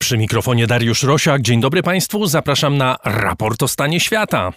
Przy mikrofonie Dariusz Rosiak. Dzień dobry Państwu, zapraszam na raport o stanie świata.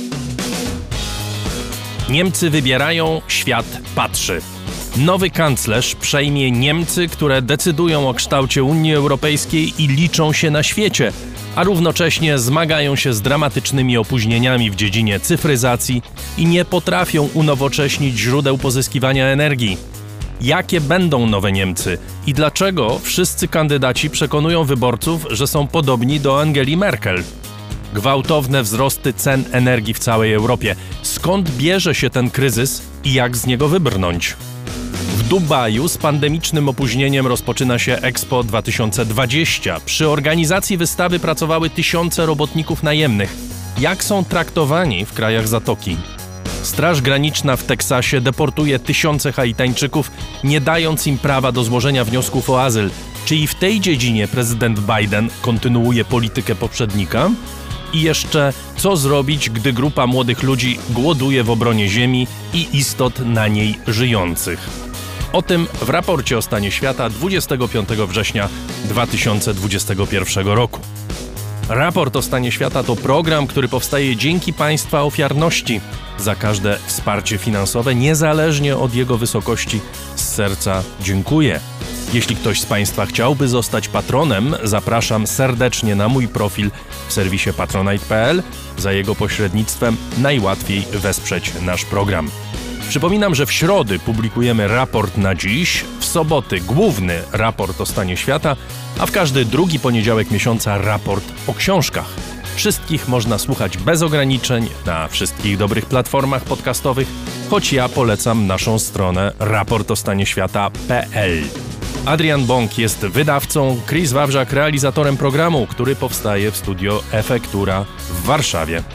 Niemcy wybierają, świat patrzy. Nowy kanclerz przejmie Niemcy, które decydują o kształcie Unii Europejskiej i liczą się na świecie, a równocześnie zmagają się z dramatycznymi opóźnieniami w dziedzinie cyfryzacji i nie potrafią unowocześnić źródeł pozyskiwania energii. Jakie będą nowe Niemcy i dlaczego wszyscy kandydaci przekonują wyborców, że są podobni do Angeli Merkel? Gwałtowne wzrosty cen energii w całej Europie. Skąd bierze się ten kryzys i jak z niego wybrnąć? W Dubaju z pandemicznym opóźnieniem rozpoczyna się Expo 2020. Przy organizacji wystawy pracowały tysiące robotników najemnych. Jak są traktowani w krajach Zatoki? Straż Graniczna w Teksasie deportuje tysiące Haitańczyków, nie dając im prawa do złożenia wniosków o azyl. Czy i w tej dziedzinie prezydent Biden kontynuuje politykę poprzednika? I jeszcze, co zrobić, gdy grupa młodych ludzi głoduje w obronie ziemi i istot na niej żyjących? O tym w raporcie o stanie świata 25 września 2021 roku. Raport o stanie świata to program, który powstaje dzięki Państwa ofiarności. Za każde wsparcie finansowe, niezależnie od jego wysokości, z serca dziękuję. Jeśli ktoś z Państwa chciałby zostać patronem, zapraszam serdecznie na mój profil w serwisie patronite.pl. Za jego pośrednictwem najłatwiej wesprzeć nasz program. Przypominam, że w środy publikujemy raport na dziś, w soboty główny raport o stanie świata, a w każdy drugi poniedziałek miesiąca raport o książkach. Wszystkich można słuchać bez ograniczeń na wszystkich dobrych platformach podcastowych, choć ja polecam naszą stronę raportostanieświata.pl. Adrian Bąk jest wydawcą, Chris Wawrzak realizatorem programu, który powstaje w studio Efektura w Warszawie.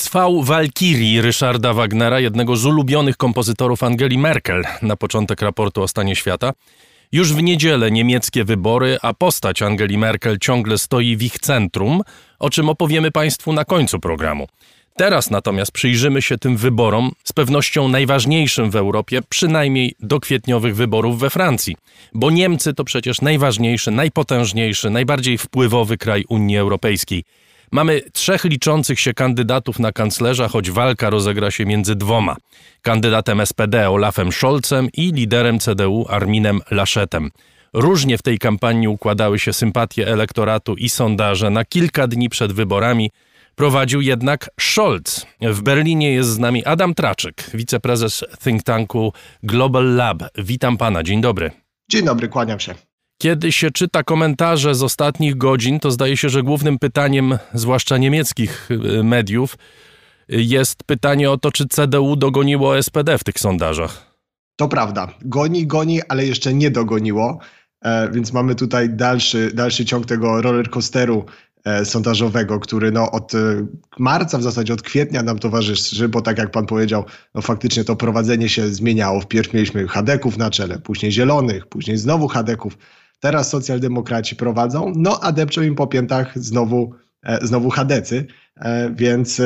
SV Walkirii Ryszarda Wagnera, jednego z ulubionych kompozytorów Angeli Merkel, na początek raportu o stanie świata. Już w niedzielę niemieckie wybory, a postać Angeli Merkel ciągle stoi w ich centrum, o czym opowiemy Państwu na końcu programu. Teraz natomiast przyjrzymy się tym wyborom, z pewnością najważniejszym w Europie, przynajmniej do kwietniowych wyborów we Francji. Bo Niemcy to przecież najważniejszy, najpotężniejszy, najbardziej wpływowy kraj Unii Europejskiej. Mamy 3 liczących się kandydatów na kanclerza, choć walka rozegra się między 2. Kandydatem SPD Olafem Scholzem i liderem CDU Arminem Laschetem. Różnie w tej kampanii układały się sympatie elektoratu i sondaże. Na kilka dni przed wyborami prowadził jednak Scholz. W Berlinie jest z nami Adam Traczyk, wiceprezes think tanku Global Lab. Witam pana, dzień dobry. Dzień dobry, kłaniam się. Kiedy się czyta komentarze z ostatnich godzin, to zdaje się, że głównym pytaniem, zwłaszcza niemieckich mediów, jest pytanie o to, czy CDU dogoniło SPD w tych sondażach. To prawda. Goni, ale jeszcze nie dogoniło, więc mamy tutaj dalszy ciąg tego rollercoasteru sondażowego, który od marca, w zasadzie od kwietnia nam towarzyszy, bo tak jak pan powiedział, faktycznie to prowadzenie się zmieniało. Wpierw mieliśmy chadeków na czele, później zielonych, później znowu chadeków. Teraz socjaldemokraci prowadzą, a depczą im po piętach znowu chadecy, więc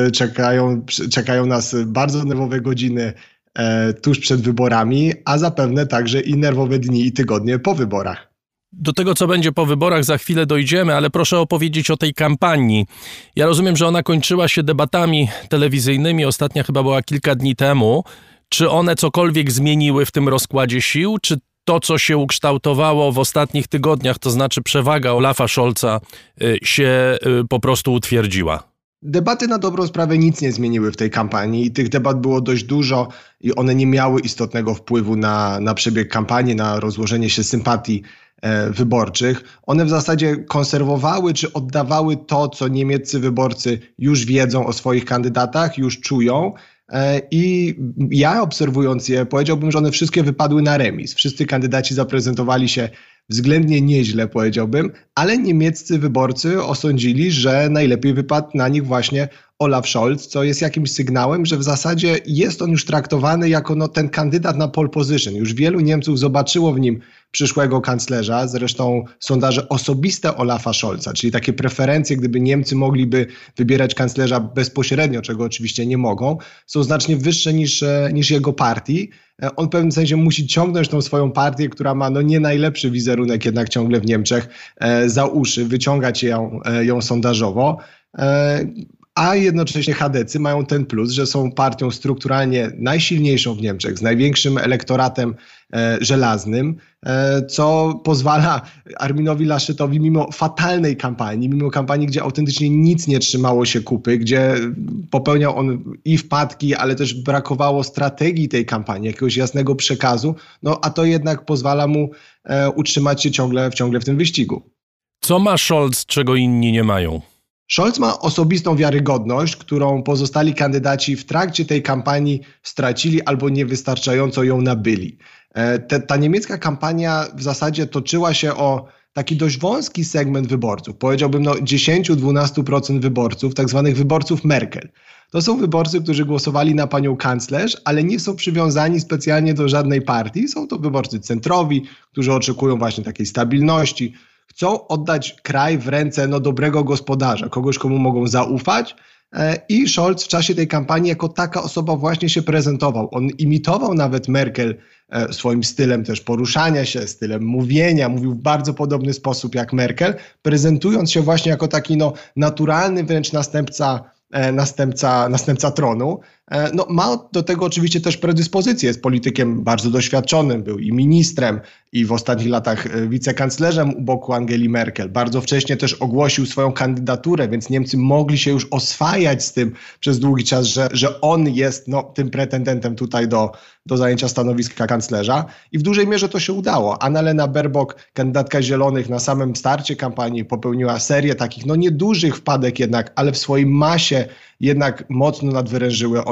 czekają nas bardzo nerwowe godziny tuż przed wyborami, a zapewne także i nerwowe dni i tygodnie po wyborach. Do tego, co będzie po wyborach, za chwilę dojdziemy, ale proszę opowiedzieć o tej kampanii. Ja rozumiem, że ona kończyła się debatami telewizyjnymi, ostatnia chyba była kilka dni temu. Czy one cokolwiek zmieniły w tym rozkładzie sił, czy to, co się ukształtowało w ostatnich tygodniach, to znaczy przewaga Olafa Scholza, się po prostu utwierdziła? Debaty na dobrą sprawę nic nie zmieniły w tej kampanii. Tych debat było dość dużo i one nie miały istotnego wpływu na przebieg kampanii, na rozłożenie się sympatii wyborczych. One w zasadzie konserwowały czy oddawały to, co niemieccy wyborcy już wiedzą o swoich kandydatach, już czują. I ja obserwując je, powiedziałbym, że one wszystkie wypadły na remis. Wszyscy kandydaci zaprezentowali się względnie nieźle, powiedziałbym, ale niemieccy wyborcy osądzili, że najlepiej wypadł na nich właśnie Olaf Scholz, co jest jakimś sygnałem, że w zasadzie jest on już traktowany jako ten kandydat na pole position. Już wielu Niemców zobaczyło w nim przyszłego kanclerza, zresztą sondaże osobiste Olafa Scholza, czyli takie preferencje, gdyby Niemcy mogliby wybierać kanclerza bezpośrednio, czego oczywiście nie mogą, są znacznie wyższe niż jego partii. On w pewnym sensie musi ciągnąć tą swoją partię, która ma nie najlepszy wizerunek jednak ciągle w Niemczech, za uszy, wyciągać ją sondażowo. A jednocześnie chadecy mają ten plus, że są partią strukturalnie najsilniejszą w Niemczech, z największym elektoratem żelaznym, co pozwala Arminowi Laschetowi mimo fatalnej kampanii, mimo kampanii, gdzie autentycznie nic nie trzymało się kupy, gdzie popełniał on i wpadki, ale też brakowało strategii tej kampanii, jakiegoś jasnego przekazu, a to jednak pozwala mu utrzymać się ciągle w tym wyścigu. Co ma Scholz, czego inni nie mają? Scholz ma osobistą wiarygodność, którą pozostali kandydaci w trakcie tej kampanii stracili albo niewystarczająco ją nabyli. Ta niemiecka kampania w zasadzie toczyła się o taki dość wąski segment wyborców. Powiedziałbym 10-12% wyborców, tak zwanych wyborców Merkel. To są wyborcy, którzy głosowali na panią kanclerz, ale nie są przywiązani specjalnie do żadnej partii. Są to wyborcy centrowi, którzy oczekują właśnie takiej stabilności. Chcą oddać kraj w ręce dobrego gospodarza, kogoś, komu mogą zaufać. I Scholz w czasie tej kampanii jako taka osoba właśnie się prezentował. On imitował nawet Merkel swoim stylem też poruszania się, stylem mówienia. Mówił w bardzo podobny sposób jak Merkel, prezentując się właśnie jako taki naturalny wręcz następca tronu. Ma do tego oczywiście też predyspozycję. Jest politykiem bardzo doświadczonym, był i ministrem, i w ostatnich latach wicekanclerzem u boku Angeli Merkel. Bardzo wcześnie też ogłosił swoją kandydaturę, więc Niemcy mogli się już oswajać z tym przez długi czas, że on jest tym pretendentem tutaj do zajęcia stanowiska kanclerza. I w dużej mierze to się udało. Annalena Baerbock, kandydatka Zielonych, na samym starcie kampanii popełniła serię takich niedużych wpadek jednak, ale w swojej masie jednak mocno nadwyrężyły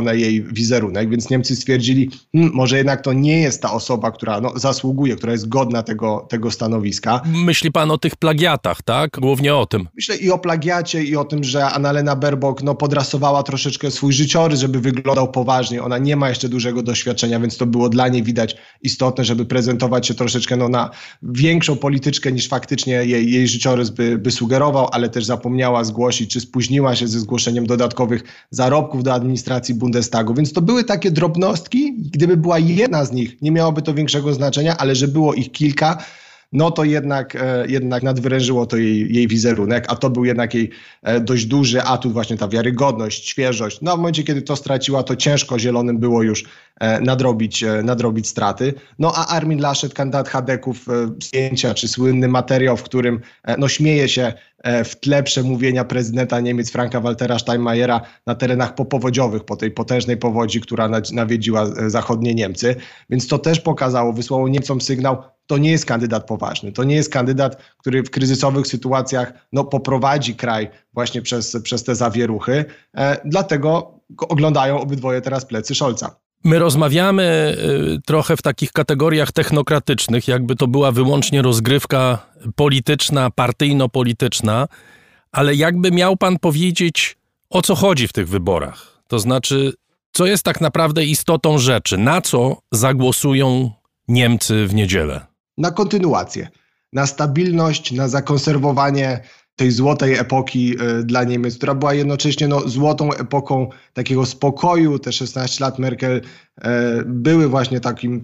ona jej wizerunek, więc Niemcy stwierdzili, może jednak to nie jest ta osoba, która zasługuje, która jest godna tego stanowiska. Myśli pan o tych plagiatach, tak? Głównie o tym. Myślę i o plagiacie, i o tym, że Annalena Baerbock podrasowała troszeczkę swój życiorys, żeby wyglądał poważnie. Ona nie ma jeszcze dużego doświadczenia, więc to było dla niej widać istotne, żeby prezentować się troszeczkę na większą polityczkę niż faktycznie jej życiorys by sugerował, ale też zapomniała zgłosić, czy spóźniła się ze zgłoszeniem dodatkowych zarobków do administracji Bundestagu. Więc to były takie drobnostki. Gdyby była jedna z nich, nie miałoby to większego znaczenia, ale że było ich kilka, to jednak nadwyrężyło to jej wizerunek, a to był jednak jej dość duży atut, właśnie ta wiarygodność, świeżość. W momencie, kiedy to straciła, to ciężko Zielonym było już nadrobić straty. A Armin Laschet, kandydat Chadeków, zdjęcia czy słynny materiał, w którym śmieje się w tle przemówienia prezydenta Niemiec Franka-Waltera Steinmeiera na terenach popowodziowych, po tej potężnej powodzi, która nawiedziła zachodnie Niemcy. Więc to też wysłało Niemcom sygnał, to nie jest kandydat poważny. To nie jest kandydat, który w kryzysowych sytuacjach poprowadzi kraj właśnie przez te zawieruchy. Dlatego oglądają obydwoje teraz plecy Scholza. My rozmawiamy trochę w takich kategoriach technokratycznych, jakby to była wyłącznie rozgrywka polityczna, partyjno-polityczna, ale jakby miał pan powiedzieć, o co chodzi w tych wyborach? To znaczy, co jest tak naprawdę istotą rzeczy? Na co zagłosują Niemcy w niedzielę? Na kontynuację, na stabilność, na zakonserwowanie tej złotej epoki dla Niemiec, która była jednocześnie złotą epoką takiego spokoju. Te 16 lat Merkel były właśnie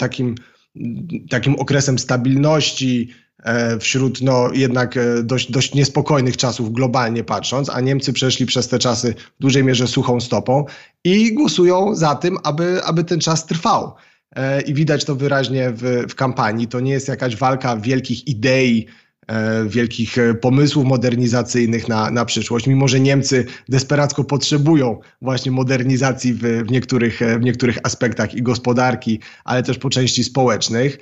takim okresem stabilności wśród jednak dość niespokojnych czasów globalnie patrząc, a Niemcy przeszli przez te czasy w dużej mierze suchą stopą i głosują za tym, aby ten czas trwał. I widać to wyraźnie w kampanii. To nie jest jakaś walka wielkich idei, wielkich pomysłów modernizacyjnych na przyszłość, mimo że Niemcy desperacko potrzebują właśnie modernizacji w niektórych aspektach i gospodarki, ale też po części społecznych.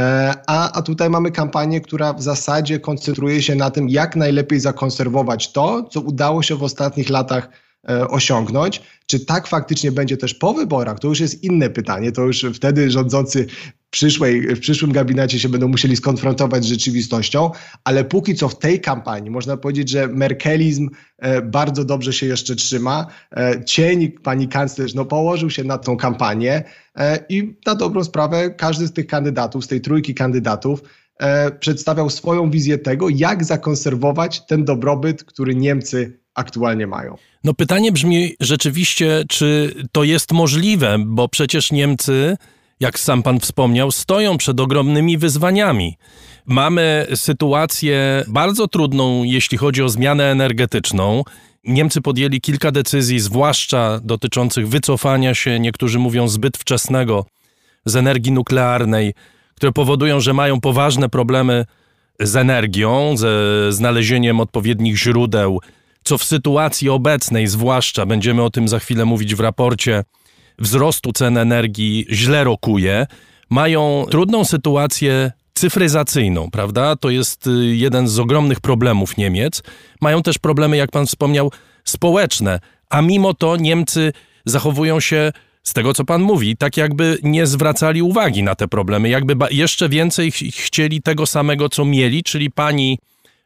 A tutaj mamy kampanię, która w zasadzie koncentruje się na tym, jak najlepiej zakonserwować to, co udało się w ostatnich latach osiągnąć. Czy tak faktycznie będzie też po wyborach? To już jest inne pytanie. To już wtedy rządzący w przyszłym gabinecie się będą musieli skonfrontować z rzeczywistością, ale póki co w tej kampanii można powiedzieć, że merkelizm bardzo dobrze się jeszcze trzyma. Cień pani kanclerz położył się na tą kampanię i na dobrą sprawę każdy z tych kandydatów, z tej trójki kandydatów przedstawiał swoją wizję tego, jak zakonserwować ten dobrobyt, który Niemcy aktualnie mają. Pytanie brzmi rzeczywiście, czy to jest możliwe, bo przecież Niemcy, jak sam pan wspomniał, stoją przed ogromnymi wyzwaniami. Mamy sytuację bardzo trudną, jeśli chodzi o zmianę energetyczną. Niemcy podjęli kilka decyzji, zwłaszcza dotyczących wycofania się, niektórzy mówią zbyt wczesnego, z energii nuklearnej, które powodują, że mają poważne problemy z energią, ze znalezieniem odpowiednich źródeł, co w sytuacji obecnej, zwłaszcza, będziemy o tym za chwilę mówić w raporcie, wzrostu cen energii źle rokuje, mają trudną sytuację cyfryzacyjną, prawda? To jest jeden z ogromnych problemów Niemiec. Mają też problemy, jak pan wspomniał, społeczne, a mimo to Niemcy zachowują się, z tego co pan mówi, tak jakby nie zwracali uwagi na te problemy, jakby jeszcze więcej chcieli tego samego, co mieli, czyli pani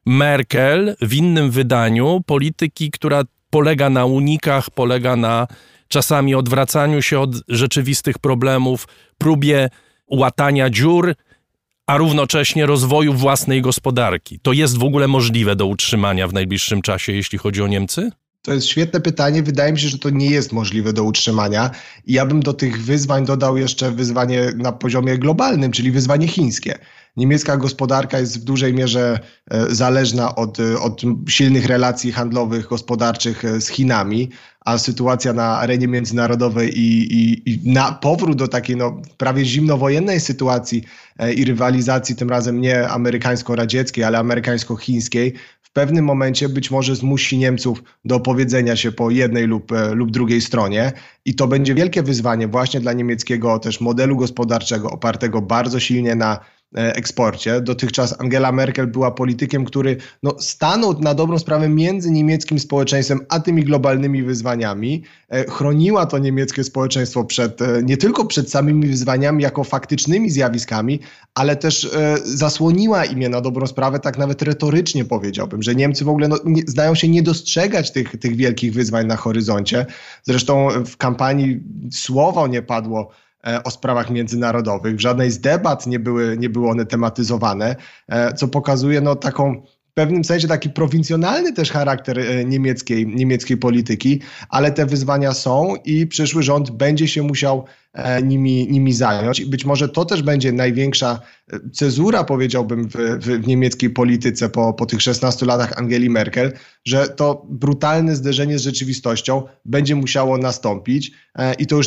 Merkel w innym wydaniu, polityki, która polega na unikach, polega na czasami odwracaniu się od rzeczywistych problemów, próbie łatania dziur, a równocześnie rozwoju własnej gospodarki. To jest w ogóle możliwe do utrzymania w najbliższym czasie, jeśli chodzi o Niemcy? To jest świetne pytanie. Wydaje mi się, że to nie jest możliwe do utrzymania. I ja bym do tych wyzwań dodał jeszcze wyzwanie na poziomie globalnym, czyli wyzwanie chińskie. Niemiecka gospodarka jest w dużej mierze zależna od silnych relacji handlowych, gospodarczych z Chinami, a sytuacja na arenie międzynarodowej i na powrót do takiej prawie zimnowojennej sytuacji i rywalizacji, tym razem nie amerykańsko-radzieckiej, ale amerykańsko-chińskiej, w pewnym momencie być może zmusi Niemców do opowiedzenia się po jednej lub drugiej stronie i to będzie wielkie wyzwanie właśnie dla niemieckiego też modelu gospodarczego opartego bardzo silnie na eksporcie. Dotychczas Angela Merkel była politykiem, który stanął na dobrą sprawę między niemieckim społeczeństwem a tymi globalnymi wyzwaniami. Chroniła to niemieckie społeczeństwo nie tylko przed samymi wyzwaniami jako faktycznymi zjawiskami, ale też zasłoniła im je na dobrą sprawę, tak nawet retorycznie powiedziałbym, że Niemcy w ogóle zdają się nie dostrzegać tych wielkich wyzwań na horyzoncie. Zresztą w kampanii słowo nie padło o sprawach międzynarodowych. W żadnej z debat nie były one tematyzowane, co pokazuje taką w pewnym sensie taki prowincjonalny też charakter niemieckiej polityki, ale te wyzwania są i przyszły rząd będzie się musiał nimi zająć. I być może to też będzie największa cezura, powiedziałbym, w niemieckiej polityce po tych 16 latach Angeli Merkel, że to brutalne zderzenie z rzeczywistością będzie musiało nastąpić i to już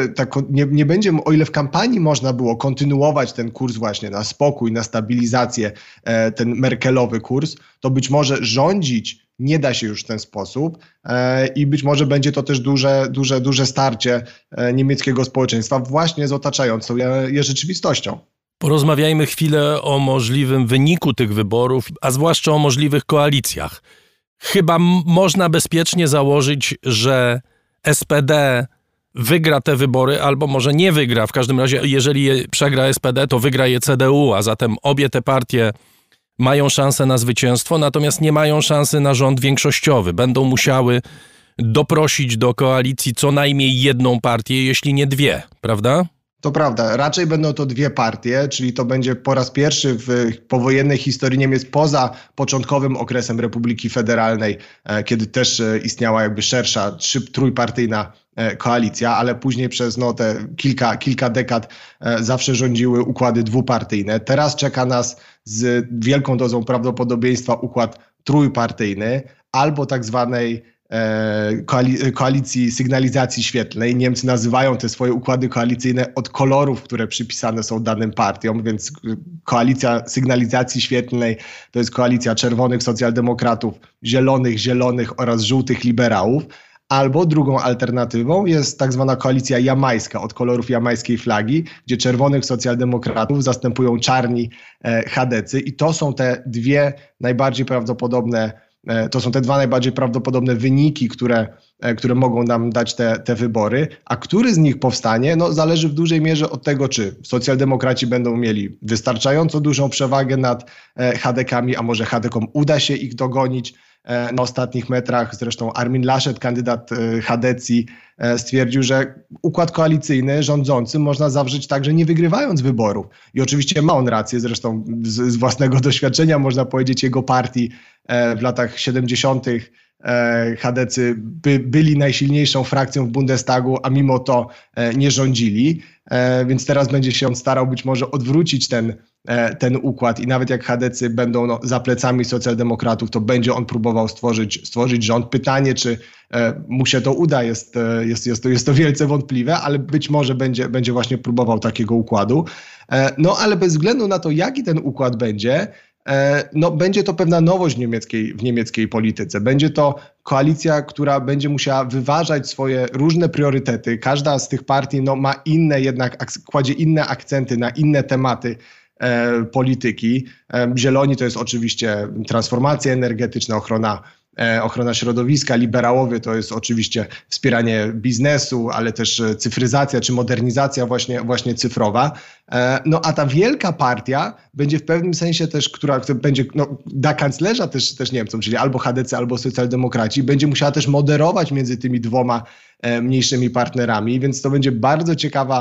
nie będzie, o ile w kampanii można było kontynuować ten kurs właśnie na spokój, na stabilizację, ten merkelowy kurs, to być może rządzić nie da się już w ten sposób i być może będzie to też duże starcie niemieckiego społeczeństwa właśnie z otaczającą je rzeczywistością. Porozmawiajmy chwilę o możliwym wyniku tych wyborów, a zwłaszcza o możliwych koalicjach. Chyba można bezpiecznie założyć, że SPD wygra te wybory, albo może nie wygra. W każdym razie, jeżeli je przegra SPD, to wygra je CDU, a zatem obie te partie mają szansę na zwycięstwo, natomiast nie mają szansy na rząd większościowy. Będą musiały doprosić do koalicji co najmniej jedną partię, jeśli nie dwie, prawda? To prawda. Raczej będą to dwie partie, czyli to będzie po raz pierwszy w powojennej historii Niemiec poza początkowym okresem Republiki Federalnej, kiedy też istniała jakby szersza, trójpartyjna koalicja, ale później przez te kilka dekad zawsze rządziły układy dwupartyjne. Teraz czeka nas z wielką dozą prawdopodobieństwa układ trójpartyjny albo tak zwanej koalicji sygnalizacji świetlnej. Niemcy nazywają te swoje układy koalicyjne od kolorów, które przypisane są danym partiom, więc koalicja sygnalizacji świetlnej to jest koalicja czerwonych socjaldemokratów, zielonych oraz żółtych liberałów. Albo drugą alternatywą jest tak zwana koalicja jamańska od kolorów jamańskiej flagi, gdzie czerwonych socjaldemokratów zastępują czarni chadecy i to są te dwie najbardziej prawdopodobne dwa najbardziej prawdopodobne wyniki, które mogą nam dać te wybory, a który z nich powstanie, zależy w dużej mierze od tego, czy socjaldemokraci będą mieli wystarczająco dużą przewagę nad chadekami, a może chadekom uda się ich dogonić na ostatnich metrach. Zresztą Armin Laschet, kandydat chadecji, stwierdził, że układ koalicyjny rządzący można zawrzeć także nie wygrywając wyborów. I oczywiście ma on rację, zresztą z własnego doświadczenia można powiedzieć jego partii w latach 70. chadecy byli najsilniejszą frakcją w Bundestagu, a mimo to nie rządzili, więc teraz będzie się on starał być może odwrócić ten układ i nawet jak chadecy będą za plecami socjaldemokratów, to będzie on próbował stworzyć rząd. Pytanie, czy mu się to uda, jest to wielce wątpliwe, ale być może będzie właśnie próbował takiego układu. Ale bez względu na to, jaki ten układ będzie, będzie to pewna nowość w niemieckiej polityce. Będzie to koalicja, która będzie musiała wyważać swoje różne priorytety. Każda z tych partii ma inne, jednak kładzie inne akcenty na inne tematy polityki. Zieloni to jest oczywiście transformacja energetyczna, ochrona środowiska, liberałowie to jest oczywiście wspieranie biznesu, ale też cyfryzacja czy modernizacja właśnie cyfrowa. A ta wielka partia będzie w pewnym sensie też, która będzie da kanclerza też Niemcom, czyli albo chadecy, albo socjaldemokraci, będzie musiała też moderować między tymi dwoma mniejszymi partnerami, więc to będzie bardzo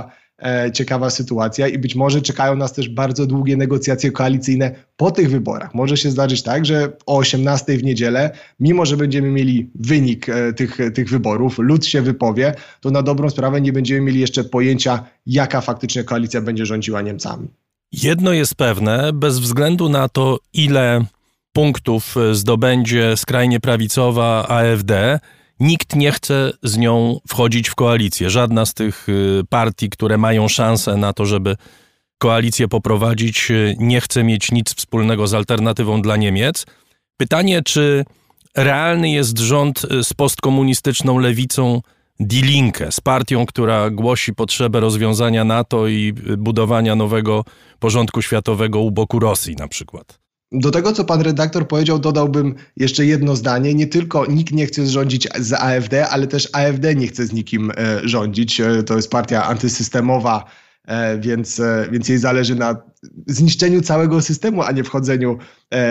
ciekawa sytuacja i być może czekają nas też bardzo długie negocjacje koalicyjne po tych wyborach. Może się zdarzyć tak, że o 18:00 w niedzielę, mimo że będziemy mieli wynik tych wyborów, lud się wypowie, to na dobrą sprawę nie będziemy mieli jeszcze pojęcia, jaka faktycznie koalicja będzie rządziła Niemcami. Jedno jest pewne, bez względu na to, ile punktów zdobędzie skrajnie prawicowa AfD, nikt nie chce z nią wchodzić w koalicję. Żadna z tych partii, które mają szansę na to, żeby koalicję poprowadzić, nie chce mieć nic wspólnego z alternatywą dla Niemiec. Pytanie, czy realny jest rząd z postkomunistyczną lewicą Die Linke, z partią, która głosi potrzebę rozwiązania NATO i budowania nowego porządku światowego u boku Rosji na przykład. Do tego, co pan redaktor powiedział, dodałbym jeszcze jedno zdanie. Nie tylko nikt nie chce rządzić z AfD, ale też AfD nie chce z nikim rządzić. To jest partia antysystemowa, więc jej zależy na zniszczeniu całego systemu, a nie wchodzeniu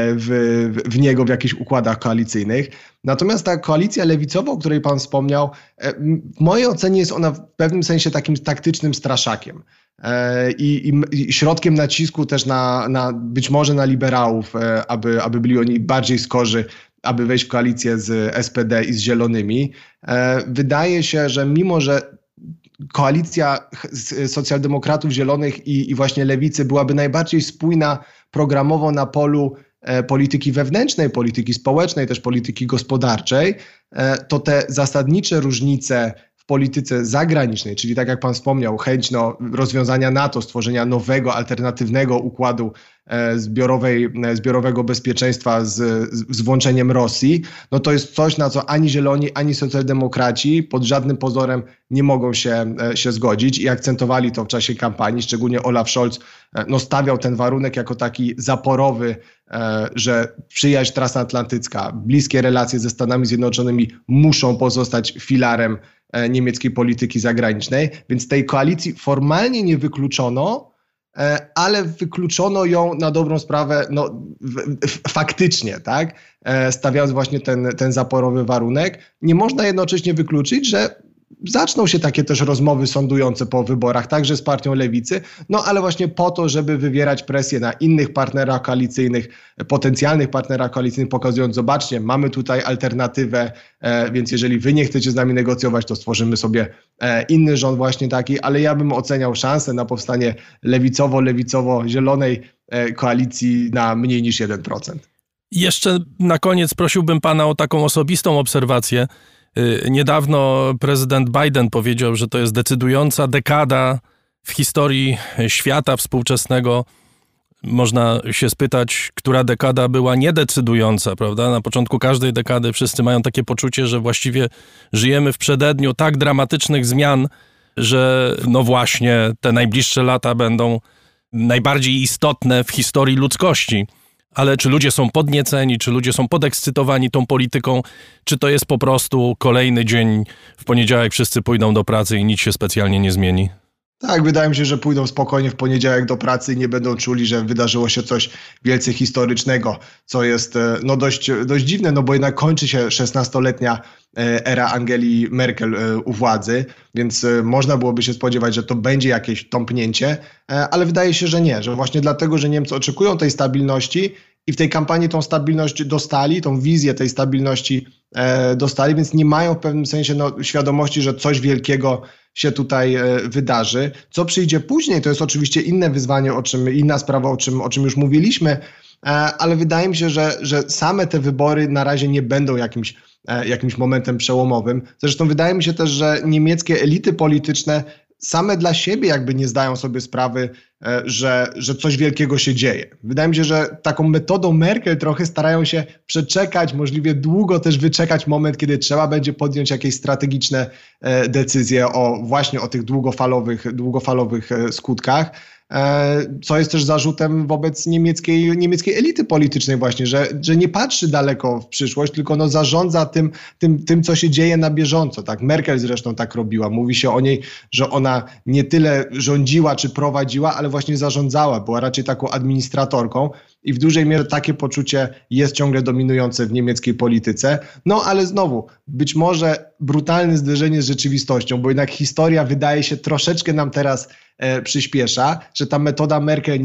w niego w jakichś układach koalicyjnych. Natomiast ta koalicja lewicowa, o której pan wspomniał, w mojej ocenie jest ona w pewnym sensie takim taktycznym straszakiem. I środkiem nacisku też na być może na liberałów, aby byli oni bardziej skorzy, aby wejść w koalicję z SPD i z Zielonymi. Wydaje się, że mimo że koalicja socjaldemokratów, Zielonych i właśnie Lewicy byłaby najbardziej spójna programowo na polu polityki wewnętrznej, polityki społecznej, też polityki gospodarczej, to te zasadnicze różnice w polityce zagranicznej, czyli tak jak pan wspomniał, chęć rozwiązania NATO, stworzenia nowego, alternatywnego układu zbiorowego bezpieczeństwa z włączeniem Rosji, no to jest coś, na co ani Zieloni, ani socjaldemokraci pod żadnym pozorem nie mogą się zgodzić i akcentowali to w czasie kampanii, szczególnie Olaf Scholz stawiał ten warunek jako taki zaporowy, że przyjaźń transatlantycka, bliskie relacje ze Stanami Zjednoczonymi muszą pozostać filarem niemieckiej polityki zagranicznej, więc tej koalicji formalnie nie wykluczono, ale wykluczono ją na dobrą sprawę faktycznie, tak? Stawiając właśnie ten zaporowy warunek. Nie można jednocześnie wykluczyć, że zaczną się takie też rozmowy sądujące po wyborach, także z partią Lewicy, ale właśnie po to, żeby wywierać presję na innych partnerach koalicyjnych, potencjalnych partnerach koalicyjnych, pokazując, zobaczcie, mamy tutaj alternatywę, więc jeżeli wy nie chcecie z nami negocjować, to stworzymy sobie inny rząd właśnie taki, ale ja bym oceniał szansę na powstanie lewicowo-zielonej koalicji na mniej niż 1%. Jeszcze na koniec prosiłbym pana o taką osobistą obserwację. Niedawno prezydent Biden powiedział, że to jest decydująca dekada w historii świata współczesnego. Można się spytać, która dekada była niedecydująca, prawda? Na początku każdej dekady wszyscy mają takie poczucie, że właściwie żyjemy w przededniu tak dramatycznych zmian, że właśnie te najbliższe lata będą najbardziej istotne w historii ludzkości. Ale czy ludzie są podnieceni, czy ludzie są podekscytowani tą polityką, czy to jest po prostu kolejny dzień, w poniedziałek wszyscy pójdą do pracy i nic się specjalnie nie zmieni? Tak, wydaje mi się, że pójdą spokojnie w poniedziałek do pracy i nie będą czuli, że wydarzyło się coś wielce historycznego, co jest dość dziwne, bo jednak kończy się 16-letnia era Angeli Merkel u władzy, więc można byłoby się spodziewać, że to będzie jakieś tąpnięcie, ale wydaje się, że nie, że właśnie dlatego, że Niemcy oczekują tej stabilności i w tej kampanii tą stabilność dostali, tą wizję tej stabilności dostali, więc nie mają w pewnym sensie świadomości, że coś wielkiego się tutaj wydarzy. Co przyjdzie później, to jest oczywiście inne wyzwanie, inna sprawa, o czym już mówiliśmy, ale wydaje mi się, że same te wybory na razie nie będą jakimś momentem przełomowym. Zresztą wydaje mi się też, że niemieckie elity polityczne same dla siebie jakby nie zdają sobie sprawy, że coś wielkiego się dzieje. Wydaje mi się, że taką metodą Merkel trochę starają się przeczekać, możliwie długo też wyczekać moment, kiedy trzeba będzie podjąć jakieś strategiczne decyzje o tych długofalowych skutkach. Co jest też zarzutem wobec niemieckiej elity politycznej właśnie, że nie patrzy daleko w przyszłość, tylko zarządza tym, co się dzieje na bieżąco. Tak? Merkel zresztą tak robiła. Mówi się o niej, że ona nie tyle rządziła czy prowadziła, ale właśnie zarządzała. Była raczej taką administratorką i w dużej mierze takie poczucie jest ciągle dominujące w niemieckiej polityce. Ale znowu, być może brutalne zderzenie z rzeczywistością, bo jednak historia wydaje się troszeczkę nam teraz przyspiesza, że ta metoda Merkel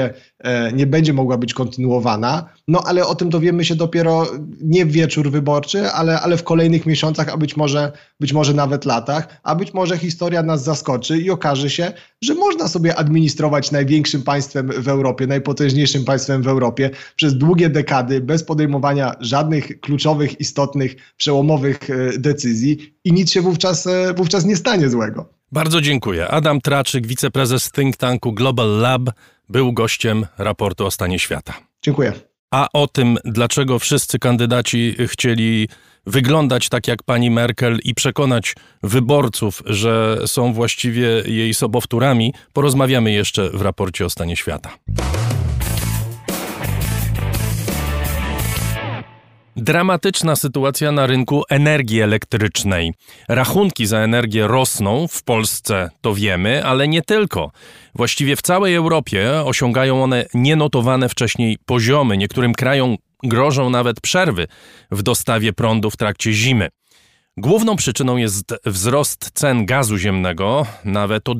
nie będzie mogła być kontynuowana, ale o tym dowiemy się dopiero nie w wieczór wyborczy, ale w kolejnych miesiącach, a być może nawet latach, a być może historia nas zaskoczy i okaże się, że można sobie administrować największym państwem w Europie, najpotężniejszym państwem w Europie przez długie dekady bez podejmowania żadnych kluczowych, istotnych, przełomowych decyzji i nic się wówczas nie stanie złego. Bardzo dziękuję. Adam Traczyk, wiceprezes think tanku Global Lab, był gościem raportu o stanie świata. Dziękuję. A o tym, dlaczego wszyscy kandydaci chcieli wyglądać tak jak pani Merkel i przekonać wyborców, że są właściwie jej sobowtórami, porozmawiamy jeszcze w raporcie o stanie świata. Dramatyczna sytuacja na rynku energii elektrycznej. Rachunki za energię rosną, w Polsce to wiemy, ale nie tylko. Właściwie w całej Europie osiągają one nienotowane wcześniej poziomy. Niektórym krajom grożą nawet przerwy w dostawie prądu w trakcie zimy. Główną przyczyną jest wzrost cen gazu ziemnego, nawet o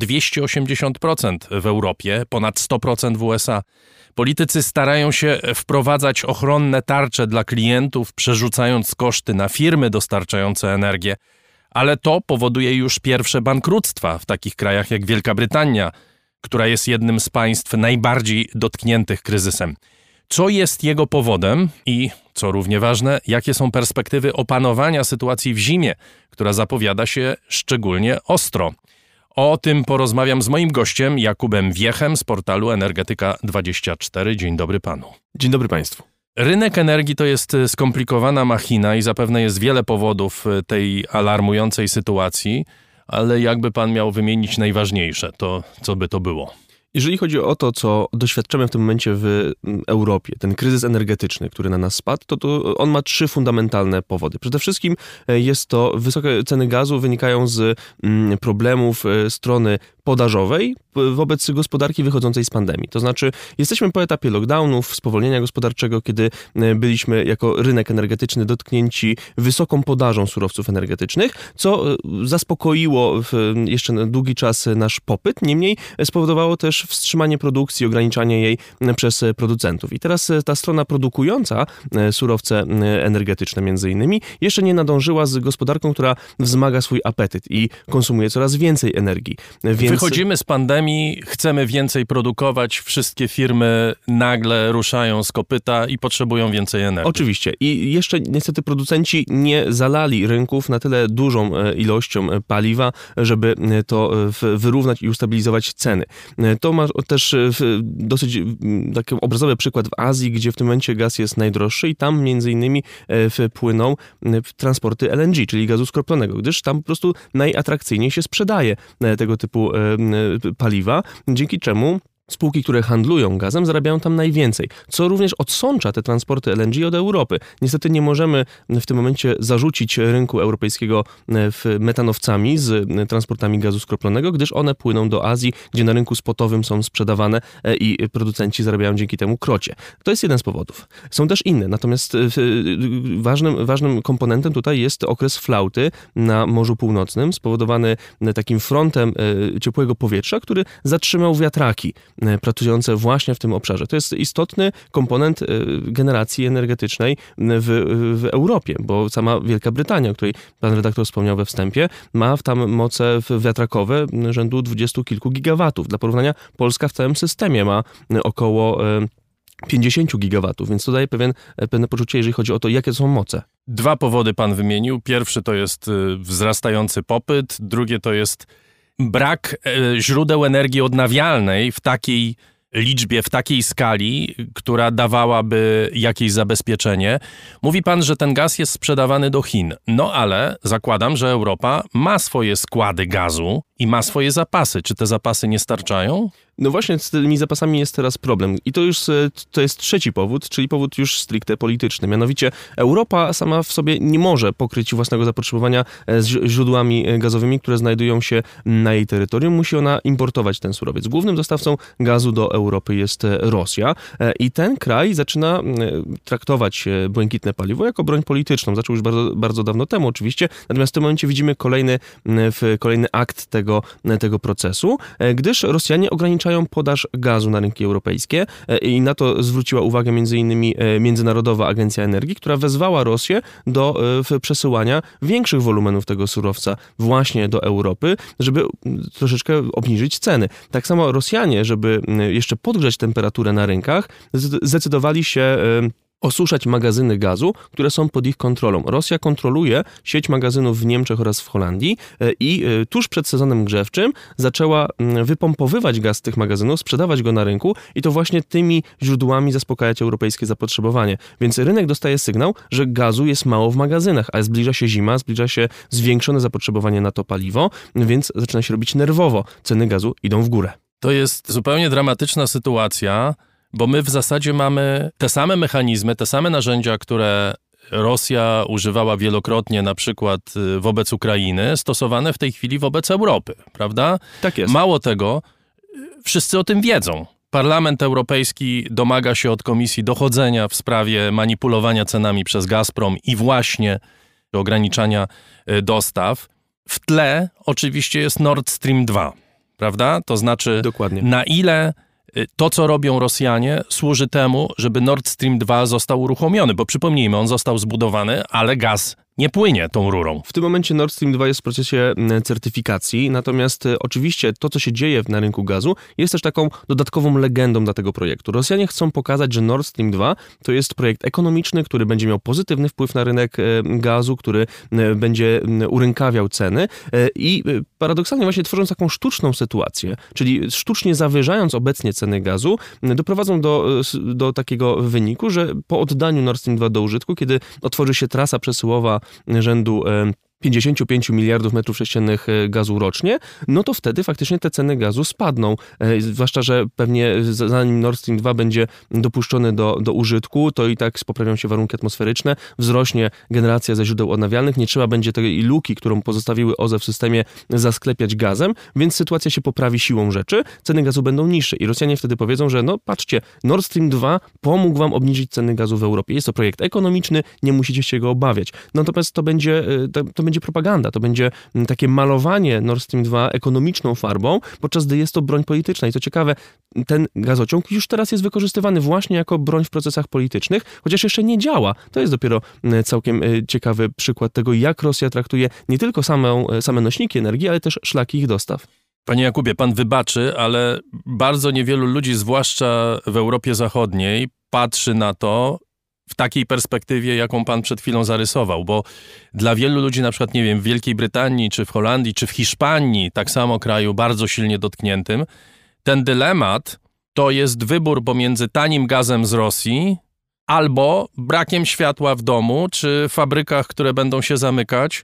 280% w Europie, ponad 100% w USA. Politycy starają się wprowadzać ochronne tarcze dla klientów, przerzucając koszty na firmy dostarczające energię, ale to powoduje już pierwsze bankructwa w takich krajach jak Wielka Brytania, która jest jednym z państw najbardziej dotkniętych kryzysem. Co jest jego powodem i, co równie ważne, jakie są perspektywy opanowania sytuacji w zimie, która zapowiada się szczególnie ostro? O tym porozmawiam z moim gościem, Jakubem Wiechem z portalu Energetyka24. Dzień dobry panu. Dzień dobry państwu. Rynek energii to jest skomplikowana machina i zapewne jest wiele powodów tej alarmującej sytuacji, ale jakby pan miał wymienić najważniejsze, to co by to było? Jeżeli chodzi o to, co doświadczamy w tym momencie w Europie, ten kryzys energetyczny, który na nas spadł, to on ma 3 fundamentalne powody. Przede wszystkim jest to wysokie ceny gazu wynikają z problemów strony podażowej wobec gospodarki wychodzącej z pandemii. To znaczy jesteśmy po etapie lockdownów, spowolnienia gospodarczego, kiedy byliśmy jako rynek energetyczny dotknięci wysoką podażą surowców energetycznych, co zaspokoiło jeszcze na długi czas nasz popyt, niemniej spowodowało też wstrzymanie produkcji, ograniczanie jej przez producentów. I teraz ta strona produkująca surowce energetyczne między innymi jeszcze nie nadążyła z gospodarką, która wzmaga swój apetyt i konsumuje coraz więcej energii. Więc wychodzimy z pandemii, chcemy więcej produkować, wszystkie firmy nagle ruszają z kopyta i potrzebują więcej energii. Oczywiście. I jeszcze niestety producenci nie zalali rynków na tyle dużą ilością paliwa, żeby to wyrównać i ustabilizować ceny. To ma też dosyć taki obrazowy przykład w Azji, gdzie w tym momencie gaz jest najdroższy i tam między innymi płyną transporty LNG, czyli gazu skroplonego, gdyż tam po prostu najatrakcyjniej się sprzedaje tego typu paliwa, dzięki czemu spółki, które handlują gazem, zarabiają tam najwięcej, co również odsącza te transporty LNG od Europy. Niestety nie możemy w tym momencie zarzucić rynku europejskiego metanowcami z transportami gazu skroplonego, gdyż one płyną do Azji, gdzie na rynku spotowym są sprzedawane i producenci zarabiają dzięki temu krocie. To jest jeden z powodów. Są też inne, natomiast ważnym komponentem tutaj jest okres flauty na Morzu Północnym, spowodowany takim frontem ciepłego powietrza, który zatrzymał wiatraki pracujące właśnie w tym obszarze. To jest istotny komponent generacji energetycznej w Europie, bo sama Wielka Brytania, o której pan redaktor wspomniał we wstępie, ma tam moce wiatrakowe rzędu 20 kilku gigawatów. Dla porównania Polska w całym systemie ma około 50 gigawatów, więc to daje pewne poczucie, jeżeli chodzi o to, jakie są moce. 2 powody pan wymienił. Pierwszy to jest wzrastający popyt, drugie to jest brak źródeł energii odnawialnej w takiej liczbie, w takiej skali, która dawałaby jakieś zabezpieczenie. Mówi pan, że ten gaz jest sprzedawany do Chin. No ale zakładam, że Europa ma swoje składy gazu i ma swoje zapasy. Czy te zapasy nie starczają? No właśnie z tymi zapasami jest teraz problem. I to jest trzeci powód, czyli powód już stricte polityczny. Mianowicie Europa sama w sobie nie może pokryć własnego zapotrzebowania z źródłami gazowymi, które znajdują się na jej terytorium. Musi ona importować ten surowiec. Głównym dostawcą gazu do Europy jest Rosja i ten kraj zaczyna traktować błękitne paliwo jako broń polityczną. Zaczął już bardzo, bardzo dawno temu oczywiście, natomiast w tym momencie widzimy kolejny akt tego procesu, gdyż Rosjanie ograniczają podaż gazu na rynki europejskie i na to zwróciła uwagę m.in. Międzynarodowa Agencja Energii, która wezwała Rosję do przesyłania większych wolumenów tego surowca właśnie do Europy, żeby troszeczkę obniżyć ceny. Tak samo Rosjanie, żeby jeszcze podgrzać temperaturę na rynkach, zdecydowali się osuszać magazyny gazu, które są pod ich kontrolą. Rosja kontroluje sieć magazynów w Niemczech oraz w Holandii i tuż przed sezonem grzewczym zaczęła wypompowywać gaz z tych magazynów, sprzedawać go na rynku i to właśnie tymi źródłami zaspokajać europejskie zapotrzebowanie. Więc rynek dostaje sygnał, że gazu jest mało w magazynach, a zbliża się zima, zbliża się zwiększone zapotrzebowanie na to paliwo, więc zaczyna się robić nerwowo. Ceny gazu idą w górę. To jest zupełnie dramatyczna sytuacja, bo my w zasadzie mamy te same mechanizmy, te same narzędzia, które Rosja używała wielokrotnie na przykład wobec Ukrainy, stosowane w tej chwili wobec Europy, prawda? Tak jest. Mało tego, wszyscy o tym wiedzą. Parlament Europejski domaga się od Komisji dochodzenia w sprawie manipulowania cenami przez Gazprom i właśnie ograniczania dostaw. W tle oczywiście jest Nord Stream 2, prawda? To znaczy, Dokładnie. Na ile to, co robią Rosjanie, służy temu, żeby Nord Stream 2 został uruchomiony, bo przypomnijmy, on został zbudowany, ale gaz nie płynie tą rurą. W tym momencie Nord Stream 2 jest w procesie certyfikacji, natomiast oczywiście to, co się dzieje na rynku gazu, jest też taką dodatkową legendą dla tego projektu. Rosjanie chcą pokazać, że Nord Stream 2 to jest projekt ekonomiczny, który będzie miał pozytywny wpływ na rynek gazu, który będzie urynkawiał ceny i paradoksalnie właśnie tworząc taką sztuczną sytuację, czyli sztucznie zawyżając obecnie ceny gazu, doprowadzą do takiego wyniku, że po oddaniu Nord Stream 2 do użytku, kiedy otworzy się trasa przesyłowa rzędu 55 miliardów metrów sześciennych gazu rocznie, no to wtedy faktycznie te ceny gazu spadną. Zwłaszcza, że pewnie zanim Nord Stream 2 będzie dopuszczony do użytku, to i tak poprawią się warunki atmosferyczne, wzrośnie generacja ze źródeł odnawialnych, nie trzeba będzie tej luki, którą pozostawiły OZE w systemie, zasklepiać gazem, więc sytuacja się poprawi siłą rzeczy, ceny gazu będą niższe i Rosjanie wtedy powiedzą, że no patrzcie, Nord Stream 2 pomógł wam obniżyć ceny gazu w Europie. Jest to projekt ekonomiczny, nie musicie się go obawiać. Natomiast to będzie propaganda, to będzie takie malowanie Nord Stream 2 ekonomiczną farbą, podczas gdy jest to broń polityczna. I co ciekawe, ten gazociąg już teraz jest wykorzystywany właśnie jako broń w procesach politycznych, chociaż jeszcze nie działa. To jest dopiero całkiem ciekawy przykład tego, jak Rosja traktuje nie tylko same nośniki energii, ale też szlaki ich dostaw. Panie Jakubie, pan wybaczy, ale bardzo niewielu ludzi, zwłaszcza w Europie Zachodniej, patrzy na to w takiej perspektywie, jaką pan przed chwilą zarysował, bo dla wielu ludzi, na przykład, nie wiem, w Wielkiej Brytanii, czy w Holandii, czy w Hiszpanii, tak samo kraju bardzo silnie dotkniętym, ten dylemat to jest wybór pomiędzy tanim gazem z Rosji albo brakiem światła w domu, czy fabrykach, które będą się zamykać,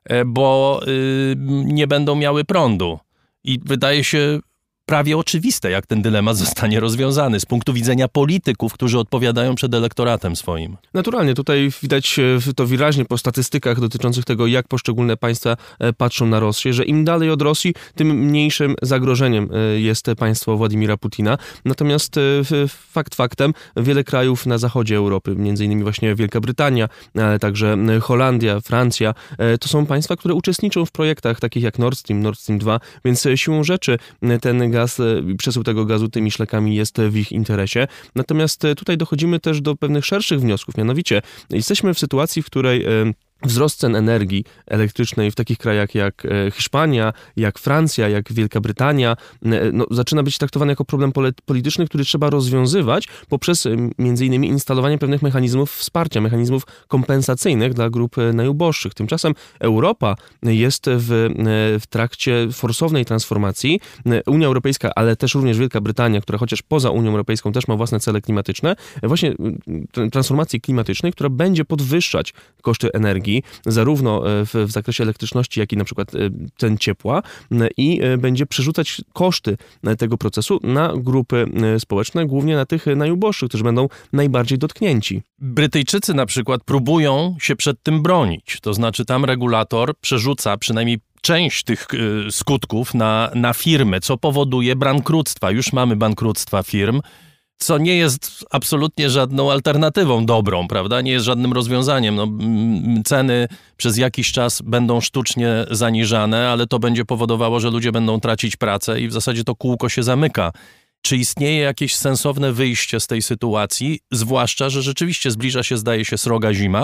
bo nie będą miały prądu. I wydaje się prawie oczywiste, jak ten dylemat zostanie rozwiązany z punktu widzenia polityków, którzy odpowiadają przed elektoratem swoim. Naturalnie, tutaj widać to wyraźnie po statystykach dotyczących tego, jak poszczególne państwa patrzą na Rosję, że im dalej od Rosji, tym mniejszym zagrożeniem jest państwo Władimira Putina. Natomiast fakt faktem, wiele krajów na zachodzie Europy, między innymi właśnie Wielka Brytania, ale także Holandia, Francja, to są państwa, które uczestniczą w projektach takich jak Nord Stream 2, więc siłą rzeczy ten gaz, przesył tego gazu tymi szlakami jest w ich interesie. Natomiast tutaj dochodzimy też do pewnych szerszych wniosków, mianowicie jesteśmy w sytuacji, w której wzrost cen energii elektrycznej w takich krajach jak Hiszpania, jak Francja, jak Wielka Brytania zaczyna być traktowany jako problem polityczny, który trzeba rozwiązywać poprzez między innymi instalowanie pewnych mechanizmów wsparcia, mechanizmów kompensacyjnych dla grup najuboższych. Tymczasem Europa jest w trakcie forsownej transformacji. Unia Europejska, ale też również Wielka Brytania, która chociaż poza Unią Europejską też ma własne cele klimatyczne, właśnie transformacji klimatycznej, która będzie podwyższać koszty energii, zarówno w zakresie elektryczności, jak i na przykład cen ciepła i będzie przerzucać koszty tego procesu na grupy społeczne, głównie na tych najuboższych, którzy będą najbardziej dotknięci. Brytyjczycy na przykład próbują się przed tym bronić, to znaczy tam regulator przerzuca przynajmniej część tych skutków na firmy, co powoduje bankructwa. Już mamy bankructwa firm, co nie jest absolutnie żadną alternatywą dobrą, prawda? Nie jest żadnym rozwiązaniem. Ceny przez jakiś czas będą sztucznie zaniżane, ale to będzie powodowało, że ludzie będą tracić pracę i w zasadzie to kółko się zamyka. Czy istnieje jakieś sensowne wyjście z tej sytuacji, zwłaszcza, że rzeczywiście zbliża się, zdaje się, sroga zima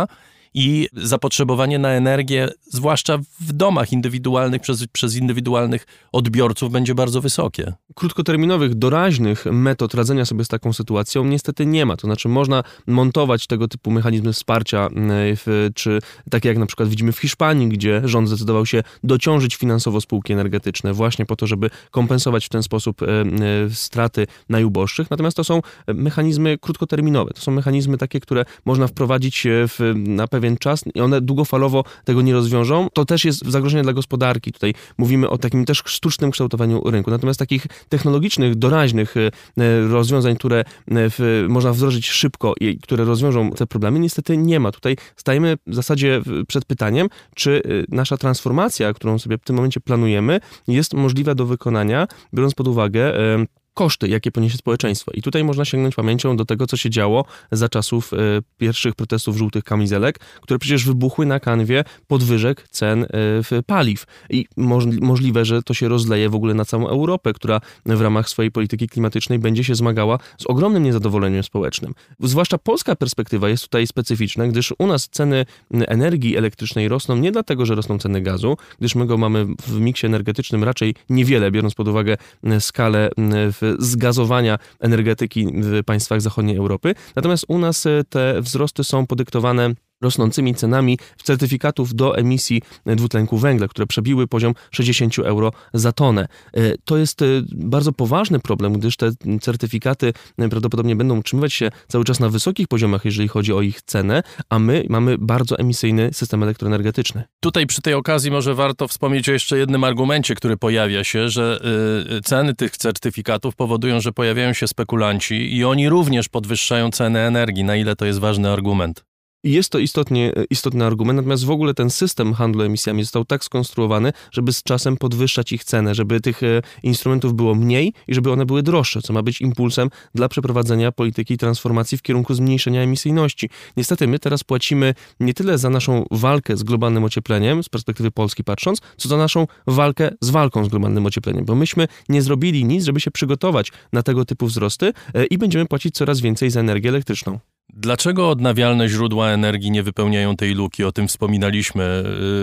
i zapotrzebowanie na energię, zwłaszcza w domach indywidualnych, przez indywidualnych odbiorców będzie bardzo wysokie. Krótkoterminowych, doraźnych metod radzenia sobie z taką sytuacją niestety nie ma. To znaczy można montować tego typu mechanizmy wsparcia, czy takie jak na przykład widzimy w Hiszpanii, gdzie rząd zdecydował się dociążyć finansowo spółki energetyczne właśnie po to, żeby kompensować w ten sposób straty najuboższych. Natomiast to są mechanizmy krótkoterminowe. To są mechanizmy takie, które można wprowadzić na pewien czas i one długofalowo tego nie rozwiążą. To też jest zagrożenie dla gospodarki. Tutaj mówimy o takim też sztucznym kształtowaniu rynku. Natomiast takich technologicznych, doraźnych rozwiązań, które można wdrożyć szybko i które rozwiążą te problemy, niestety nie ma. Tutaj stajemy w zasadzie przed pytaniem, czy nasza transformacja, którą sobie w tym momencie planujemy, jest możliwa do wykonania, biorąc pod uwagę koszty, jakie poniesie społeczeństwo. I tutaj można sięgnąć pamięcią do tego, co się działo za czasów pierwszych protestów żółtych kamizelek, które przecież wybuchły na kanwie podwyżek cen paliw. I możliwe, że to się rozleje w ogóle na całą Europę, która w ramach swojej polityki klimatycznej będzie się zmagała z ogromnym niezadowoleniem społecznym. Zwłaszcza polska perspektywa jest tutaj specyficzna, gdyż u nas ceny energii elektrycznej rosną nie dlatego, że rosną ceny gazu, gdyż my go mamy w miksie energetycznym raczej niewiele, biorąc pod uwagę skalę zgazowania energetyki w państwach zachodniej Europy. Natomiast u nas te wzrosty są podyktowane rosnącymi cenami certyfikatów do emisji dwutlenku węgla, które przebiły poziom 60 euro za tonę. To jest bardzo poważny problem, gdyż te certyfikaty prawdopodobnie będą utrzymywać się cały czas na wysokich poziomach, jeżeli chodzi o ich cenę, a my mamy bardzo emisyjny system elektroenergetyczny. Tutaj przy tej okazji może warto wspomnieć o jeszcze jednym argumencie, który pojawia się, że ceny tych certyfikatów powodują, że pojawiają się spekulanci i oni również podwyższają ceny energii. Na ile to jest ważny argument? Jest to istotny argument, natomiast w ogóle ten system handlu emisjami został tak skonstruowany, żeby z czasem podwyższać ich cenę, żeby tych instrumentów było mniej i żeby one były droższe, co ma być impulsem dla przeprowadzenia polityki transformacji w kierunku zmniejszenia emisyjności. Niestety my teraz płacimy nie tyle za naszą walkę z globalnym ociepleniem, z perspektywy Polski patrząc, co za naszą walkę z walką z globalnym ociepleniem, bo myśmy nie zrobili nic, żeby się przygotować na tego typu wzrosty i będziemy płacić coraz więcej za energię elektryczną. Dlaczego odnawialne źródła energii nie wypełniają tej luki? O tym wspominaliśmy.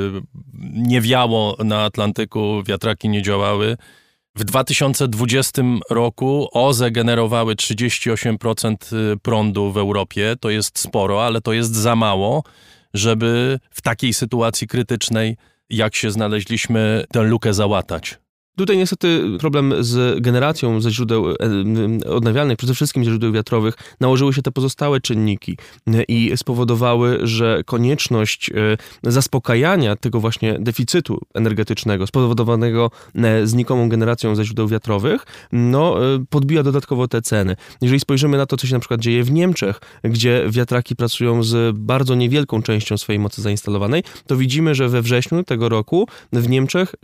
Nie wiało na Atlantyku, wiatraki nie działały. W 2020 roku OZE generowały 38% prądu w Europie. To jest sporo, ale to jest za mało, żeby w takiej sytuacji krytycznej, jak się znaleźliśmy, tę lukę załatać. Tutaj niestety problem z generacją ze źródeł odnawialnych, przede wszystkim ze źródeł wiatrowych, nałożyły się te pozostałe czynniki i spowodowały, że konieczność zaspokajania tego właśnie deficytu energetycznego spowodowanego znikomą generacją ze źródeł wiatrowych, podbija dodatkowo te ceny. Jeżeli spojrzymy na to, co się na przykład dzieje w Niemczech, gdzie wiatraki pracują z bardzo niewielką częścią swojej mocy zainstalowanej, to widzimy, że we wrześniu tego roku w Niemczech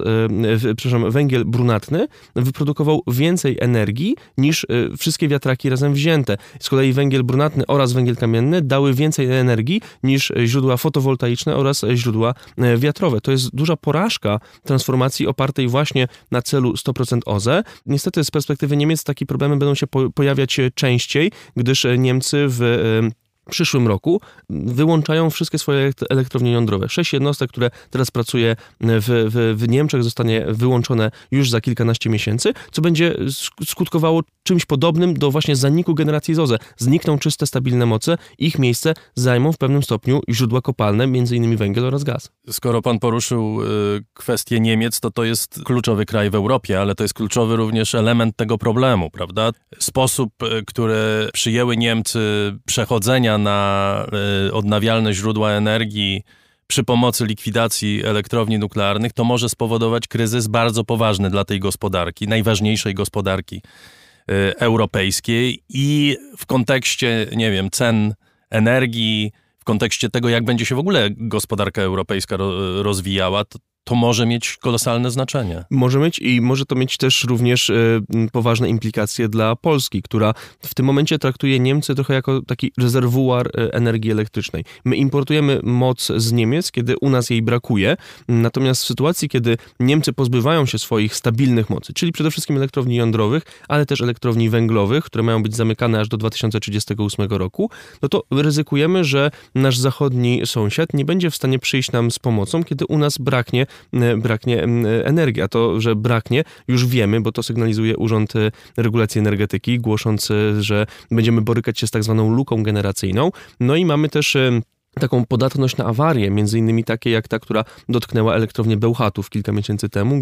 węgiel brunatny wyprodukował więcej energii niż wszystkie wiatraki razem wzięte. Z kolei węgiel brunatny oraz węgiel kamienny dały więcej energii niż źródła fotowoltaiczne oraz źródła wiatrowe. To jest duża porażka transformacji opartej właśnie na celu 100% OZE. Niestety z perspektywy Niemiec takie problemy będą się pojawiać częściej, gdyż Niemcy w przyszłym roku wyłączają wszystkie swoje elektrownie jądrowe. 6 jednostek, które teraz pracuje w Niemczech, zostanie wyłączone już za kilkanaście miesięcy, co będzie skutkowało czymś podobnym do właśnie zaniku generacji z OZE. Znikną czyste, stabilne moce, ich miejsce zajmą w pewnym stopniu źródła kopalne, m.in. węgiel oraz gaz. Skoro pan poruszył kwestię Niemiec, to jest kluczowy kraj w Europie, ale to jest kluczowy również element tego problemu, prawda? Sposób, który przyjęły Niemcy przechodzenia na odnawialne źródła energii przy pomocy likwidacji elektrowni nuklearnych, to może spowodować kryzys bardzo poważny dla tej gospodarki, najważniejszej gospodarki europejskiej i w kontekście, cen energii, w kontekście tego, jak będzie się w ogóle gospodarka europejska rozwijała, to może mieć kolosalne znaczenie. Może mieć i może to mieć też również poważne implikacje dla Polski, która w tym momencie traktuje Niemcy trochę jako taki rezerwuar energii elektrycznej. My importujemy moc z Niemiec, kiedy u nas jej brakuje, natomiast w sytuacji, kiedy Niemcy pozbywają się swoich stabilnych mocy, czyli przede wszystkim elektrowni jądrowych, ale też elektrowni węglowych, które mają być zamykane aż do 2038 roku, no to ryzykujemy, że nasz zachodni sąsiad nie będzie w stanie przyjść nam z pomocą, kiedy u nas braknie energii. A to, że braknie, już wiemy, bo to sygnalizuje Urząd Regulacji Energetyki, głosząc, że będziemy borykać się z tak zwaną luką generacyjną. No i mamy też taką podatność na awarie, między innymi takie jak ta, która dotknęła elektrownię Bełchatów kilka miesięcy temu,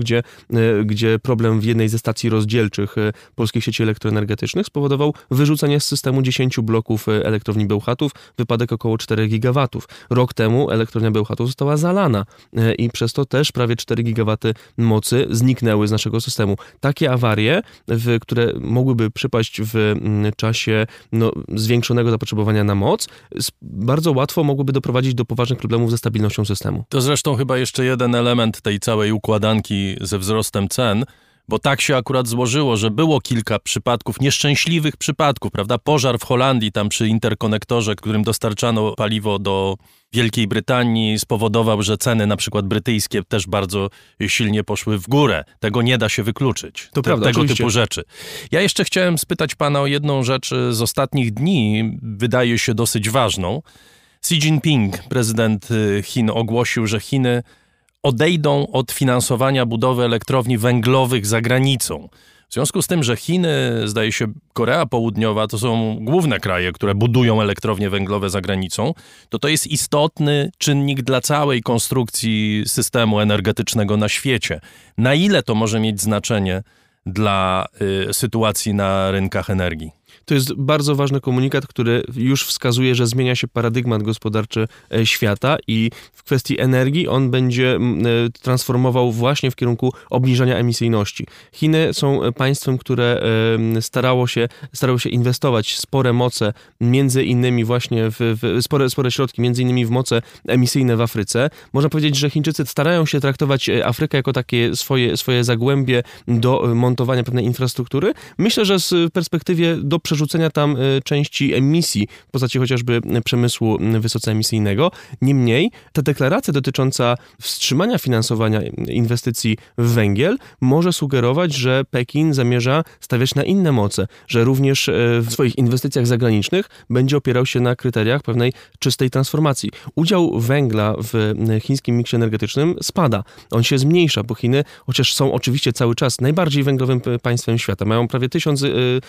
gdzie problem w jednej ze stacji rozdzielczych polskich sieci elektroenergetycznych spowodował wyrzucenie z systemu 10 bloków elektrowni Bełchatów, wypadek około 4 gigawatów. Rok temu elektrownia Bełchatów została zalana i przez to też prawie 4 gigawaty mocy zniknęły z naszego systemu. Takie awarie, które mogłyby przypaść w czasie zwiększonego zapotrzebowania na moc, bardzo łatwo mogłyby doprowadzić do poważnych problemów ze stabilnością systemu. To zresztą chyba jeszcze jeden element tej całej układanki ze wzrostem cen, bo tak się akurat złożyło, że było kilka przypadków, nieszczęśliwych przypadków, prawda? Pożar w Holandii, tam przy interkonektorze, którym dostarczano paliwo do Wielkiej Brytanii, spowodował, że ceny na przykład brytyjskie też bardzo silnie poszły w górę. Tego nie da się wykluczyć. To prawda, tego oczywiście. typu rzeczy. Ja jeszcze chciałem spytać pana o jedną rzecz z ostatnich dni, wydaje się dosyć ważną. Xi Jinping, prezydent Chin, ogłosił, że Chiny odejdą od finansowania budowy elektrowni węglowych za granicą. W związku z tym, że Chiny, zdaje się Korea Południowa, to są główne kraje, które budują elektrownie węglowe za granicą, to jest istotny czynnik dla całej konstrukcji systemu energetycznego na świecie. Na ile to może mieć znaczenie dla sytuacji na rynkach energii? To jest bardzo ważny komunikat, który już wskazuje, że zmienia się paradygmat gospodarczy świata i w kwestii energii on będzie transformował właśnie w kierunku obniżania emisyjności. Chiny są państwem, które starało się inwestować spore moce, między innymi właśnie spore środki, między innymi w moce emisyjne w Afryce. Można powiedzieć, że Chińczycy starają się traktować Afrykę jako takie swoje zagłębie do montowania pewnej infrastruktury. Myślę, że z perspektywie do przerzucenia tam części emisji w postaci chociażby przemysłu wysoce emisyjnego. Niemniej ta deklaracja dotycząca wstrzymania finansowania inwestycji w węgiel może sugerować, że Pekin zamierza stawiać na inne moce, że również w swoich inwestycjach zagranicznych będzie opierał się na kryteriach pewnej czystej transformacji. Udział węgla w chińskim miksie energetycznym spada. On się zmniejsza, bo Chiny, chociaż są oczywiście cały czas najbardziej węglowym państwem świata, mają prawie 1000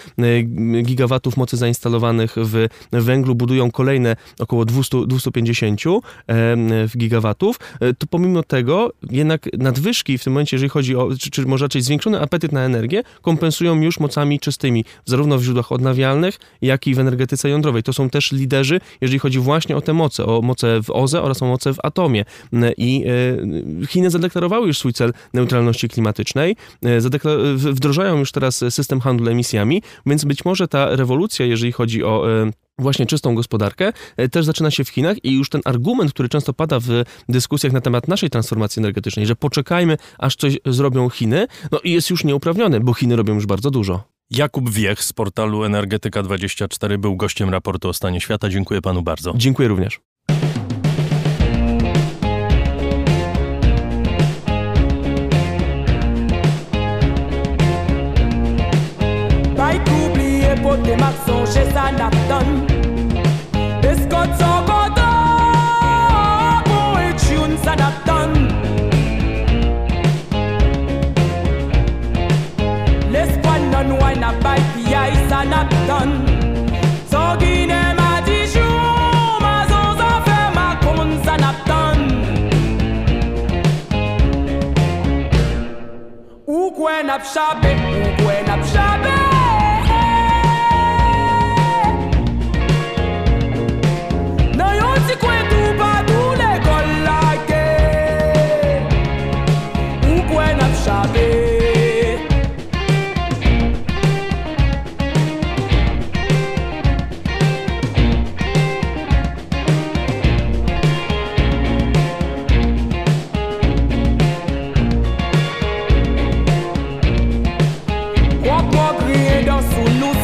gigawatów mocy zainstalowanych w węglu, budują kolejne około 250 gigawatów, to pomimo tego jednak nadwyżki w tym momencie, jeżeli chodzi o, czy może raczej zwiększony apetyt na energię, kompensują już mocami czystymi, zarówno w źródłach odnawialnych, jak i w energetyce jądrowej. To są też liderzy, jeżeli chodzi właśnie o moce w OZE oraz o moce w atomie. I Chiny zadeklarowały już swój cel neutralności klimatycznej, wdrożają już teraz system handlu emisjami, więc być może ta rewolucja, jeżeli chodzi o właśnie czystą gospodarkę, też zaczyna się w Chinach i już ten argument, który często pada w dyskusjach na temat naszej transformacji energetycznej, że poczekajmy, aż coś zrobią Chiny, jest już nieuprawniony, bo Chiny robią już bardzo dużo. Jakub Wiech z portalu Energetyka24 był gościem raportu o stanie świata. Dziękuję panu bardzo. Dziękuję również. Des max sont chez Sanapton. Les Scots sont contents pour une tune Sanapton. L'Espagnol wine a bite PI Sanapton. So Guinée m'a dit jour, ma zonza fait ma con Sanapton. Ou quoi n'a p'chapé, ou quoi n'a p'chapé.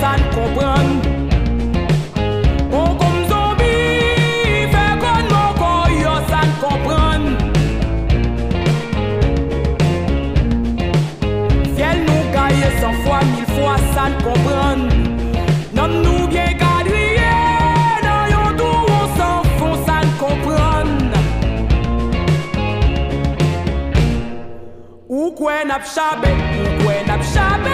sans comprendre. On comme zombie, fait qu'on mon corps yo sans comprendre. Ciel nous gagne 100 fois, 1000 fois sans comprendre. Nomme nous bien quadrillé, dans yon tout on s'en fout sans comprendre. Ou quoi n'a chabé, ou quoi n'a chabé.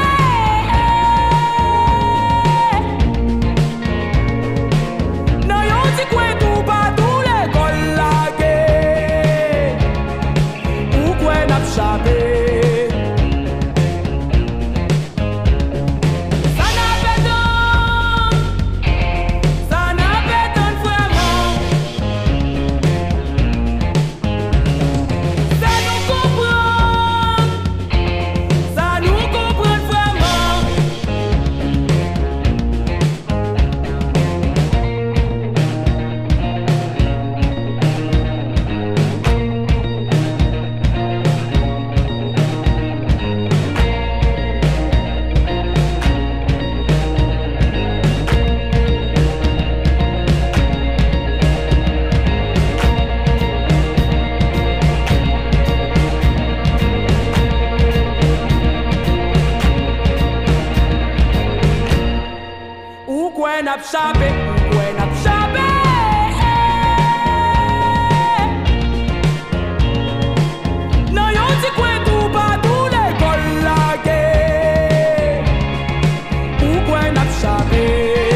Non yon dit quoi tout pas tout l'école lagué. Ou quoi n'a chabé. Chabé, when I'm chabé. Non yon dit quoi tout pas tout l'école lagué. Ou when I'm chabé.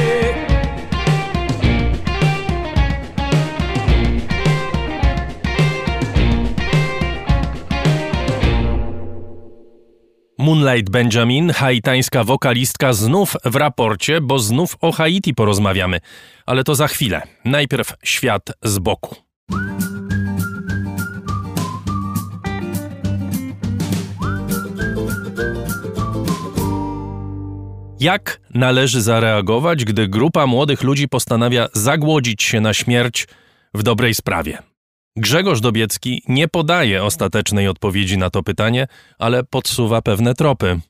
Moonlight Benjamin, haitańska wokalistka, znów w raporcie, bo znów o Haiti porozmawiamy. Ale to za chwilę. Najpierw świat z boku. Jak należy zareagować, gdy grupa młodych ludzi postanawia zagłodzić się na śmierć w dobrej sprawie? Grzegorz Dobiecki nie podaje ostatecznej odpowiedzi na to pytanie, ale podsuwa pewne tropy.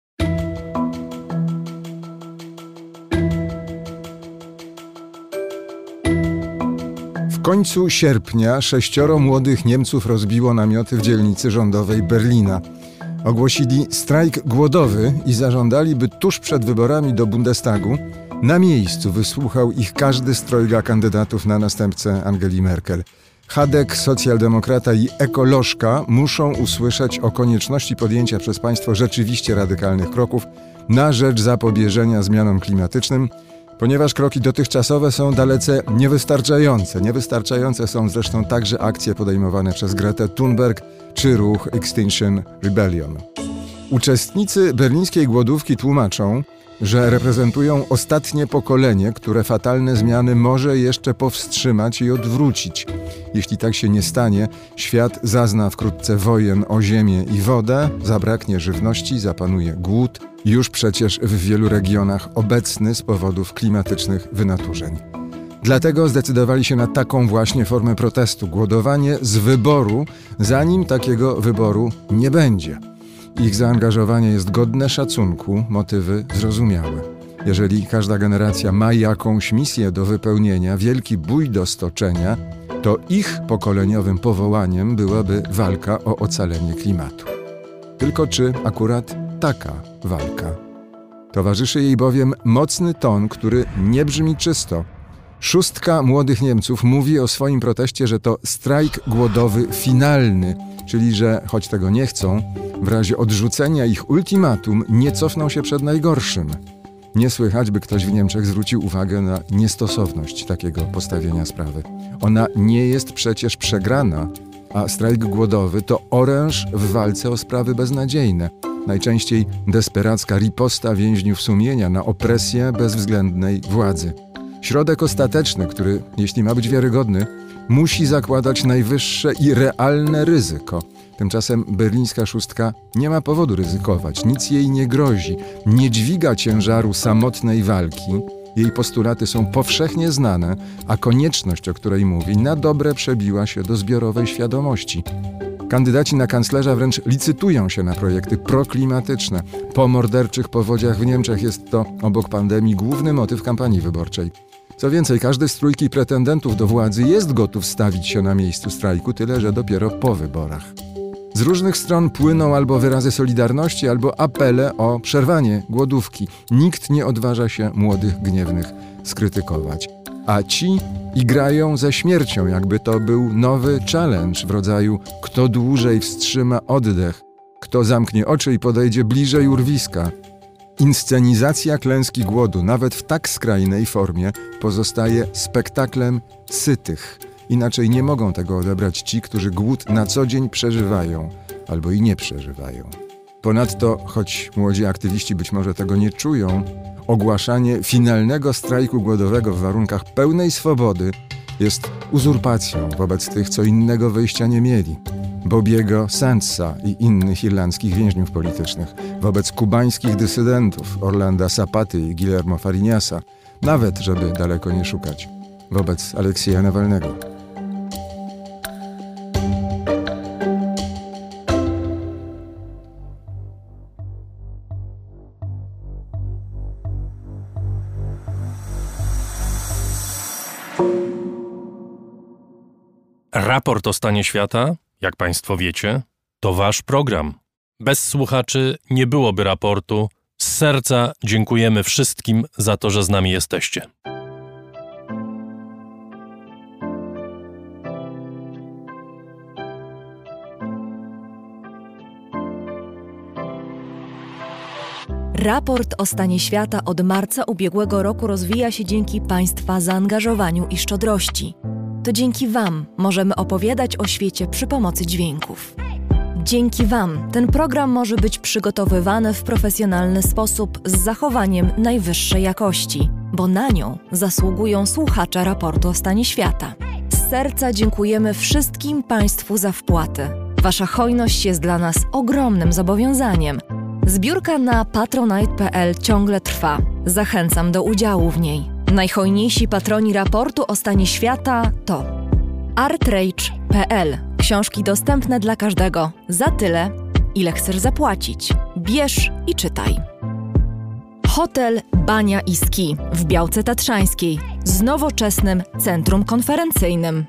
W końcu sierpnia 6 młodych Niemców rozbiło namioty w dzielnicy rządowej Berlina. Ogłosili strajk głodowy i zażądali, by tuż przed wyborami do Bundestagu na miejscu wysłuchał ich każdy z trojga kandydatów na następcę Angeli Merkel. Hadek, socjaldemokrata i ekolożka muszą usłyszeć o konieczności podjęcia przez państwo rzeczywiście radykalnych kroków na rzecz zapobieżenia zmianom klimatycznym, ponieważ kroki dotychczasowe są dalece niewystarczające. Niewystarczające są zresztą także akcje podejmowane przez Gretę Thunberg czy ruch Extinction Rebellion. Uczestnicy berlińskiej głodówki tłumaczą, że reprezentują ostatnie pokolenie, które fatalne zmiany może jeszcze powstrzymać i odwrócić. Jeśli tak się nie stanie, świat zazna wkrótce wojen o ziemię i wodę, zabraknie żywności, zapanuje głód, już przecież w wielu regionach obecny z powodów klimatycznych wynaturzeń. Dlatego zdecydowali się na taką właśnie formę protestu, głodowanie z wyboru, zanim takiego wyboru nie będzie. Ich zaangażowanie jest godne szacunku, motywy zrozumiałe. Jeżeli każda generacja ma jakąś misję do wypełnienia, wielki bój do stoczenia, to ich pokoleniowym powołaniem byłaby walka o ocalenie klimatu. Tylko czy akurat taka walka? Towarzyszy jej bowiem mocny ton, który nie brzmi czysto. 6 młodych Niemców mówi o swoim proteście, że to strajk głodowy finalny, czyli że choć tego nie chcą, w razie odrzucenia ich ultimatum nie cofną się przed najgorszym. Nie słychać, by ktoś w Niemczech zwrócił uwagę na niestosowność takiego postawienia sprawy. Ona nie jest przecież przegrana, a strajk głodowy to oręż w walce o sprawy beznadziejne. Najczęściej desperacka riposta więźniów sumienia na opresję bezwzględnej władzy. Środek ostateczny, który, jeśli ma być wiarygodny, musi zakładać najwyższe i realne ryzyko. Tymczasem berlińska szóstka nie ma powodu ryzykować, nic jej nie grozi, nie dźwiga ciężaru samotnej walki. Jej postulaty są powszechnie znane, a konieczność, o której mówi, na dobre przebiła się do zbiorowej świadomości. Kandydaci na kanclerza wręcz licytują się na projekty proklimatyczne. Po morderczych powodziach w Niemczech jest to, obok pandemii, główny motyw kampanii wyborczej. Co więcej, każdy z trójki pretendentów do władzy jest gotów stawić się na miejscu strajku, tyle że dopiero po wyborach. Z różnych stron płyną albo wyrazy solidarności, albo apele o przerwanie głodówki. Nikt nie odważa się młodych gniewnych skrytykować. A ci igrają ze śmiercią, jakby to był nowy challenge w rodzaju kto dłużej wstrzyma oddech, kto zamknie oczy i podejdzie bliżej urwiska. Inscenizacja klęski głodu, nawet w tak skrajnej formie, pozostaje spektaklem sytych. Inaczej nie mogą tego odebrać ci, którzy głód na co dzień przeżywają albo i nie przeżywają. Ponadto, choć młodzi aktywiści być może tego nie czują, ogłaszanie finalnego strajku głodowego w warunkach pełnej swobody jest uzurpacją wobec tych, co innego wyjścia nie mieli. Bobiego Sandsa i innych irlandzkich więźniów politycznych, wobec kubańskich dysydentów Orlanda Zapaty i Guillermo Fariñasa, nawet, żeby daleko nie szukać, wobec Aleksieja Nawalnego. Raport o stanie świata, jak Państwo wiecie, to Wasz program. Bez słuchaczy nie byłoby raportu. Z serca dziękujemy wszystkim za to, że z nami jesteście. Raport o stanie świata od marca ubiegłego roku rozwija się dzięki Państwa zaangażowaniu i szczodrości. To dzięki Wam możemy opowiadać o świecie przy pomocy dźwięków. Dzięki Wam ten program może być przygotowywany w profesjonalny sposób z zachowaniem najwyższej jakości, bo na nią zasługują słuchacze raportu o stanie świata. Z serca dziękujemy wszystkim Państwu za wpłaty. Wasza hojność jest dla nas ogromnym zobowiązaniem. Zbiórka na patronite.pl ciągle trwa. Zachęcam do udziału w niej. Najhojniejsi patroni raportu o stanie świata to artrage.pl. Książki dostępne dla każdego za tyle, ile chcesz zapłacić. Bierz i czytaj. Hotel Bania i Ski w Białce Tatrzańskiej z nowoczesnym centrum konferencyjnym.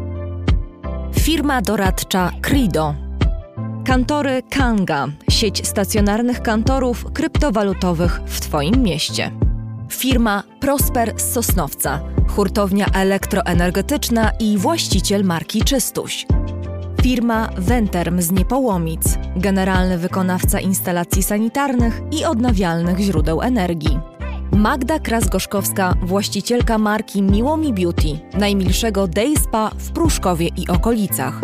Firma doradcza Credo. Kantory Kanga, sieć stacjonarnych kantorów kryptowalutowych w Twoim mieście. Firma Prosper z Sosnowca, hurtownia elektroenergetyczna i właściciel marki Czystuś. Firma Venterm z Niepołomic, generalny wykonawca instalacji sanitarnych i odnawialnych źródeł energii. Magda Kras-Gorzkowska, właścicielka marki Miłomi Beauty, najmilszego day spa w Pruszkowie i okolicach.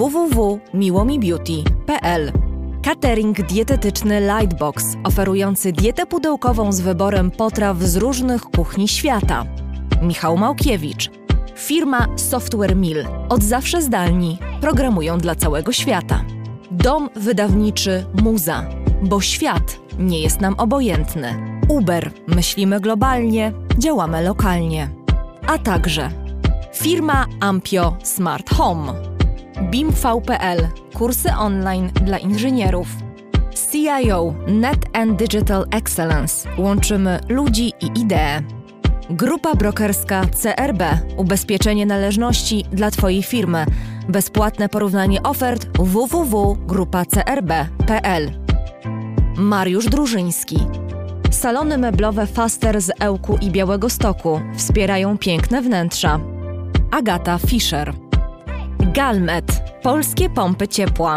www.miłomibeauty.pl. Catering dietetyczny Lightbox, oferujący dietę pudełkową z wyborem potraw z różnych kuchni świata. Michał Małkiewicz. Firma Software Mill. Od zawsze zdalni. Programują dla całego świata. Dom wydawniczy Muza. Bo świat nie jest nam obojętny. Uber. Myślimy globalnie, działamy lokalnie. A także firma Ampio Smart Home. BIMV.pl. Kursy online dla inżynierów. CIO Net and Digital Excellence. Łączymy ludzi i idee. Grupa brokerska CRB. Ubezpieczenie należności dla Twojej firmy. Bezpłatne porównanie ofert www.grupacrb.pl. Mariusz Drużyński. Salony meblowe Faster z Ełku i Białegostoku wspierają piękne wnętrza. Agata Fischer. Galmet. Polskie pompy ciepła.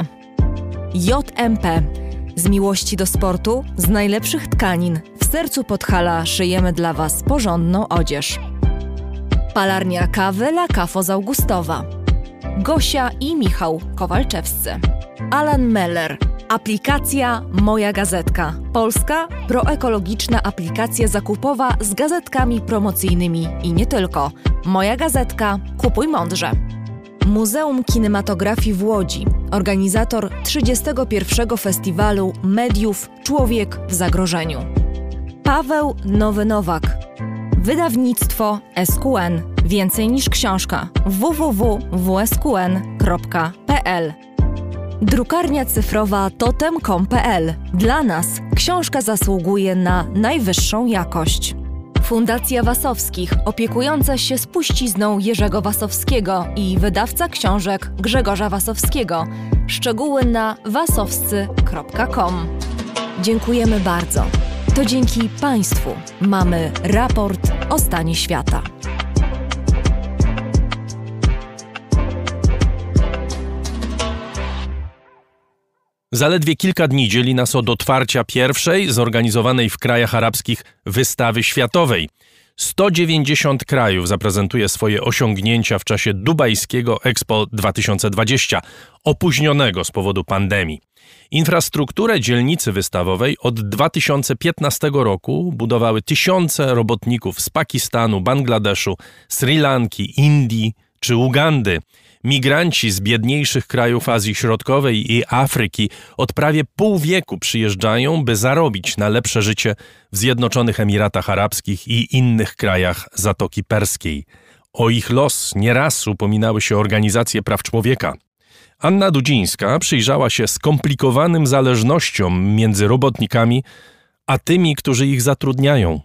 JMP. Z miłości do sportu, z najlepszych tkanin, w sercu Podhala szyjemy dla Was porządną odzież. Palarnia kawy La Cafo z Augustowa. Gosia i Michał Kowalczewscy. Alan Meller. Aplikacja Moja Gazetka. Polska proekologiczna aplikacja zakupowa z gazetkami promocyjnymi i nie tylko. Moja Gazetka. Kupuj mądrze. Muzeum Kinematografii w Łodzi. Organizator 31. Festiwalu Mediów Człowiek w zagrożeniu. Paweł Nowy-Nowak. Wydawnictwo SQN. Więcej niż książka. www.wsqn.pl. Drukarnia cyfrowa totem.com.pl. Dla nas książka zasługuje na najwyższą jakość. Fundacja Wasowskich, opiekująca się spuścizną Jerzego Wasowskiego i wydawca książek Grzegorza Wasowskiego. Szczegóły na wasowscy.com. Dziękujemy bardzo. To dzięki Państwu mamy raport o stanie świata. Zaledwie kilka dni dzieli nas od otwarcia pierwszej zorganizowanej w krajach arabskich wystawy światowej. 190 krajów zaprezentuje swoje osiągnięcia w czasie dubajskiego Expo 2020, opóźnionego z powodu pandemii. Infrastrukturę dzielnicy wystawowej od 2015 roku budowały tysiące robotników z Pakistanu, Bangladeszu, Sri Lanki, Indii czy Ugandy. Migranci z biedniejszych krajów Azji Środkowej i Afryki od prawie pół wieku przyjeżdżają, by zarobić na lepsze życie w Zjednoczonych Emiratach Arabskich i innych krajach Zatoki Perskiej. O ich los nieraz upominały się organizacje praw człowieka. Anna Dudzińska przyjrzała się skomplikowanym zależnościom między robotnikami a tymi, którzy ich zatrudniają.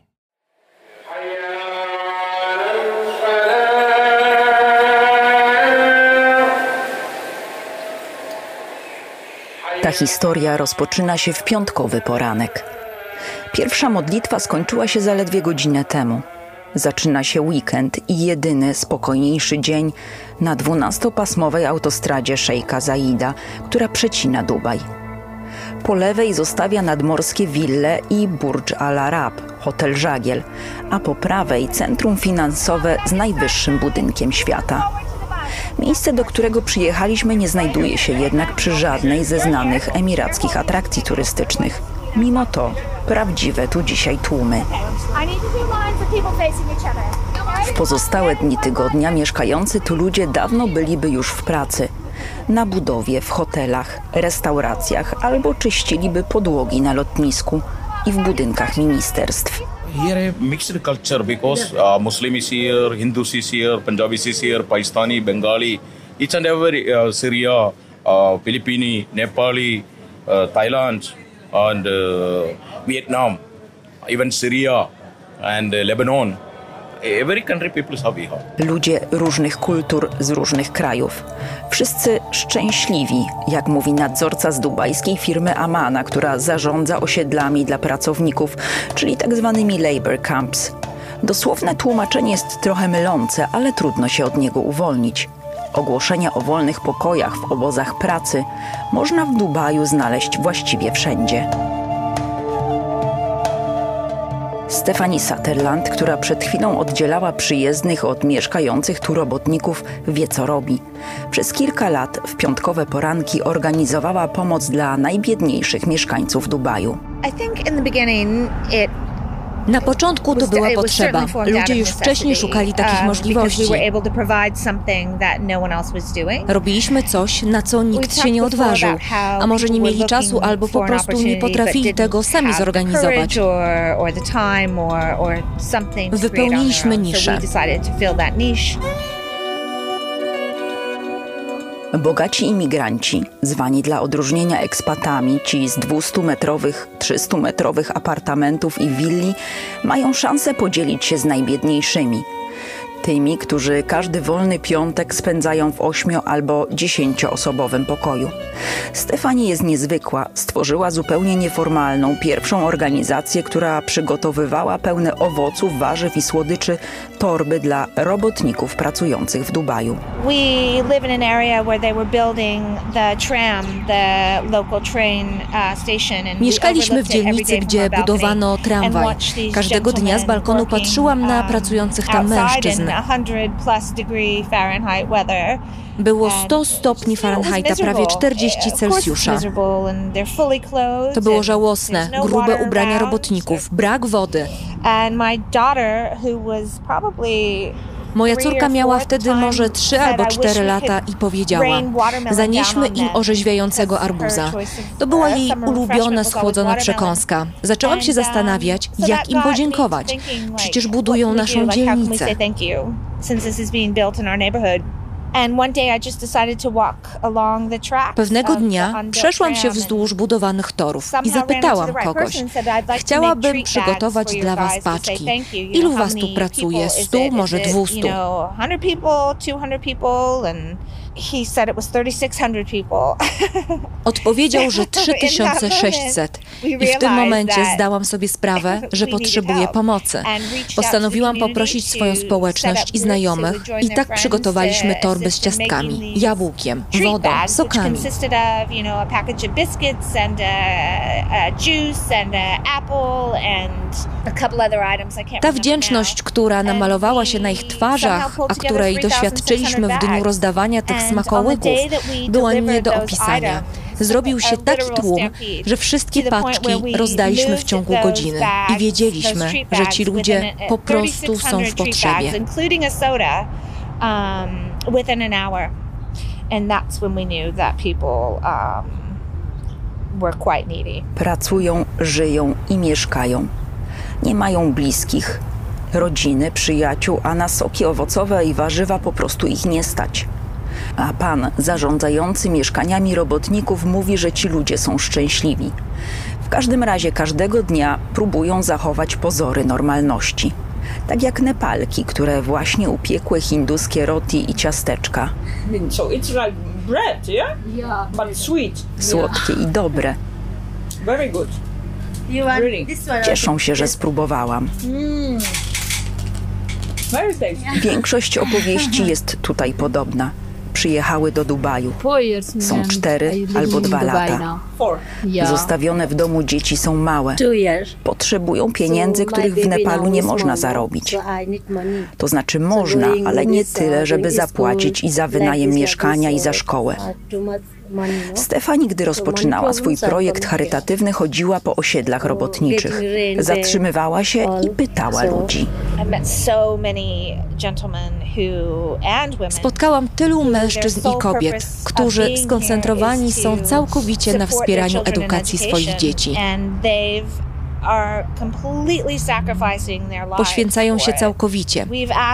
Ta historia rozpoczyna się w piątkowy poranek. Pierwsza modlitwa skończyła się zaledwie godzinę temu. Zaczyna się weekend i jedyny, spokojniejszy dzień na 12-pasmowej autostradzie Szejka Zaida, która przecina Dubaj. Po lewej zostawia nadmorskie wille i Burj Al Arab, hotel Żagiel, a po prawej centrum finansowe z najwyższym budynkiem świata. Miejsce, do którego przyjechaliśmy, nie znajduje się jednak przy żadnej ze znanych emirackich atrakcji turystycznych. Mimo to prawdziwe tu dzisiaj tłumy. W pozostałe dni tygodnia mieszkający tu ludzie dawno byliby już w pracy. Na budowie, w hotelach, restauracjach albo czyściliby podłogi na lotnisku i w budynkach ministerstw. Here a mixed culture because Muslim is here, Hindus is here, Punjabis is here, Pakistani, Bengali, each and every Syria, Philippines, Nepali, Thailand and Vietnam, even Syria and Lebanon. Every country people have here. Ludzie różnych kultur z różnych krajów. Wszyscy szczęśliwi, jak mówi nadzorca z dubajskiej firmy Amana, która zarządza osiedlami dla pracowników, czyli tak zwanymi labor camps. Dosłowne tłumaczenie jest trochę mylące, ale trudno się od niego uwolnić. Ogłoszenia o wolnych pokojach w obozach pracy można w Dubaju znaleźć właściwie wszędzie. Stephanie Sutherland, która przed chwilą oddzielała przyjezdnych od mieszkających tu robotników, wie co robi. Przez kilka lat w piątkowe poranki organizowała pomoc dla najbiedniejszych mieszkańców Dubaju. Na początku to była potrzeba. Ludzie już wcześniej szukali takich możliwości. Robiliśmy coś, na co nikt się nie odważył. A może nie mieli czasu albo po prostu nie potrafili tego sami zorganizować. Wypełniliśmy niszę. Bogaci imigranci, zwani dla odróżnienia ekspatami, ci z 200-metrowych, 300-metrowych apartamentów i willi, mają szansę podzielić się z najbiedniejszymi. Tymi, którzy każdy wolny piątek spędzają w 8- albo 10-osobowym pokoju. Stephanie jest niezwykła. Stworzyła zupełnie nieformalną, pierwszą organizację, która przygotowywała pełne owoców, warzyw i słodyczy torby dla robotników pracujących w Dubaju. Mieszkaliśmy w dzielnicy, gdzie budowano tramwaj. Każdego dnia z balkonu patrzyłam na pracujących tam mężczyzn. Było 100 stopni Fahrenheita, prawie 40 Celsjusza. To było żałosne. Grube ubrania robotników, brak wody. Moja córka miała wtedy może 3 albo 4 lata i powiedziała: zanieśmy im orzeźwiającego arbuza. To była jej ulubiona schłodzona przekąska. Zaczęłam się zastanawiać, jak im podziękować. Przecież budują naszą dzielnicę. Pewnego dnia przeszłam się wzdłuż budowanych torów i zapytałam kogoś: chciałabym przygotować dla was paczki. Ilu was tu pracuje? 100, może 200? Odpowiedział, że 3600. I w tym momencie zdałam sobie sprawę, że potrzebuję pomocy. Postanowiłam poprosić swoją społeczność i znajomych i tak przygotowaliśmy torby z ciastkami, jabłkiem, wodą, sokami. Ta wdzięczność, która namalowała się na ich twarzach, a której doświadczyliśmy w dniu rozdawania tych smakołyków, była nie do opisania. Zrobił się taki tłum, że wszystkie paczki rozdaliśmy w ciągu godziny i wiedzieliśmy, że ci ludzie po prostu są w potrzebie. Pracują, żyją i mieszkają. Nie mają bliskich, rodziny, przyjaciół, a na soki owocowe i warzywa po prostu ich nie stać. A pan zarządzający mieszkaniami robotników mówi, że ci ludzie są szczęśliwi. W każdym razie każdego dnia próbują zachować pozory normalności. Tak jak Nepalki, które właśnie upiekły hinduskie roti i ciasteczka. Słodkie i dobre. Cieszą się, że spróbowałam. Większość opowieści jest tutaj podobna. Przyjechały do Dubaju. Są 4 albo 2 lata. Zostawione w domu dzieci są małe. Potrzebują pieniędzy, których w Nepalu nie można zarobić. To znaczy można, ale nie tyle, żeby zapłacić i za wynajem mieszkania i za szkołę. Stefani, gdy rozpoczynała swój projekt charytatywny, chodziła po osiedlach robotniczych. Zatrzymywała się i pytała ludzi. Spotkałam tylu mężczyzn i kobiet, którzy skoncentrowani są całkowicie na wspieraniu edukacji swoich dzieci. Poświęcają się całkowicie.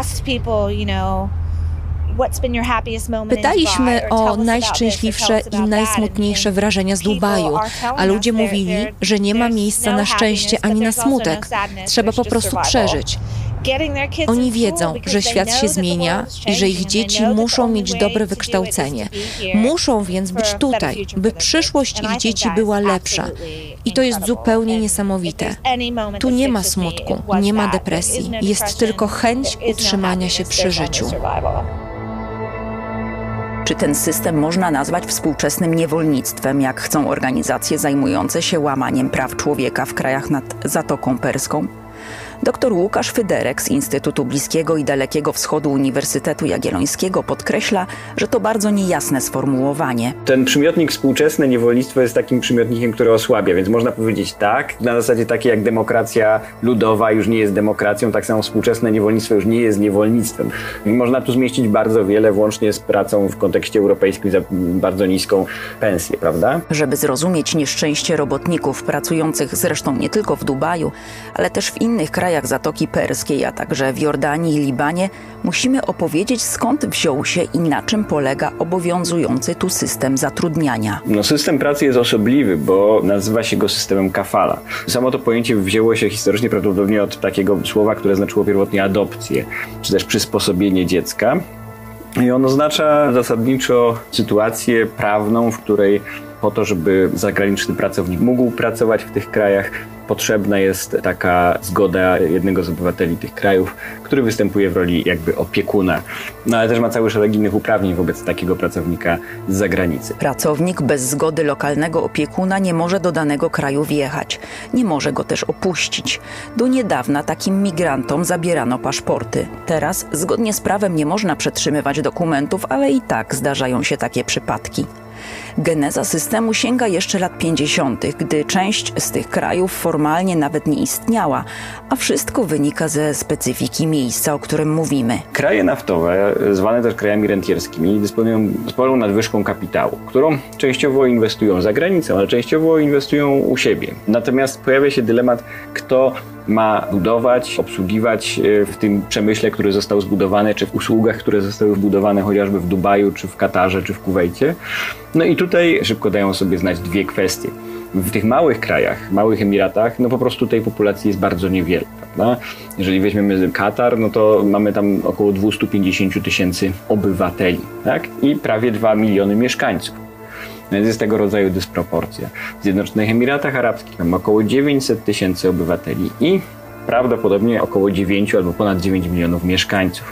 Pytaliśmy o najszczęśliwsze i najsmutniejsze wrażenia z Dubaju, a ludzie mówili, że nie ma miejsca na szczęście ani na smutek. Trzeba po prostu przeżyć. Oni wiedzą, że świat się zmienia i że ich dzieci muszą mieć dobre wykształcenie. Muszą więc być tutaj, by przyszłość ich dzieci była lepsza. I to jest zupełnie niesamowite. Tu nie ma smutku, nie ma depresji. Jest tylko chęć utrzymania się przy życiu. Czy ten system można nazwać współczesnym niewolnictwem, jak chcą organizacje zajmujące się łamaniem praw człowieka w krajach nad Zatoką Perską? Dr Łukasz Fyderek z Instytutu Bliskiego i Dalekiego Wschodu Uniwersytetu Jagiellońskiego podkreśla, że to bardzo niejasne sformułowanie. Ten przymiotnik współczesne niewolnictwo jest takim przymiotnikiem, który osłabia, więc można powiedzieć tak, na zasadzie takiej jak demokracja ludowa już nie jest demokracją, tak samo współczesne niewolnictwo już nie jest niewolnictwem. I można tu zmieścić bardzo wiele, włącznie z pracą w kontekście europejskim za bardzo niską pensję, prawda? Żeby zrozumieć nieszczęście robotników pracujących zresztą nie tylko w Dubaju, ale też w innych krajach Zatoki Perskiej, a także w Jordanii i Libanie, musimy opowiedzieć, skąd wziął się i na czym polega obowiązujący tu system zatrudniania. System pracy jest osobliwy, bo nazywa się go systemem kafala. Samo to pojęcie wzięło się historycznie prawdopodobnie od takiego słowa, które znaczyło pierwotnie adopcję, czy też przysposobienie dziecka. I on oznacza zasadniczo sytuację prawną, w której po to, żeby zagraniczny pracownik mógł pracować w tych krajach, potrzebna jest taka zgoda jednego z obywateli tych krajów, który występuje w roli jakby opiekuna. Ale też ma cały szereg innych uprawnień wobec takiego pracownika z zagranicy. Pracownik bez zgody lokalnego opiekuna nie może do danego kraju wjechać. Nie może go też opuścić. Do niedawna takim migrantom zabierano paszporty. Teraz zgodnie z prawem nie można przetrzymywać dokumentów, ale i tak zdarzają się takie przypadki. Geneza systemu sięga jeszcze lat 50., gdy część z tych krajów formalnie nawet nie istniała, a wszystko wynika ze specyfiki miejsca, o którym mówimy. Kraje naftowe, zwane też krajami rentierskimi, dysponują sporą nadwyżką kapitału, którą częściowo inwestują za granicą, ale częściowo inwestują u siebie. Natomiast pojawia się dylemat, kto ma budować, obsługiwać w tym przemyśle, który został zbudowany, czy w usługach, które zostały wbudowane chociażby w Dubaju, czy w Katarze, czy w Kuwejcie. No i tutaj szybko dają sobie znać dwie kwestie. W tych małych krajach, małych emiratach, no po prostu tej populacji jest bardzo niewiele, prawda? Jeżeli weźmiemy Katar, no to mamy tam około 250 000 obywateli, tak? I prawie 2 miliony mieszkańców. Więc jest tego rodzaju dysproporcja. W Zjednoczonych Emiratach Arabskich mamy około 900 000 obywateli i prawdopodobnie około 9 albo ponad 9 milionów mieszkańców.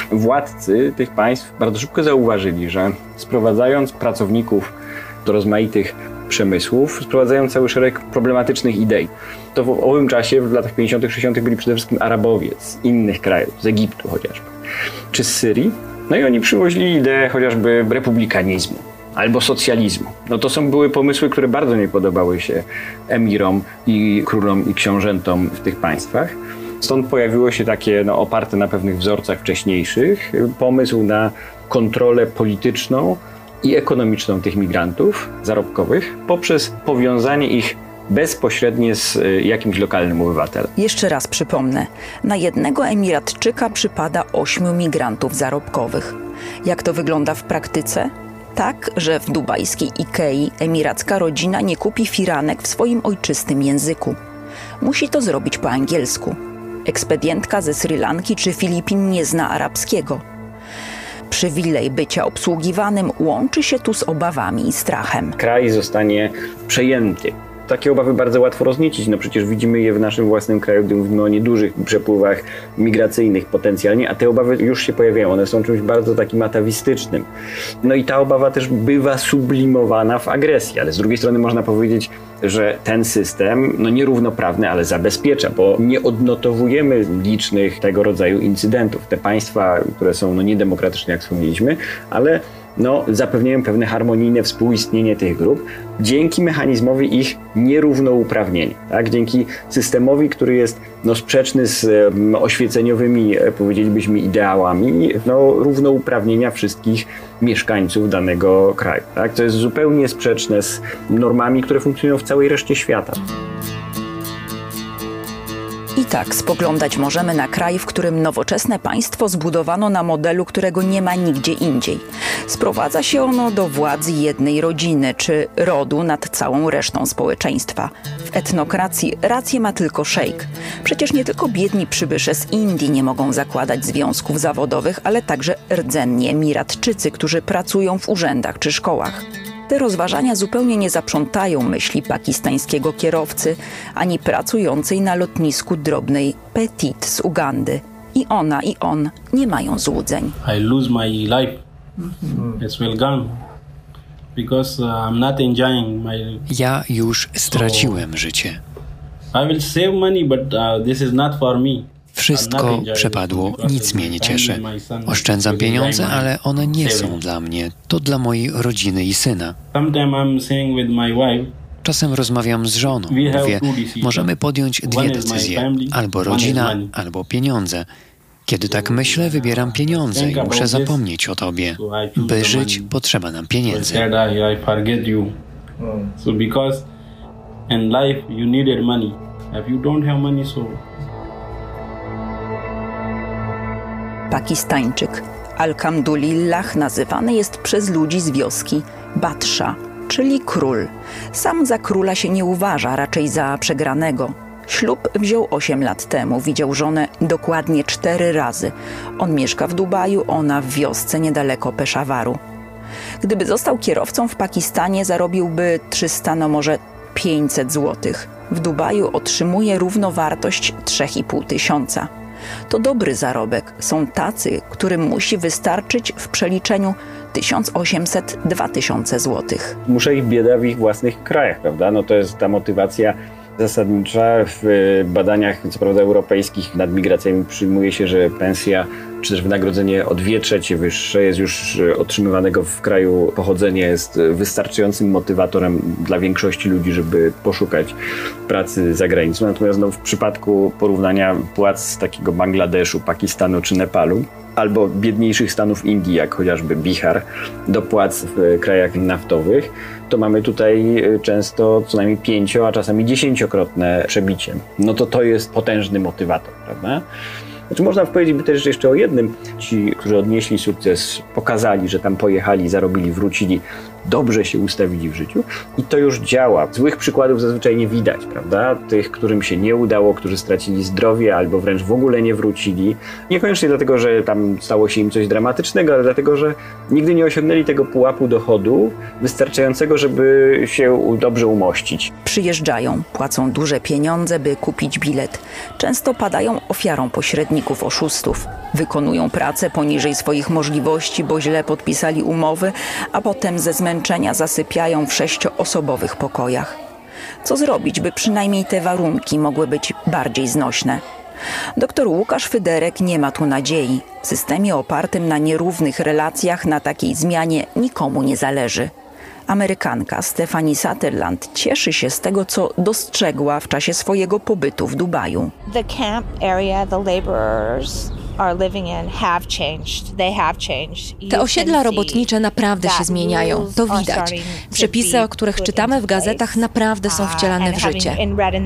Władcy tych państw bardzo szybko zauważyli, że sprowadzając pracowników do rozmaitych przemysłów, sprowadzają cały szereg problematycznych idei. To w owym czasie, w latach 50., 60. byli przede wszystkim Arabowie z innych krajów, z Egiptu chociażby, czy z Syrii. No i oni przywozili ideę chociażby republikanizmu albo socjalizmu. No to były pomysły, które bardzo nie podobały się emirom i królom i książętom w tych państwach. Stąd pojawiło się takie, oparte na pewnych wzorcach wcześniejszych, pomysł na kontrolę polityczną i ekonomiczną tych migrantów zarobkowych poprzez powiązanie ich bezpośrednie z jakimś lokalnym obywatelem. Jeszcze raz przypomnę, na jednego Emiratczyka przypada 8 migrantów zarobkowych. Jak to wygląda w praktyce? Tak, że w dubajskiej Ikei emiracka rodzina nie kupi firanek w swoim ojczystym języku. Musi to zrobić po angielsku. Ekspedientka ze Sri Lanki czy Filipin nie zna arabskiego. Przywilej bycia obsługiwanym łączy się tu z obawami i strachem. Kraj zostanie przejęty. Takie obawy bardzo łatwo rozniecić. No przecież widzimy je w naszym własnym kraju, gdy mówimy o niedużych przepływach migracyjnych potencjalnie, a te obawy już się pojawiają. One są czymś bardzo takim atawistycznym. No i ta obawa też bywa sublimowana w agresji, ale z drugiej strony można powiedzieć, że ten system, nierównoprawny, ale zabezpiecza, bo nie odnotowujemy licznych tego rodzaju incydentów. Te państwa, które są niedemokratyczne, jak wspomnieliśmy, ale zapewniają pewne harmonijne współistnienie tych grup dzięki mechanizmowi ich nierównouprawnienia. Tak? Dzięki systemowi, który jest sprzeczny z oświeceniowymi, powiedzielibyśmy, ideałami równouprawnienia wszystkich mieszkańców danego kraju. Tak? To jest zupełnie sprzeczne z normami, które funkcjonują w całej reszcie świata. I tak spoglądać możemy na kraj, w którym nowoczesne państwo zbudowano na modelu, którego nie ma nigdzie indziej. Sprowadza się ono do władzy jednej rodziny czy rodu nad całą resztą społeczeństwa. W etnokracji rację ma tylko szejk. Przecież nie tylko biedni przybysze z Indii nie mogą zakładać związków zawodowych, ale także rdzenni Emiratczycy, którzy pracują w urzędach czy szkołach. Te rozważania zupełnie nie zaprzątają myśli pakistańskiego kierowcy, ani pracującej na lotnisku drobnej Petit z Ugandy. I ona, i on nie mają złudzeń. I lose my life. It's well gone. Because I'm not enjoying my... Ja już straciłem życie. I will save money, but this is not for me. Wszystko przepadło, nic mnie nie cieszy. Oszczędzam pieniądze, ale one nie są dla mnie. To dla mojej rodziny i syna. Czasem rozmawiam z żoną. Mówię, możemy podjąć dwie decyzje. Albo rodzina, albo pieniądze. Kiedy tak myślę, wybieram pieniądze i muszę zapomnieć o tobie. By żyć, potrzeba nam pieniędzy. Pakistańczyk Alhamdulillah nazywany jest przez ludzi z wioski Badsza, czyli król. Sam za króla się nie uważa, raczej za przegranego. Ślub wziął 8 lat temu, widział żonę dokładnie 4 razy. On mieszka w Dubaju, ona w wiosce niedaleko Peszawaru. Gdyby został kierowcą w Pakistanie, zarobiłby 300, może 500 złotych. W Dubaju otrzymuje równowartość 3,5 tysiąca. To dobry zarobek. Są tacy, którym musi wystarczyć w przeliczeniu 1800–2000 złotych. Muszę ich bieda w ich własnych krajach, prawda? To jest ta motywacja zasadnicza. W badaniach, co prawda europejskich, nad migracjami przyjmuje się, że pensja czy też wynagrodzenie o 2/3 wyższe jest już otrzymywanego w kraju pochodzenia, jest wystarczającym motywatorem dla większości ludzi, żeby poszukać pracy za granicą. Natomiast w przypadku porównania płac z takiego Bangladeszu, Pakistanu czy Nepalu, albo biedniejszych stanów Indii, jak chociażby Bihar, do płac w krajach naftowych, to mamy tutaj często co najmniej 5, a czasami 10-krotne przebicie. No to jest potężny motywator, prawda? Znaczy można powiedzieć też jeszcze o jednym. Ci, którzy odnieśli sukces, pokazali, że tam pojechali, zarobili, wrócili, dobrze się ustawili w życiu i to już działa. Złych przykładów zazwyczaj nie widać, prawda? Tych, którym się nie udało, którzy stracili zdrowie albo wręcz w ogóle nie wrócili. Niekoniecznie dlatego, że tam stało się im coś dramatycznego, ale dlatego, że nigdy nie osiągnęli tego pułapu dochodu wystarczającego, żeby się dobrze umościć. Przyjeżdżają, płacą duże pieniądze, by kupić bilet. Często padają ofiarą pośredników, oszustów. Wykonują pracę poniżej swoich możliwości, bo źle podpisali umowy, a potem ze zmęczenia zasypiają w 6-osobowych pokojach. Co zrobić, by przynajmniej te warunki mogły być bardziej znośne? Dr Łukasz Fyderek nie ma tu nadziei. W systemie opartym na nierównych relacjach na takiej zmianie nikomu nie zależy. Amerykanka Stephanie Sutherland cieszy się z tego, co dostrzegła w czasie swojego pobytu w Dubaju. The camp area, the laborers are living in have changed. They have changed. Te osiedla robotnicze naprawdę się zmieniają. To widać. Przepisy, o których czytamy w gazetach, naprawdę są wcielane w życie.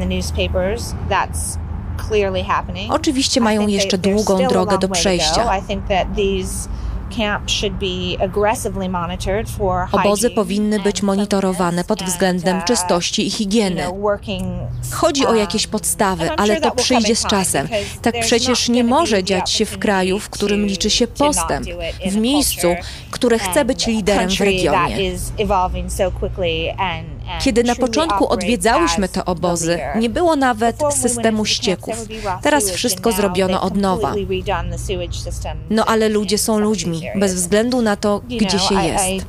Oczywiście mają jeszcze długą drogę do przejścia. Obozy powinny być monitorowane pod względem czystości i higieny. Chodzi o jakieś podstawy, ale to przyjdzie z czasem. Tak przecież nie może dziać się w kraju, w którym liczy się postęp, w miejscu, które chce być liderem w regionie. Kiedy na początku odwiedzałyśmy te obozy, nie było nawet systemu ścieków. Teraz wszystko zrobiono od nowa. No ale ludzie są ludźmi, bez względu na to, gdzie się jest.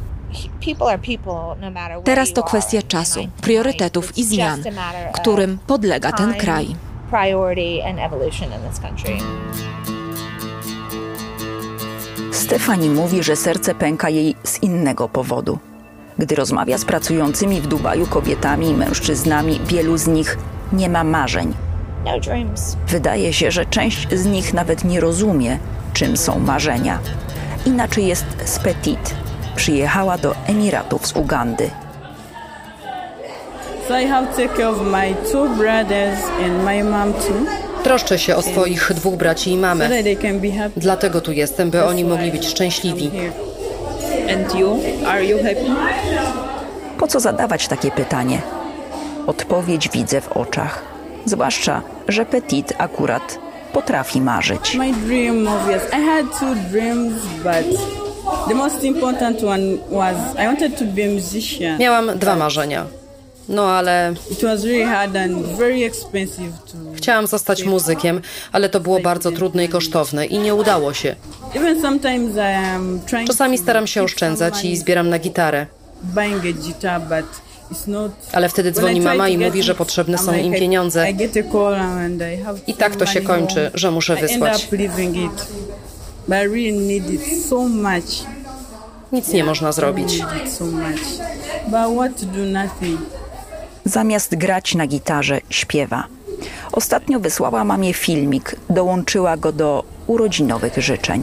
Teraz to kwestia czasu, priorytetów i zmian, którym podlega ten kraj. Stephanie mówi, że serce pęka jej z innego powodu. Gdy rozmawia z pracującymi w Dubaju kobietami i mężczyznami, wielu z nich nie ma marzeń. Wydaje się, że część z nich nawet nie rozumie, czym są marzenia. Inaczej jest z Petit. Przyjechała do Emiratów z Ugandy. Troszczę się o swoich 2 braci i mamę. Dlatego tu jestem, by oni mogli być szczęśliwi. Po co zadawać takie pytanie? Odpowiedź widzę w oczach. Zwłaszcza, że Petit akurat potrafi marzyć. Miałam 2 marzenia. No ale chciałam zostać muzykiem, ale to było bardzo trudne i kosztowne i nie udało się. Czasami staram się oszczędzać i zbieram na gitarę. Ale wtedy dzwoni mama i mówi, że potrzebne są im pieniądze. I tak to się kończy, że muszę wysłać. Nic nie można zrobić. Zamiast grać na gitarze, śpiewa. Ostatnio wysłała mamie filmik, dołączyła go do urodzinowych życzeń.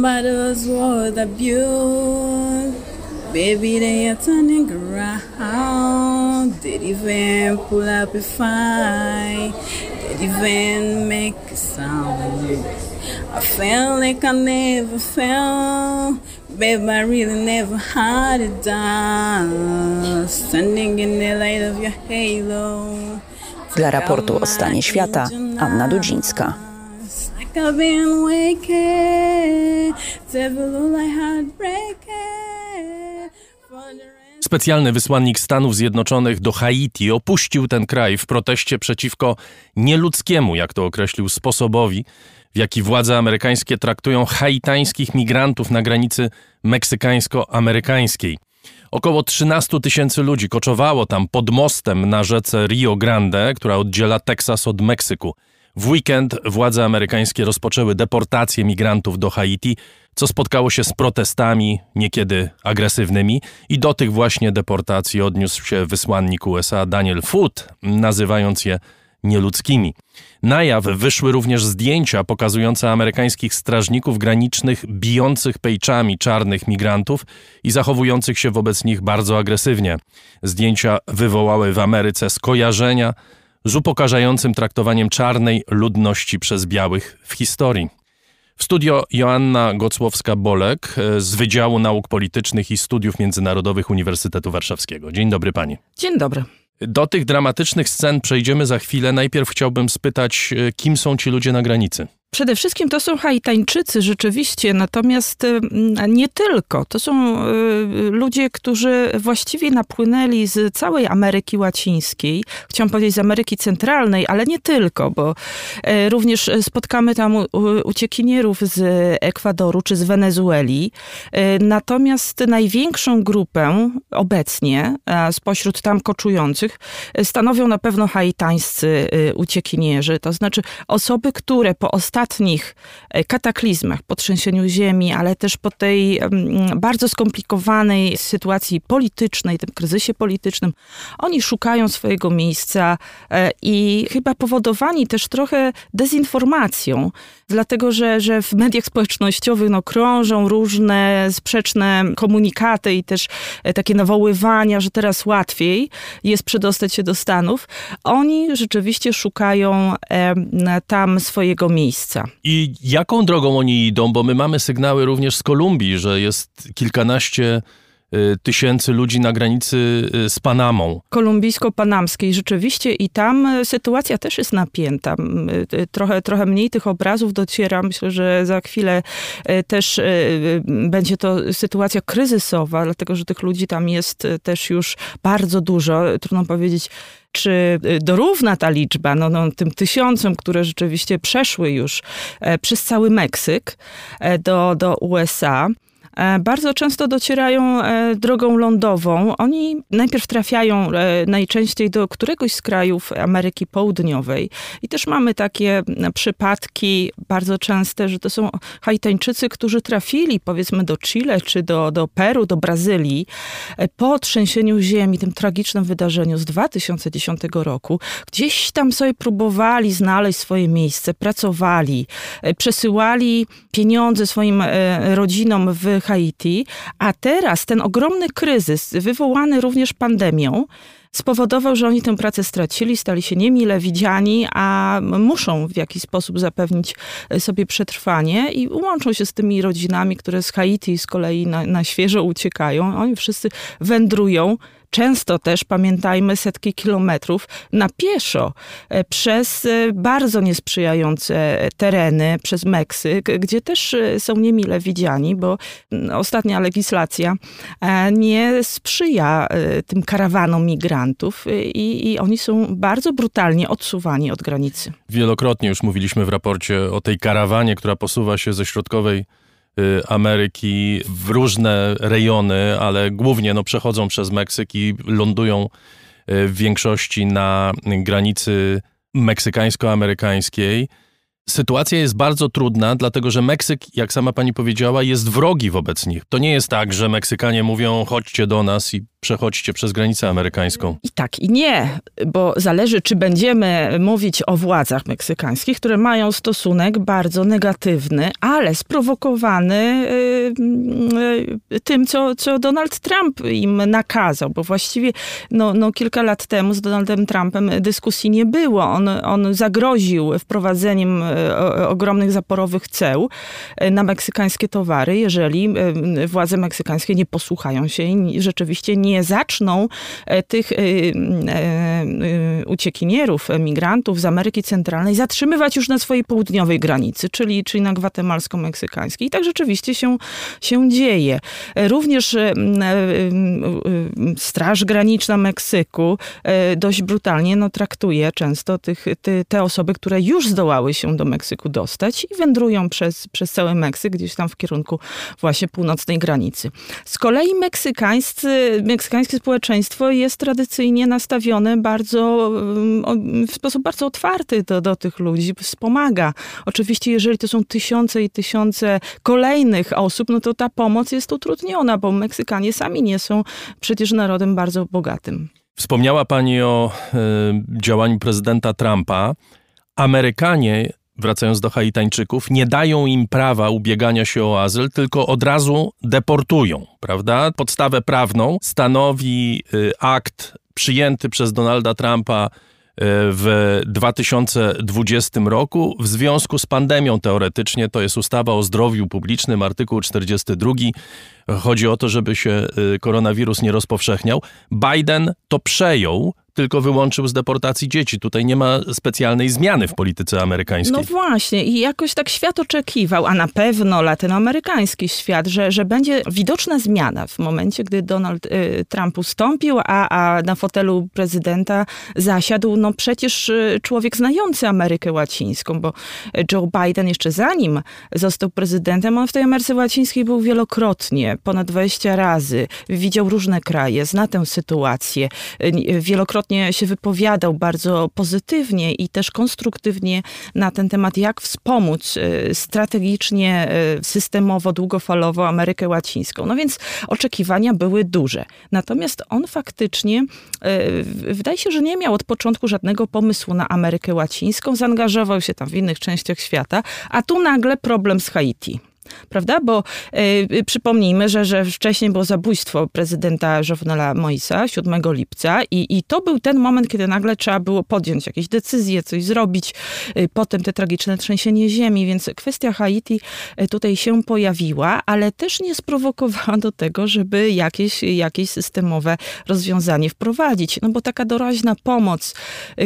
Baby, they are turning around. Did even pull up a fight? Did even make a sound? I felt like I never felt. Baby, I really never had it down. Standing in the light of your halo. Dla raportu o stanie świata Anna Dudzińska. I've been waking, devil like heartbreaking. Specjalny wysłannik Stanów Zjednoczonych do Haiti opuścił ten kraj w proteście przeciwko nieludzkiemu, jak to określił, sposobowi, w jaki władze amerykańskie traktują haitańskich migrantów na granicy meksykańsko-amerykańskiej. Około 13 000 ludzi koczowało tam pod mostem na rzece Rio Grande, która oddziela Teksas od Meksyku. W weekend władze amerykańskie rozpoczęły deportację migrantów do Haiti, co spotkało się z protestami, niekiedy agresywnymi, i do tych właśnie deportacji odniósł się wysłannik USA Daniel Foote, nazywając je nieludzkimi. Na jaw wyszły również zdjęcia pokazujące amerykańskich strażników granicznych bijących pejczami czarnych migrantów i zachowujących się wobec nich bardzo agresywnie. Zdjęcia wywołały w Ameryce skojarzenia z upokarzającym traktowaniem czarnej ludności przez białych w historii. W studio Joanna Gocłowska-Bolek z Wydziału Nauk Politycznych i Studiów Międzynarodowych Uniwersytetu Warszawskiego. Dzień dobry pani. Dzień dobry. Do tych dramatycznych scen przejdziemy za chwilę. Najpierw chciałbym spytać, kim są ci ludzie na granicy? Przede wszystkim to są Haitańczycy rzeczywiście, natomiast nie tylko. To są ludzie, którzy właściwie napłynęli z całej Ameryki Łacińskiej. Chciałam powiedzieć z Ameryki Centralnej, ale nie tylko, bo również spotkamy tam uciekinierów z Ekwadoru czy z Wenezueli. Natomiast największą grupę obecnie spośród tam koczujących stanowią na pewno haitańscy uciekinierzy. To znaczy osoby, które po ostatnich kataklizmach, po trzęsieniu ziemi, ale też po tej bardzo skomplikowanej sytuacji politycznej, tym kryzysie politycznym, oni szukają swojego miejsca i chyba powodowani też trochę dezinformacją, dlatego że w mediach społecznościowych krążą różne sprzeczne komunikaty i też takie nawoływania, że teraz łatwiej jest przedostać się do Stanów. Oni rzeczywiście szukają tam swojego miejsca. I jaką drogą oni idą? Bo my mamy sygnały również z Kolumbii, że jest kilkanaście tysięcy ludzi na granicy z Panamą. Kolumbijsko-panamskiej rzeczywiście i tam sytuacja też jest napięta. Trochę mniej tych obrazów dociera. Myślę, że za chwilę też będzie to sytuacja kryzysowa, dlatego że tych ludzi tam jest też już bardzo dużo. Trudno powiedzieć, czy dorówna ta liczba tym tysiącom, które rzeczywiście przeszły już przez cały Meksyk do USA. Bardzo często docierają drogą lądową. Oni najpierw trafiają najczęściej do któregoś z krajów Ameryki Południowej. I też mamy takie przypadki bardzo częste, że to są Haitańczycy, którzy trafili powiedzmy do Chile, czy do Peru, do Brazylii po trzęsieniu ziemi, tym tragicznym wydarzeniu z 2010 roku. Gdzieś tam sobie próbowali znaleźć swoje miejsce, pracowali, przesyłali pieniądze swoim rodzinom w Haiti, a teraz ten ogromny kryzys, wywołany również pandemią, spowodował, że oni tę pracę stracili, stali się niemile widziani, a muszą w jakiś sposób zapewnić sobie przetrwanie i łączą się z tymi rodzinami, które z Haiti z kolei na świeżo uciekają. Oni wszyscy wędrują, często też, pamiętajmy, setki kilometrów na pieszo przez bardzo niesprzyjające tereny, przez Meksyk, gdzie też są niemile widziani, bo ostatnia legislacja nie sprzyja tym karawanom migrantów i oni są bardzo brutalnie odsuwani od granicy. Wielokrotnie już mówiliśmy w raporcie o tej karawanie, która posuwa się ze środkowej Ameryki w różne rejony, ale głównie przechodzą przez Meksyk i lądują w większości na granicy meksykańsko-amerykańskiej. Sytuacja jest bardzo trudna, dlatego że Meksyk, jak sama pani powiedziała, jest wrogi wobec nich. To nie jest tak, że Meksykanie mówią: chodźcie do nas i przechodźcie przez granicę amerykańską. I tak, i nie, bo zależy, czy będziemy mówić o władzach meksykańskich, które mają stosunek bardzo negatywny, ale sprowokowany tym, co Donald Trump im nakazał, bo właściwie kilka lat temu z Donaldem Trumpem dyskusji nie było. On zagroził wprowadzeniem ogromnych zaporowych ceł na meksykańskie towary, jeżeli władze meksykańskie nie posłuchają się i rzeczywiście nie zaczną tych uciekinierów, migrantów z Ameryki Centralnej zatrzymywać już na swojej południowej granicy, czyli na gwatemalsko-meksykańskiej. I tak rzeczywiście się dzieje. Również Straż Graniczna Meksyku dość brutalnie traktuje często te osoby, które już zdołały się do Meksyku dostać i wędrują przez cały Meksyk, gdzieś tam w kierunku właśnie północnej granicy. Z kolei meksykańskie społeczeństwo jest tradycyjnie nastawione w sposób bardzo otwarty do tych ludzi, wspomaga. Oczywiście, jeżeli to są tysiące i tysiące kolejnych osób, to ta pomoc jest utrudniona, bo Meksykanie sami nie są przecież narodem bardzo bogatym. Wspomniała pani o działaniu prezydenta Trumpa. Amerykanie, wracając do Haitańczyków, nie dają im prawa ubiegania się o azyl, tylko od razu deportują, prawda? Podstawę prawną stanowi akt przyjęty przez Donalda Trumpa w 2020 roku w związku z pandemią teoretycznie. To jest ustawa o zdrowiu publicznym, artykuł 42. Chodzi o to, żeby się koronawirus nie rozpowszechniał. Biden to przejął, tylko wyłączył z deportacji dzieci. Tutaj nie ma specjalnej zmiany w polityce amerykańskiej. No właśnie i jakoś tak świat oczekiwał, a na pewno latynoamerykański świat, że będzie widoczna zmiana w momencie, gdy Donald Trump ustąpił, a na fotelu prezydenta zasiadł przecież człowiek znający Amerykę Łacińską, bo Joe Biden jeszcze zanim został prezydentem, on w tej Ameryce Łacińskiej był wielokrotnie, ponad 20 razy. Widział różne kraje, zna tę sytuację. Wielokrotnie się wypowiadał bardzo pozytywnie i też konstruktywnie na ten temat, jak wspomóc strategicznie, systemowo, długofalowo Amerykę Łacińską. No więc oczekiwania były duże. Natomiast on faktycznie, wydaje się, że nie miał od początku żadnego pomysłu na Amerykę Łacińską. Zaangażował się tam w innych częściach świata, a tu nagle problem z Haiti. Prawda? Bo przypomnijmy, że wcześniej było zabójstwo prezydenta Jovenela Moïsa 7 lipca i to był ten moment, kiedy nagle trzeba było podjąć jakieś decyzje, coś zrobić. Potem te tragiczne trzęsienie ziemi, więc kwestia Haiti tutaj się pojawiła, ale też nie sprowokowała do tego, żeby jakieś systemowe rozwiązanie wprowadzić. No bo taka doraźna pomoc,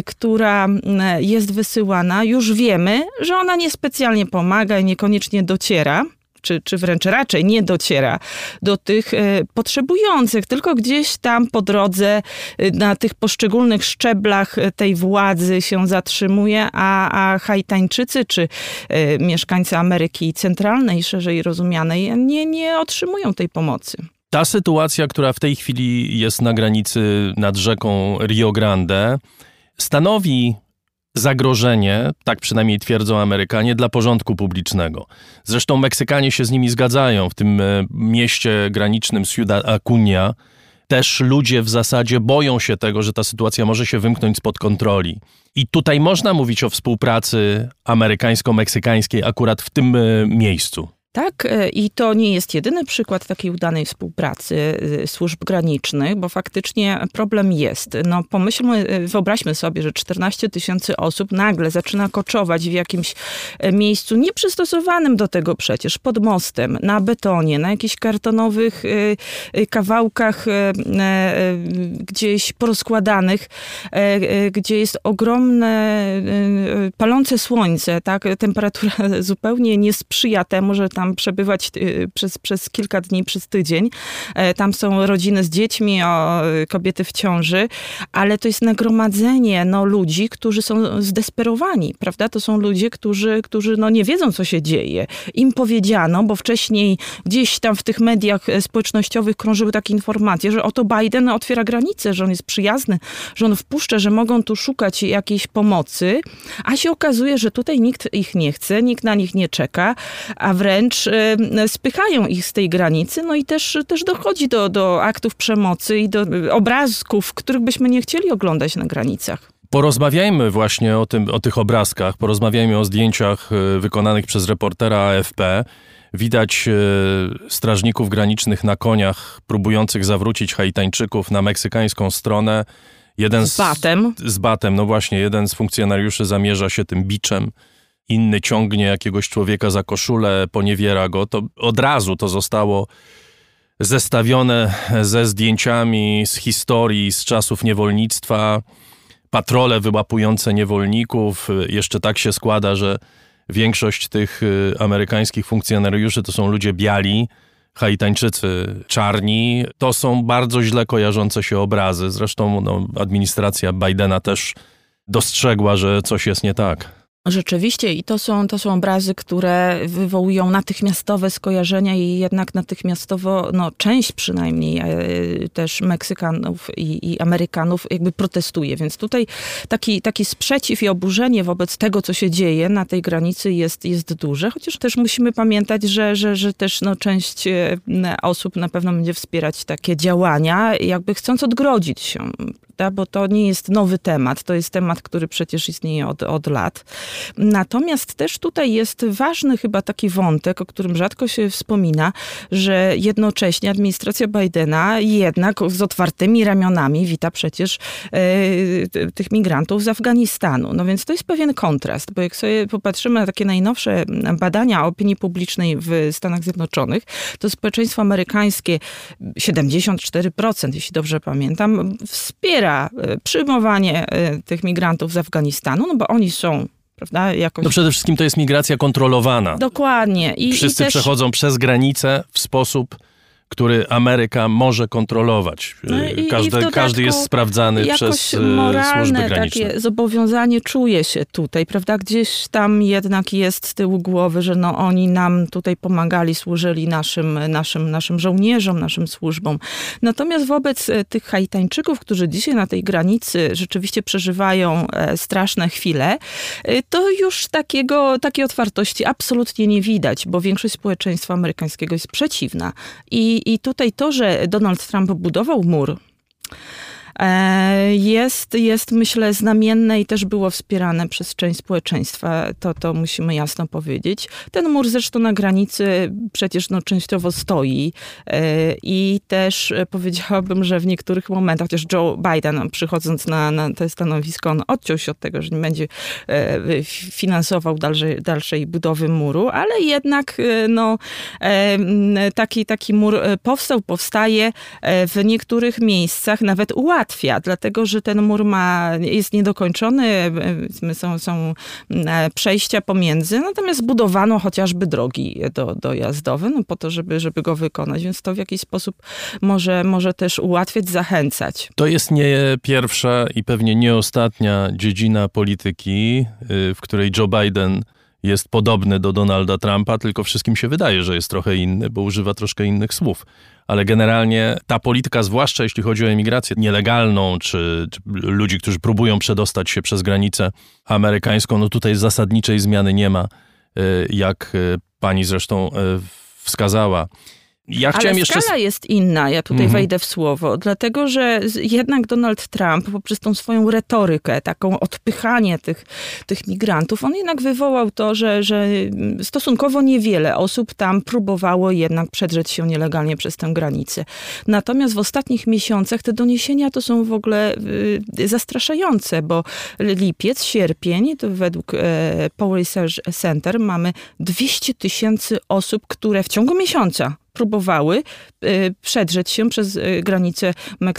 która jest wysyłana, już wiemy, że ona niespecjalnie pomaga i niekoniecznie dociera. Czy wręcz raczej nie dociera do tych potrzebujących, tylko gdzieś tam po drodze na tych poszczególnych szczeblach tej władzy się zatrzymuje, a Haitańczycy czy mieszkańcy Ameryki Centralnej, szerzej rozumianej, nie otrzymują tej pomocy. Ta sytuacja, która w tej chwili jest na granicy nad rzeką Rio Grande, stanowi zagrożenie, tak przynajmniej twierdzą Amerykanie, dla porządku publicznego. Zresztą Meksykanie się z nimi zgadzają. W tym mieście granicznym Ciudad Acuña też ludzie w zasadzie boją się tego, że ta sytuacja może się wymknąć spod kontroli. I tutaj można mówić o współpracy amerykańsko-meksykańskiej akurat w tym miejscu. Tak, i to nie jest jedyny przykład takiej udanej współpracy służb granicznych, bo faktycznie problem jest. No wyobraźmy sobie, że 14 000 osób nagle zaczyna koczować w jakimś miejscu nieprzystosowanym do tego przecież, pod mostem, na betonie, na jakichś kartonowych kawałkach gdzieś porozkładanych, gdzie jest ogromne palące słońce, tak? Temperatura zupełnie nie sprzyja temu, że tam przebywać przez kilka dni, przez tydzień. Tam są rodziny z dziećmi, kobiety w ciąży, ale to jest nagromadzenie ludzi, którzy są zdesperowani, prawda? To są ludzie, którzy nie wiedzą, co się dzieje. Im powiedziano, bo wcześniej gdzieś tam w tych mediach społecznościowych krążyły takie informacje, że oto Biden otwiera granice, że on jest przyjazny, że on wpuszcza, że mogą tu szukać jakiejś pomocy, a się okazuje, że tutaj nikt ich nie chce, nikt na nich nie czeka, a wręcz spychają ich z tej granicy, no i też dochodzi do aktów przemocy i do obrazków, których byśmy nie chcieli oglądać na granicach. Porozmawiajmy właśnie o tych obrazkach, porozmawiajmy o zdjęciach wykonanych przez reportera AFP. Widać strażników granicznych na koniach, próbujących zawrócić Haitańczyków na meksykańską stronę. Z batem, no właśnie, jeden z funkcjonariuszy zamierza się tym biczem. Inny ciągnie jakiegoś człowieka za koszulę, poniewiera go. To od razu to zostało zestawione ze zdjęciami z historii, z czasów niewolnictwa. Patrole wyłapujące niewolników. Jeszcze tak się składa, że większość tych amerykańskich funkcjonariuszy to są ludzie biali, Haitańczycy czarni. To są bardzo źle kojarzące się obrazy. Zresztą administracja Bidena też dostrzegła, że coś jest nie tak. Rzeczywiście i to są obrazy, które wywołują natychmiastowe skojarzenia i jednak natychmiastowo, część przynajmniej też Meksykanów i Amerykanów jakby protestuje. Więc tutaj taki sprzeciw i oburzenie wobec tego, co się dzieje na tej granicy jest duże. Chociaż też musimy pamiętać, że też część osób na pewno będzie wspierać takie działania, jakby chcąc odgrodzić się. Bo to nie jest nowy temat, to jest temat, który przecież istnieje od lat. Natomiast też tutaj jest ważny chyba taki wątek, o którym rzadko się wspomina, że jednocześnie administracja Bidena jednak z otwartymi ramionami wita przecież tych migrantów z Afganistanu. No więc to jest pewien kontrast, bo jak sobie popatrzymy na takie najnowsze badania opinii publicznej w Stanach Zjednoczonych, to społeczeństwo amerykańskie 74%, jeśli dobrze pamiętam, wspiera przyjmowanie tych migrantów z Afganistanu, bo oni są, prawda, jakoś... No przede wszystkim to jest migracja kontrolowana. Dokładnie. Wszyscy przechodzą przez granicę w sposób, który Ameryka może kontrolować. Każdy jest sprawdzany przez służby graniczne. Takie zobowiązanie czuje się tutaj, prawda? Gdzieś tam jednak jest z tyłu głowy, że oni nam tutaj pomagali, służyli naszym żołnierzom, naszym służbom. Natomiast wobec tych Haitańczyków, którzy dzisiaj na tej granicy rzeczywiście przeżywają straszne chwile, to już takiej otwartości absolutnie nie widać, bo większość społeczeństwa amerykańskiego jest przeciwna. I tutaj to, że Donald Trump budował mur, jest myślę znamienne i też było wspierane przez część społeczeństwa. To musimy jasno powiedzieć. Ten mur zresztą na granicy przecież częściowo stoi i też powiedziałabym, że w niektórych momentach, chociaż Joe Biden przychodząc na to stanowisko, on odciął się od tego, że nie będzie finansował dalszej budowy muru, ale jednak taki mur powstaje w niektórych miejscach, nawet ułatwia, dlatego że ten mur jest niedokończony, są przejścia pomiędzy, natomiast budowano chociażby drogi dojazdowe, po to, żeby go wykonać, więc to w jakiś sposób może też ułatwiać, zachęcać. To jest nie pierwsza i pewnie nie ostatnia dziedzina polityki, w której Joe Biden jest podobny do Donalda Trumpa, tylko wszystkim się wydaje, że jest trochę inny, bo używa troszkę innych słów. Ale generalnie ta polityka, zwłaszcza jeśli chodzi o emigrację nielegalną, czy ludzi, którzy próbują przedostać się przez granicę amerykańską, tutaj zasadniczej zmiany nie ma, jak pani zresztą wskazała. Ale skala jest inna, ja tutaj wejdę w słowo, dlatego że jednak Donald Trump poprzez tą swoją retorykę, taką odpychanie tych migrantów, on jednak wywołał to, że stosunkowo niewiele osób tam próbowało jednak przedrzeć się nielegalnie przez tę granicę. Natomiast w ostatnich miesiącach te doniesienia to są w ogóle zastraszające, bo lipiec, sierpień, to według Pew Research Center mamy 200 000 osób, które w ciągu miesiąca próbowały przedrzeć się przez granicę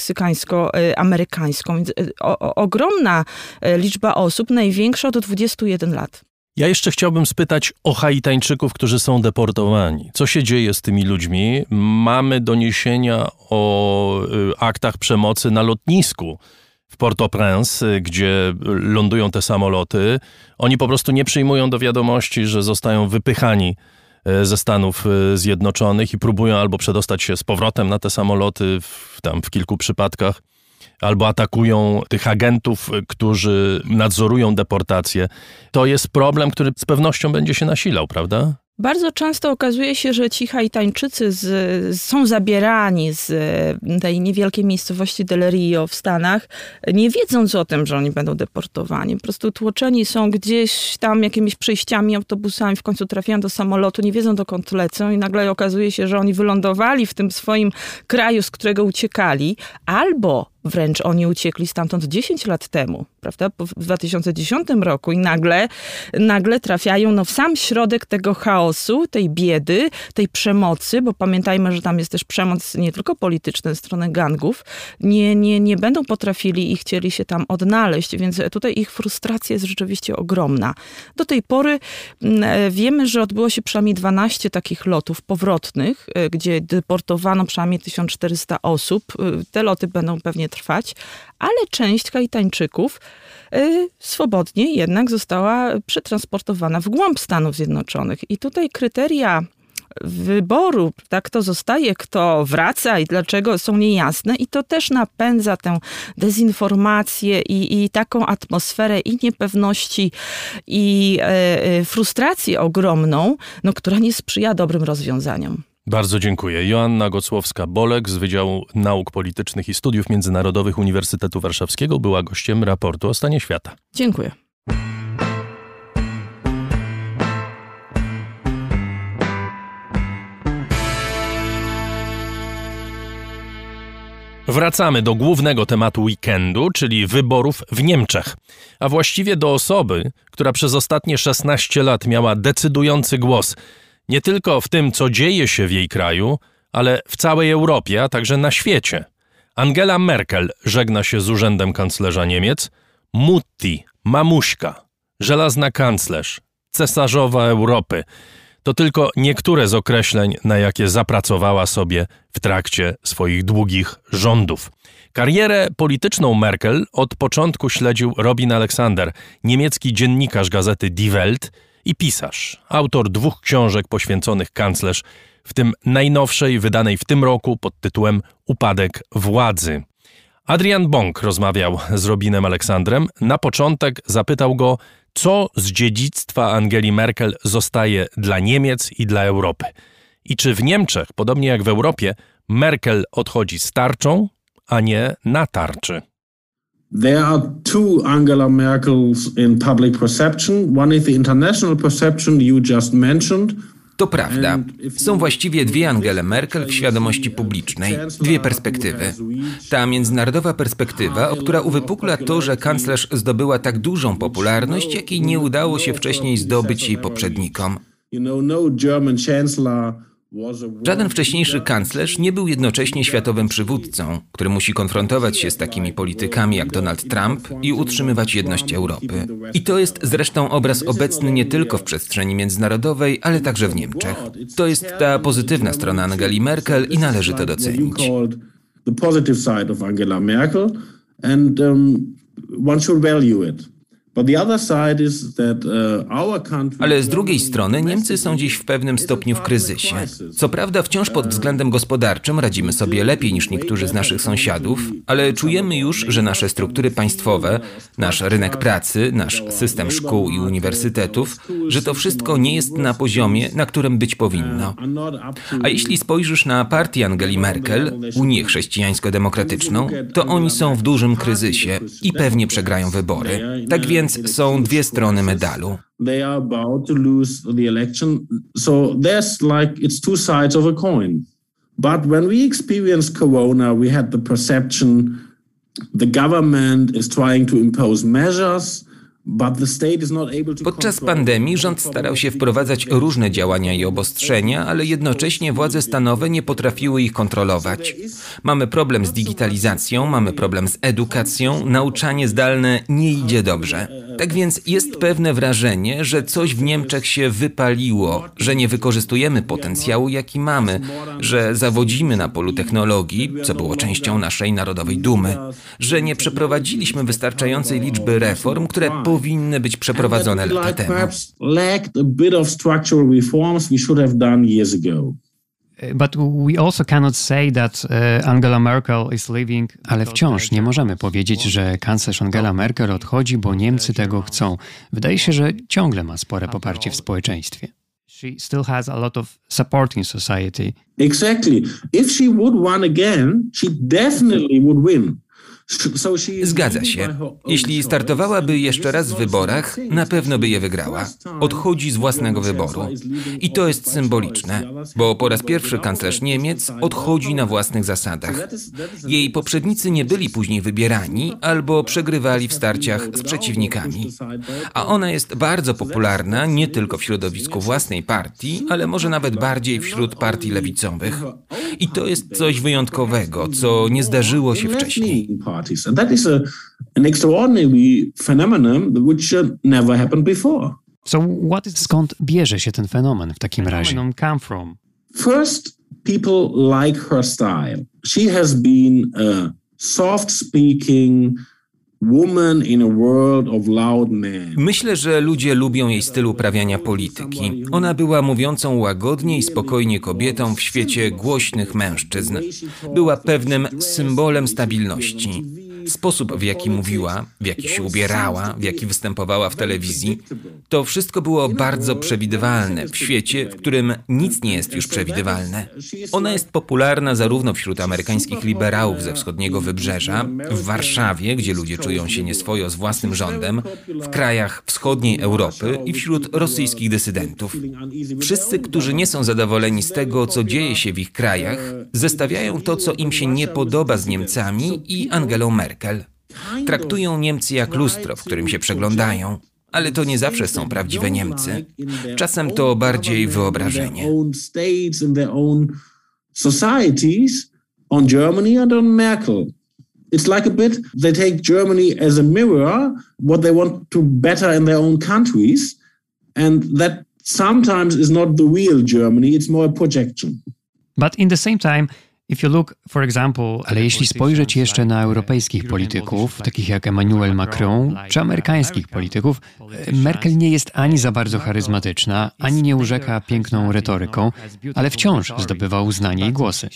meksykańsko-amerykańską. Więc ogromna liczba osób, największa od 21 lat. Ja jeszcze chciałbym spytać o Haitańczyków, którzy są deportowani. Co się dzieje z tymi ludźmi? Mamy doniesienia o aktach przemocy na lotnisku w Port-au-Prince, gdzie lądują te samoloty. Oni po prostu nie przyjmują do wiadomości, że zostają wypychani ze Stanów Zjednoczonych i próbują albo przedostać się z powrotem na te samoloty w kilku przypadkach, albo atakują tych agentów, którzy nadzorują deportację. To jest problem, który z pewnością będzie się nasilał, prawda? Bardzo często okazuje się, że ci Haitańczycy są zabierani z tej niewielkiej miejscowości Del Rio w Stanach, nie wiedząc o tym, że oni będą deportowani. Po prostu tłoczeni są gdzieś tam jakimiś przejściami, autobusami, w końcu trafiają do samolotu, nie wiedzą dokąd lecą i nagle okazuje się, że oni wylądowali w tym swoim kraju, z którego uciekali, albo wręcz oni uciekli stamtąd 10 lat temu, prawda, w 2010 roku i nagle trafiają w sam środek tego chaosu, tej biedy, tej przemocy, bo pamiętajmy, że tam jest też przemoc nie tylko polityczna, ze strony gangów, nie będą potrafili i chcieli się tam odnaleźć, więc tutaj ich frustracja jest rzeczywiście ogromna. Do tej pory wiemy, że odbyło się przynajmniej 12 takich lotów powrotnych, gdzie deportowano przynajmniej 1400 osób. Te loty będą pewnie trwać przetrwać, ale część Haitańczyków swobodnie jednak została przetransportowana w głąb Stanów Zjednoczonych. I tutaj kryteria wyboru, tak, kto zostaje, kto wraca i dlaczego są niejasne i to też napędza tę dezinformację i taką atmosferę i niepewności i frustrację ogromną, no, która nie sprzyja dobrym rozwiązaniom. Bardzo dziękuję. Joanna Gocłowska-Bolek z Wydziału Nauk Politycznych i Studiów Międzynarodowych Uniwersytetu Warszawskiego była gościem raportu o stanie świata. Dziękuję. Wracamy do głównego tematu weekendu, czyli wyborów w Niemczech, a właściwie do osoby, która przez ostatnie 16 lat miała decydujący głos nie tylko w tym, co dzieje się w jej kraju, ale w całej Europie, a także na świecie. Angela Merkel żegna się z urzędem kanclerza Niemiec. Mutti, mamuśka, żelazna kanclerz, cesarzowa Europy. To tylko niektóre z określeń, na jakie zapracowała sobie w trakcie swoich długich rządów. Karierę polityczną Merkel od początku śledził Robin Alexander, niemiecki dziennikarz gazety Die Welt i pisarz, autor 2 książek poświęconych kanclerz, w tym najnowszej wydanej w tym roku pod tytułem Upadek władzy. Adrian Bąk rozmawiał z Robinem Alexandrem. Na początek zapytał go, co z dziedzictwa Angeli Merkel zostaje dla Niemiec i dla Europy. I czy w Niemczech, podobnie jak w Europie, Merkel odchodzi z tarczą, a nie na tarczy. There are 2 Angela Merkels in public perception. One is the international perception you just mentioned. To prawda. Są właściwie 2 Angele Merkel w świadomości publicznej, 2 perspektywy. Ta międzynarodowa perspektywa, która uwypukla to, że kanclerz zdobyła tak dużą popularność, jakiej nie udało się wcześniej zdobyć jej poprzednikom. Żaden wcześniejszy kanclerz nie był jednocześnie światowym przywódcą, który musi konfrontować się z takimi politykami jak Donald Trump i utrzymywać jedność Europy. I to jest zresztą obraz obecny nie tylko w przestrzeni międzynarodowej, ale także w Niemczech. To jest ta pozytywna strona Angeli Merkel i należy to docenić. Ale z drugiej strony Niemcy są dziś w pewnym stopniu w kryzysie. Co prawda wciąż pod względem gospodarczym radzimy sobie lepiej niż niektórzy z naszych sąsiadów, ale czujemy już, że nasze struktury państwowe, nasz rynek pracy, nasz system szkół i uniwersytetów, że to wszystko nie jest na poziomie, na którym być powinno. A jeśli spojrzysz na partię Angeli Merkel, Unię Chrześcijańsko-Demokratyczną, to oni są w dużym kryzysie i pewnie przegrają wybory. Tak więc są 2 strony medalu. They are about to lose the election, so there's like it's 2 sides of a coin. But when we experienced Corona, we had the perception the government is trying to impose measures. Podczas pandemii rząd starał się wprowadzać różne działania i obostrzenia, ale jednocześnie władze stanowe nie potrafiły ich kontrolować. Mamy problem z digitalizacją, mamy problem z edukacją, nauczanie zdalne nie idzie dobrze. Tak więc jest pewne wrażenie, że coś w Niemczech się wypaliło, że nie wykorzystujemy potencjału, jaki mamy, że zawodzimy na polu technologii, co było częścią naszej narodowej dumy, że nie przeprowadziliśmy wystarczającej liczby reform, które powinny być przeprowadzone lata temu. Ale wciąż nie możemy powiedzieć, że kanclerz Angela Merkel odchodzi, bo Niemcy tego chcą. Wydaje się, że ciągle ma spore poparcie w społeczeństwie. She still has a lot of support in society. Exactly. If she would run again, she definitely would win. Zgadza się. Jeśli startowałaby jeszcze raz w wyborach, na pewno by je wygrała. Odchodzi z własnego wyboru. I to jest symboliczne, bo po raz pierwszy kanclerz Niemiec odchodzi na własnych zasadach. Jej poprzednicy nie byli później wybierani albo przegrywali w starciach z przeciwnikami. A ona jest bardzo popularna nie tylko w środowisku własnej partii, ale może nawet bardziej wśród partii lewicowych. I to jest coś wyjątkowego, co nie zdarzyło się wcześniej. And that is an extraordinary phenomenon which never happened before. Skąd bierze się ten fenomen w takim razie? First, people like her style. She has been soft-speaking woman in a world of loud men. Myślę, że ludzie lubią jej styl uprawiania polityki. Ona była mówiącą łagodnie i spokojnie kobietą w świecie głośnych mężczyzn. Była pewnym symbolem stabilności. Sposób, w jaki mówiła, w jaki się ubierała, w jaki występowała w telewizji, to wszystko było bardzo przewidywalne w świecie, w którym nic nie jest już przewidywalne. Ona jest popularna zarówno wśród amerykańskich liberałów ze wschodniego wybrzeża, w Warszawie, gdzie ludzie czują się nieswojo z własnym rządem, w krajach wschodniej Europy i wśród rosyjskich dysydentów. Wszyscy, którzy nie są zadowoleni z tego, co dzieje się w ich krajach, zestawiają to, co im się nie podoba z Niemcami i Angelą Merkel. Traktują Niemcy jak lustro, w którym się przeglądają, ale to nie zawsze są prawdziwe Niemcy. Czasem to bardziej wyobrażenie. It's like a bit, they take Germany as a mirror, what they want to better in their own countries, and that sometimes is not the real Germany, it's more a projection. But in the same time, ale jeśli spojrzeć jeszcze na europejskich polityków, takich jak Emmanuel Macron, czy amerykańskich polityków, Merkel nie jest ani za bardzo charyzmatyczna, ani nie urzeka piękną retoryką, ale wciąż zdobywa uznanie i głosy.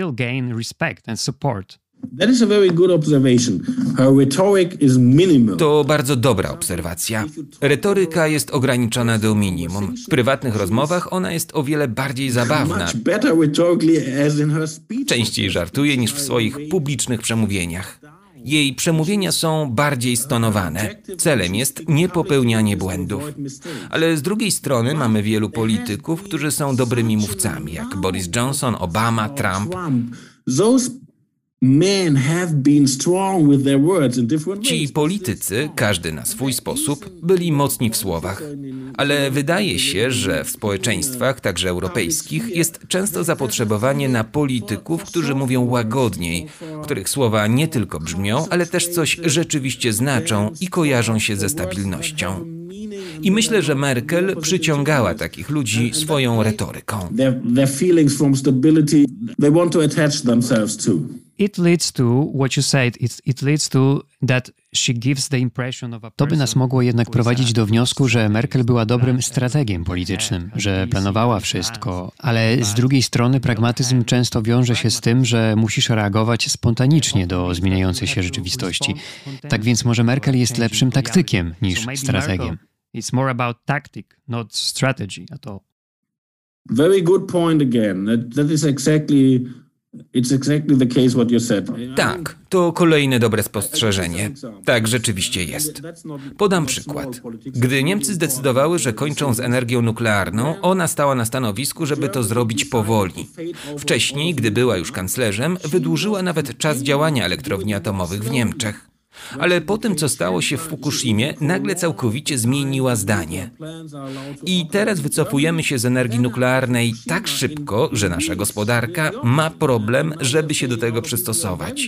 That is a very good observation. Her rhetoric is minimal. To bardzo dobra obserwacja. Retoryka jest ograniczona do minimum. W prywatnych rozmowach ona jest o wiele bardziej zabawna. Częściej żartuje niż w swoich publicznych przemówieniach. Jej przemówienia są bardziej stonowane. Celem jest niepopełnianie błędów. Ale z drugiej strony mamy wielu polityków, którzy są dobrymi mówcami, jak Boris Johnson, Obama, Trump. Ci politycy, każdy na swój sposób, byli mocni w słowach. Ale wydaje się, że w społeczeństwach, także europejskich, jest często zapotrzebowanie na polityków, którzy mówią łagodniej, których słowa nie tylko brzmią, ale też coś rzeczywiście znaczą i kojarzą się ze stabilnością. I myślę, że Merkel przyciągała takich ludzi swoją retoryką. To by nas mogło jednak prowadzić do wniosku, że Merkel była dobrym strategiem politycznym, że planowała wszystko, ale z drugiej strony pragmatyzm często wiąże się z tym, że musisz reagować spontanicznie do zmieniającej się rzeczywistości. Tak więc może Merkel jest lepszym taktykiem niż strategiem. It's more about tactic, not strategy at all. Very good point again. That is exactly the case what you said. Tak, to kolejne dobre spostrzeżenie. Tak rzeczywiście jest. Podam przykład. Gdy Niemcy zdecydowały, że kończą z energią nuklearną, ona stała na stanowisku, żeby to zrobić powoli. Wcześniej, gdy była już kanclerzem, wydłużyła nawet czas działania elektrowni atomowych w Niemczech. Ale po tym, co stało się w Fukushimie, nagle całkowicie zmieniła zdanie. I teraz wycofujemy się z energii nuklearnej tak szybko, że nasza gospodarka ma problem, żeby się do tego przystosować.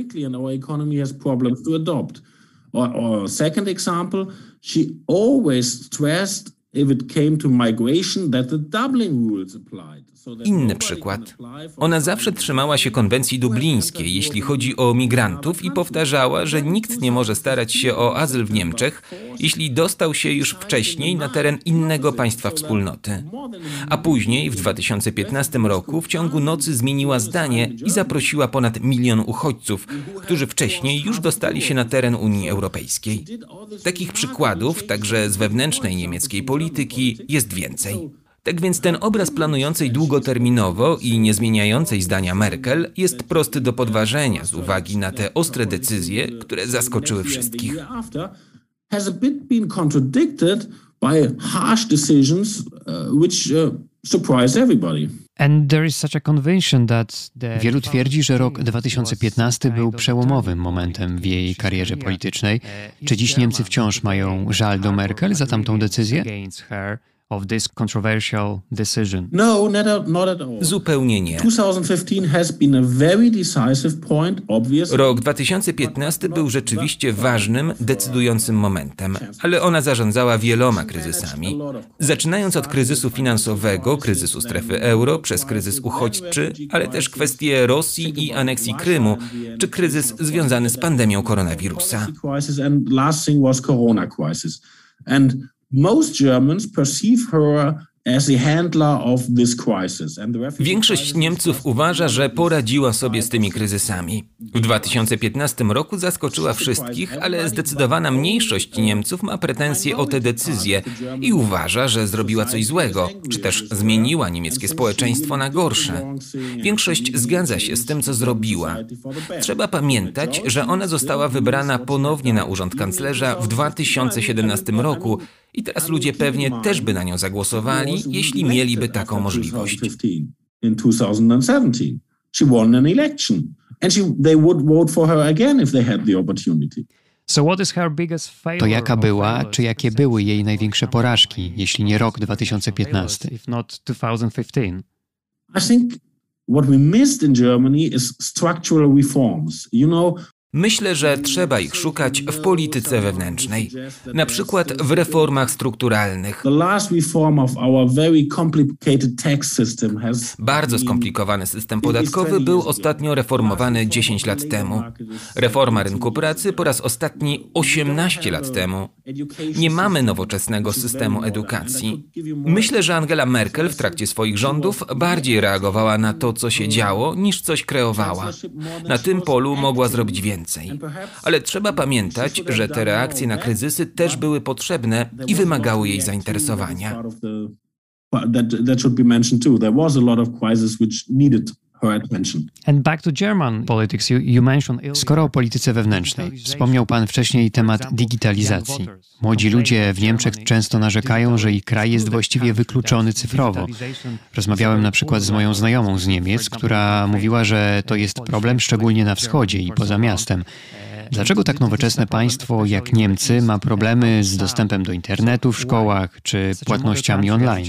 Second example, she always stressed if it came to migration that the Dublin rules applied. Inny przykład. Ona zawsze trzymała się konwencji dublińskiej, jeśli chodzi o migrantów i powtarzała, że nikt nie może starać się o azyl w Niemczech, jeśli dostał się już wcześniej na teren innego państwa wspólnoty. A później, w 2015 roku, w ciągu nocy zmieniła zdanie i zaprosiła ponad 1 milion uchodźców, którzy wcześniej już dostali się na teren Unii Europejskiej. Takich przykładów, także z wewnętrznej niemieckiej polityki, jest więcej. Tak więc ten obraz planującej długoterminowo i nie zmieniającej zdania Merkel jest prosty do podważenia z uwagi na te ostre decyzje, które zaskoczyły wszystkich. Wielu twierdzi, że rok 2015 był przełomowym momentem w jej karierze politycznej. Czy dziś Niemcy wciąż mają żal do Merkel za tamtą decyzję? of this controversial decision? No, not at all. Zupełnie nie. 2015 has been a very decisive point, obviously. Rok 2015 był rzeczywiście ważnym, decydującym momentem, ale ona zarządzała wieloma kryzysami. Zaczynając od kryzysu finansowego, kryzysu strefy euro, przez kryzys uchodźczy, ale też kwestie Rosji i aneksji Krymu, czy kryzys związany z pandemią koronawirusa. Most Germans perceive her as a handler of this crisis. Większość Niemców uważa, że poradziła sobie z tymi kryzysami. W 2015 roku zaskoczyła wszystkich, ale zdecydowana mniejszość Niemców ma pretensje o te decyzje i uważa, że zrobiła coś złego, czy też zmieniła niemieckie społeczeństwo na gorsze. Większość zgadza się z tym, co zrobiła. Trzeba pamiętać, że ona została wybrana ponownie na urząd kanclerza w 2017 roku i teraz ludzie pewnie też by na nią zagłosowali, jeśli mieliby taką możliwość. In 2017, she won an election, and they would vote for her again if they had the opportunity. To jaka była, czy jakie były jej największe porażki, jeśli nie rok 2015? I think what we missed in Germany is structural reforms. Myślę, że trzeba ich szukać w polityce wewnętrznej, na przykład w reformach strukturalnych. Bardzo skomplikowany system podatkowy był ostatnio reformowany 10 lat temu. Reforma rynku pracy po raz ostatni 18 lat temu. Nie mamy nowoczesnego systemu edukacji. Myślę, że Angela Merkel w trakcie swoich rządów bardziej reagowała na to, co się działo, niż coś kreowała. Na tym polu mogła zrobić więcej. Ale trzeba pamiętać, że te reakcje na kryzysy też były potrzebne i wymagały jej zainteresowania. Skoro o polityce wewnętrznej, wspomniał Pan wcześniej temat digitalizacji. Młodzi ludzie w Niemczech często narzekają, że ich kraj jest właściwie wykluczony cyfrowo. Rozmawiałem na przykład z moją znajomą z Niemiec, która mówiła, że to jest problem szczególnie na wschodzie i poza miastem. Dlaczego tak nowoczesne państwo jak Niemcy ma problemy z dostępem do internetu w szkołach czy płatnościami online?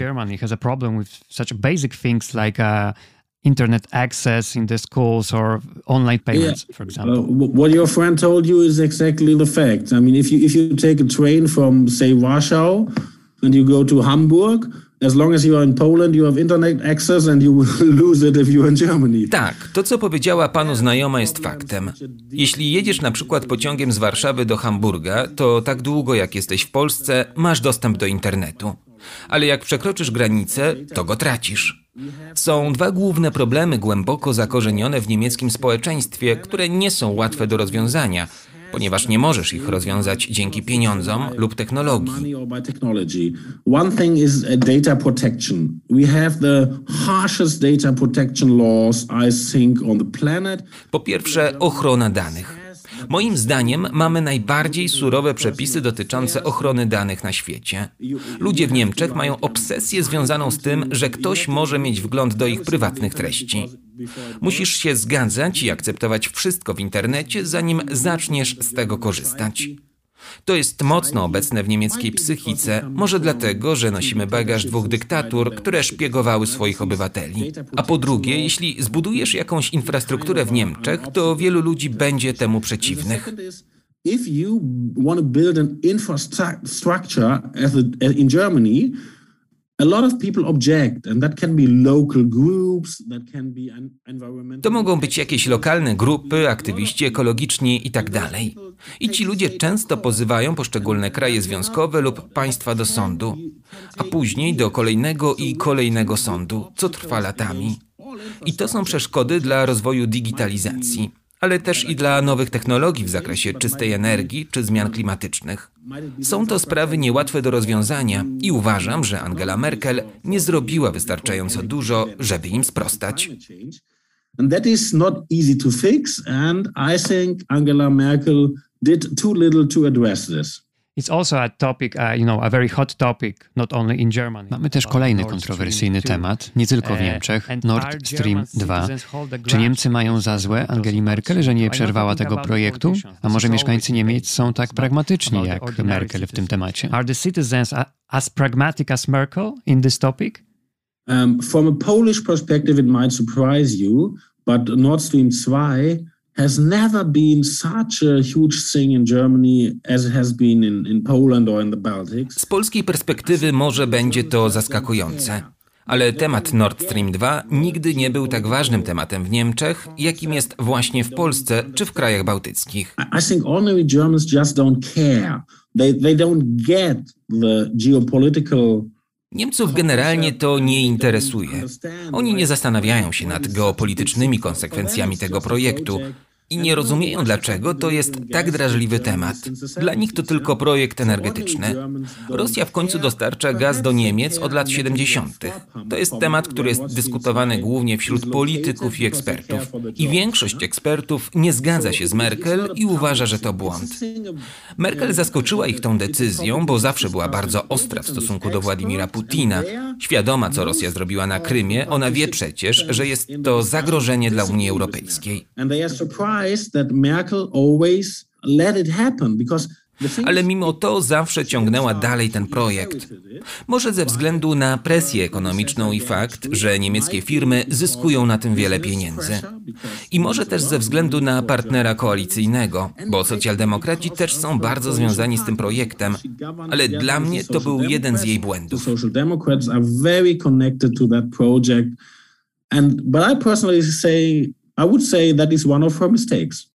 Internet access in the schools or online payments, for example. What your friend told you is exactly the fact. I mean, if you take a train from, say, Warsaw and you go to Hamburg, as long as you are in Poland, you have internet access and you will lose it if you are in Germany. Tak, to co powiedziała panu znajoma jest faktem. Jeśli jedziesz na przykład pociągiem z Warszawy do Hamburga, to tak długo jak jesteś w Polsce, masz dostęp do internetu. Ale jak przekroczysz granicę, to go tracisz. Są dwa główne problemy głęboko zakorzenione w niemieckim społeczeństwie, które nie są łatwe do rozwiązania, ponieważ nie możesz ich rozwiązać dzięki pieniądzom lub technologii. One thing is data protection. We have the harshest data protection laws, I think, on the planet. Po pierwsze, ochrona danych. Moim zdaniem mamy najbardziej surowe przepisy dotyczące ochrony danych na świecie. Ludzie w Niemczech mają obsesję związaną z tym, że ktoś może mieć wgląd do ich prywatnych treści. Musisz się zgadzać i akceptować wszystko w internecie, zanim zaczniesz z tego korzystać. To jest mocno obecne w niemieckiej psychice, może dlatego, że nosimy bagaż dwóch dyktatur, które szpiegowały swoich obywateli. A po drugie, jeśli zbudujesz jakąś infrastrukturę w Niemczech, to wielu ludzi będzie temu przeciwnych. If you want to build an infrastructure in Germany, a lot of people object, and that can be local groups, that can be environmental. To mogą być jakieś lokalne grupy, aktywiści ekologiczni i tak dalej. I ci ludzie często pozywają poszczególne kraje związkowe lub państwa do sądu, a później do kolejnego i kolejnego sądu, co trwa latami. I to są przeszkody dla rozwoju digitalizacji, ale też i dla nowych technologii w zakresie czystej energii czy zmian klimatycznych. Są to sprawy niełatwe do rozwiązania i uważam, że Angela Merkel nie zrobiła wystarczająco dużo, żeby im sprostać. And that is not easy to fix, and I think Angela Merkel did too little to address this. Mamy też kolejny kontrowersyjny temat, nie tylko w Niemczech, Nord Stream 2. Czy Niemcy mają za złe Angeli Merkel, że nie przerwała tego projektu? A może mieszkańcy Niemiec są tak pragmatyczni jak Merkel w tym temacie? Are the citizens as pragmatic as Merkel in this topic? From a Polish perspective, it might surprise you, but Nord Stream 2 has never been such a huge thing in Germany as it has been in Poland or in the Baltics. Z polskiej perspektywy może będzie to zaskakujące, ale temat Nord Stream 2 nigdy nie był tak ważnym tematem w Niemczech, jakim jest właśnie w Polsce czy w krajach bałtyckich. I think ordinary Germans just don't care. They don't get the geopolitical. Niemców generalnie to nie interesuje. Oni nie zastanawiają się nad geopolitycznymi konsekwencjami tego projektu i nie rozumieją, dlaczego to jest tak drażliwy temat. Dla nich to tylko projekt energetyczny. Rosja w końcu dostarcza gaz do Niemiec od lat 70. To jest temat, który jest dyskutowany głównie wśród polityków i ekspertów. I większość ekspertów nie zgadza się z Merkel i uważa, że to błąd. Merkel zaskoczyła ich tą decyzją, bo zawsze była bardzo ostra w stosunku do Władimira Putina. Świadoma, co Rosja zrobiła na Krymie, ona wie przecież, że jest to zagrożenie dla Unii Europejskiej. Ale mimo to zawsze ciągnęła dalej ten projekt. Może ze względu na presję ekonomiczną i fakt, że niemieckie firmy zyskują na tym wiele pieniędzy. I może też ze względu na partnera koalicyjnego, bo socjaldemokraci też są bardzo związani z tym projektem, ale dla mnie to był jeden z jej błędów. I would say that is one of her mistakes.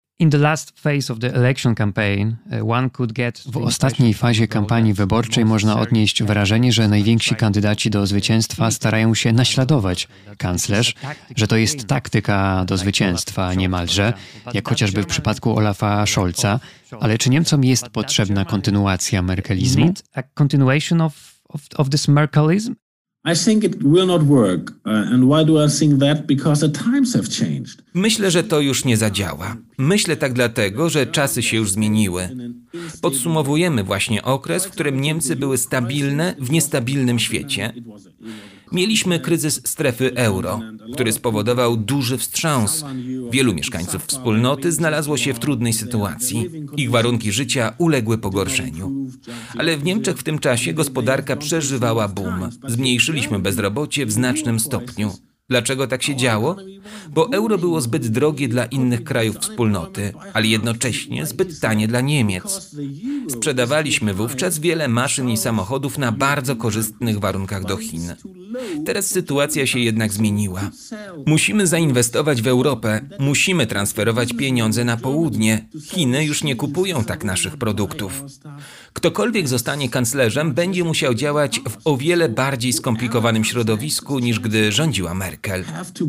W ostatniej fazie kampanii wyborczej można odnieść wrażenie, że najwięksi kandydaci do zwycięstwa starają się naśladować kanclerz, że to jest taktyka do zwycięstwa niemalże, jak chociażby w przypadku Olafa Scholza. Ale czy Niemcom jest potrzebna kontynuacja merkelizmu? Of this Merkelism? I think it will not work. And why do I think that? Because the times have changed. Myślę, że to już nie zadziała. Myślę tak dlatego, że czasy się już zmieniły. Podsumowujemy właśnie okres, w którym Niemcy były stabilne w niestabilnym świecie. Mieliśmy kryzys strefy euro, który spowodował duży wstrząs. Wielu mieszkańców wspólnoty znalazło się w trudnej sytuacji. Ich warunki życia uległy pogorszeniu. Ale w Niemczech w tym czasie gospodarka przeżywała boom. Zmniejszyliśmy bezrobocie w znacznym stopniu. Dlaczego tak się działo? Bo euro było zbyt drogie dla innych krajów wspólnoty, ale jednocześnie zbyt tanie dla Niemiec. Sprzedawaliśmy wówczas wiele maszyn i samochodów na bardzo korzystnych warunkach do Chin. Teraz sytuacja się jednak zmieniła. Musimy zainwestować w Europę, musimy transferować pieniądze na południe. Chiny już nie kupują tak naszych produktów. Ktokolwiek zostanie kanclerzem, będzie musiał działać w o wiele bardziej skomplikowanym środowisku niż gdy rządziła Merkel.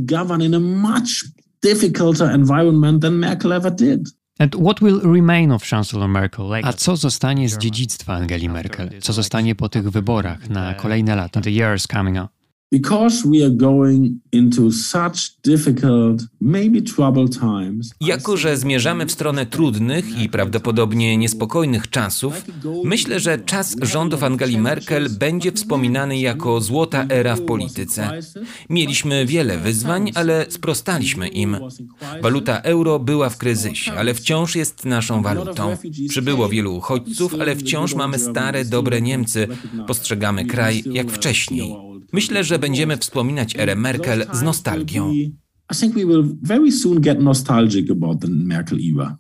A co zostanie z dziedzictwa Angeli Merkel? Co zostanie po tych wyborach na kolejne lata? The years coming up. Because we are going into such difficult, maybe troubled times. Jako że zmierzamy w stronę trudnych i prawdopodobnie niespokojnych czasów, myślę, że czas rządów Angeli Merkel będzie wspominany jako złota era w polityce. Mieliśmy wiele wyzwań, ale sprostaliśmy im. Waluta euro była w kryzysie, ale wciąż jest naszą walutą. Przybyło wielu uchodźców, ale wciąż mamy stare, dobre Niemcy. Postrzegamy kraj jak wcześniej. Myślę, że będziemy wspominać erę Merkel z nostalgią. I think we will very soon get nostalgic about the Merkel era.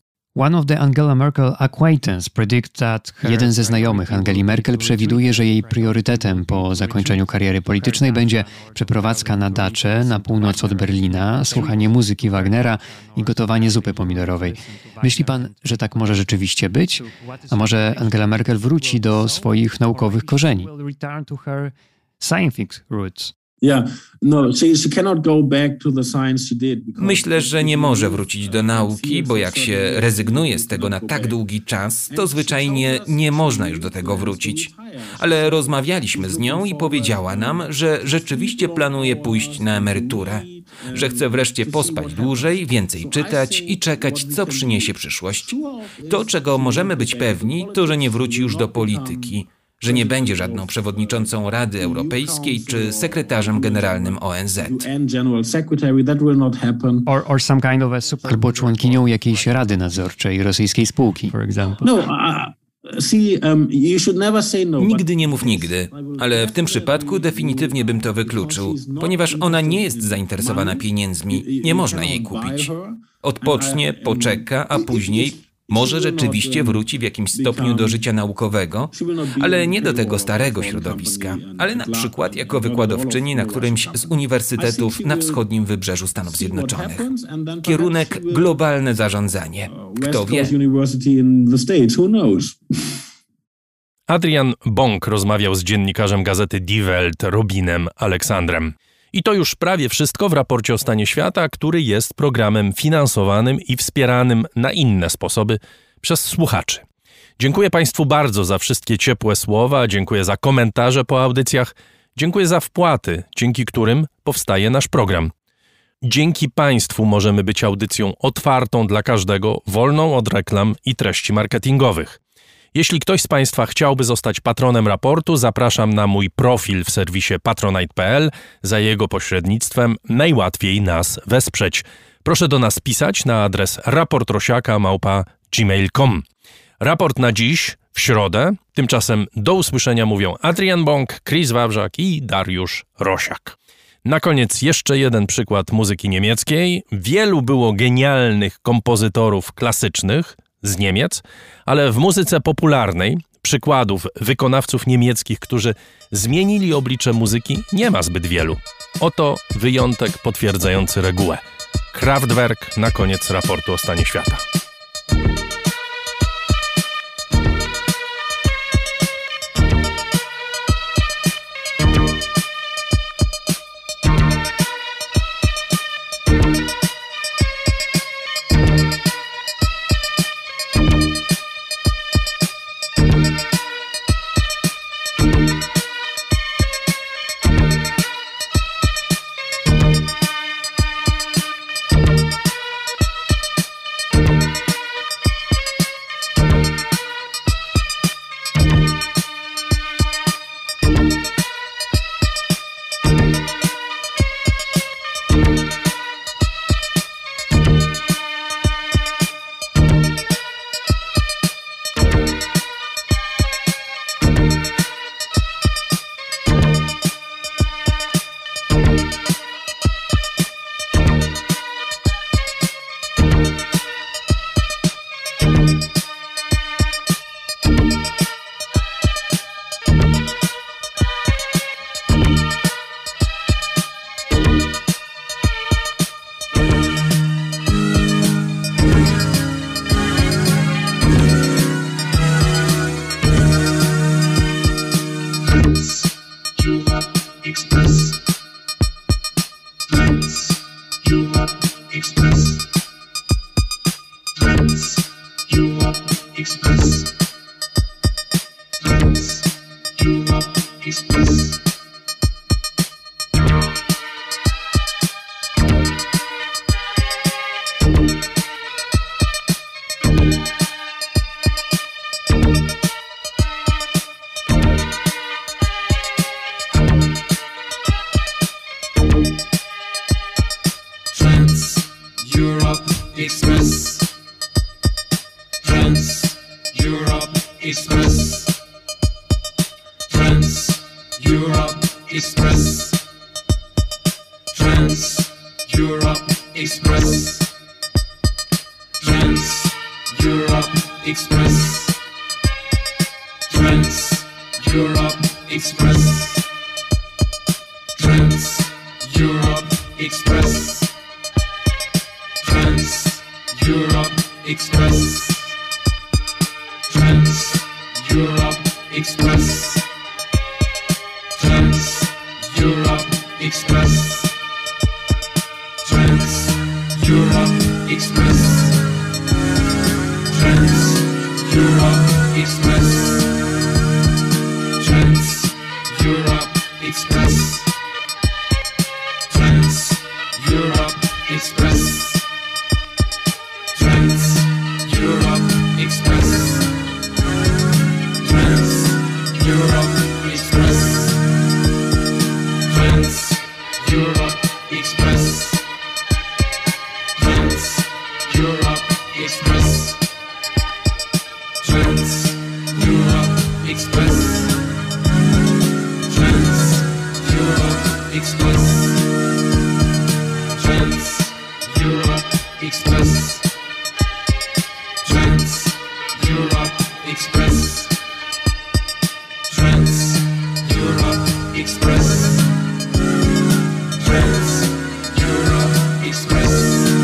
Jeden ze znajomych Angeli Merkel przewiduje, że jej priorytetem po zakończeniu kariery politycznej będzie przeprowadzka na daczę na północ od Berlina, słuchanie muzyki Wagnera i gotowanie zupy pomidorowej. Myśli pan, że tak może rzeczywiście być? A może Angela Merkel wróci do swoich naukowych korzeni? Myślę, że nie może wrócić do nauki, bo jak się rezygnuje z tego na tak długi czas, to zwyczajnie nie można już do tego wrócić. Ale rozmawialiśmy z nią i powiedziała nam, że rzeczywiście planuje pójść na emeryturę. że chce wreszcie pospać dłużej, więcej czytać i czekać, co przyniesie przyszłość. To, czego możemy być pewni, to, że nie wróci już do polityki, że nie będzie żadną przewodniczącą Rady Europejskiej czy sekretarzem generalnym ONZ. Albo członkinią jakiejś rady nadzorczej rosyjskiej spółki, for example. Nigdy nie mów nigdy, ale w tym przypadku definitywnie bym to wykluczył, ponieważ ona nie jest zainteresowana pieniędzmi, nie można jej kupić. Odpocznie, poczeka, a później może rzeczywiście wróci w jakimś stopniu do życia naukowego, ale nie do tego starego środowiska, ale na przykład jako wykładowczyni na którymś z uniwersytetów na wschodnim wybrzeżu Stanów Zjednoczonych. Kierunek globalne zarządzanie. Kto wie? Adrian Bąk rozmawiał z dziennikarzem gazety Die Welt Robinem Aleksandrem. I to już prawie wszystko w raporcie o stanie świata, który jest programem finansowanym i wspieranym na inne sposoby przez słuchaczy. Dziękuję Państwu bardzo za wszystkie ciepłe słowa, dziękuję za komentarze po audycjach, dziękuję za wpłaty, dzięki którym powstaje nasz program. Dzięki Państwu możemy być audycją otwartą dla każdego, wolną od reklam i treści marketingowych. Jeśli ktoś z Państwa chciałby zostać patronem raportu, zapraszam na mój profil w serwisie patronite.pl. Za jego pośrednictwem najłatwiej nas wesprzeć. Proszę do nas pisać na adres raportrosiaka@gmail.com. Raport na dziś, w środę. Tymczasem do usłyszenia mówią Adrian Bąk, Chris Wawrzak i Dariusz Rosiak. Na koniec jeszcze jeden przykład muzyki niemieckiej. Wielu było genialnych kompozytorów klasycznych z Niemiec, ale w muzyce popularnej przykładów wykonawców niemieckich, którzy zmienili oblicze muzyki, nie ma zbyt wielu. Oto wyjątek potwierdzający regułę. Kraftwerk na koniec raportu o stanie świata. Trans Europe Express. Trans Europe Express. Trans Europe Express. Trans Europe Express. Trans Europe Express. Trans Europe Express. Trans Europe Express. Trans Europe Express. Trans Europe Express. Trans Europe Express. Trans Europe Express.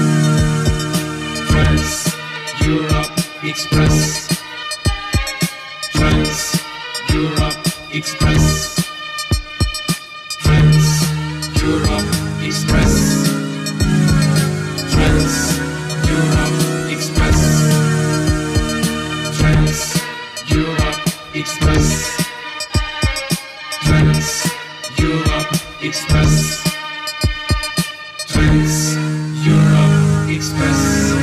Trans Europe Express. Trans Europe Express. Trans Europe Express. Trans Europe Express. Trans Europe Express. Trans Europe Express. Trans Europe Express.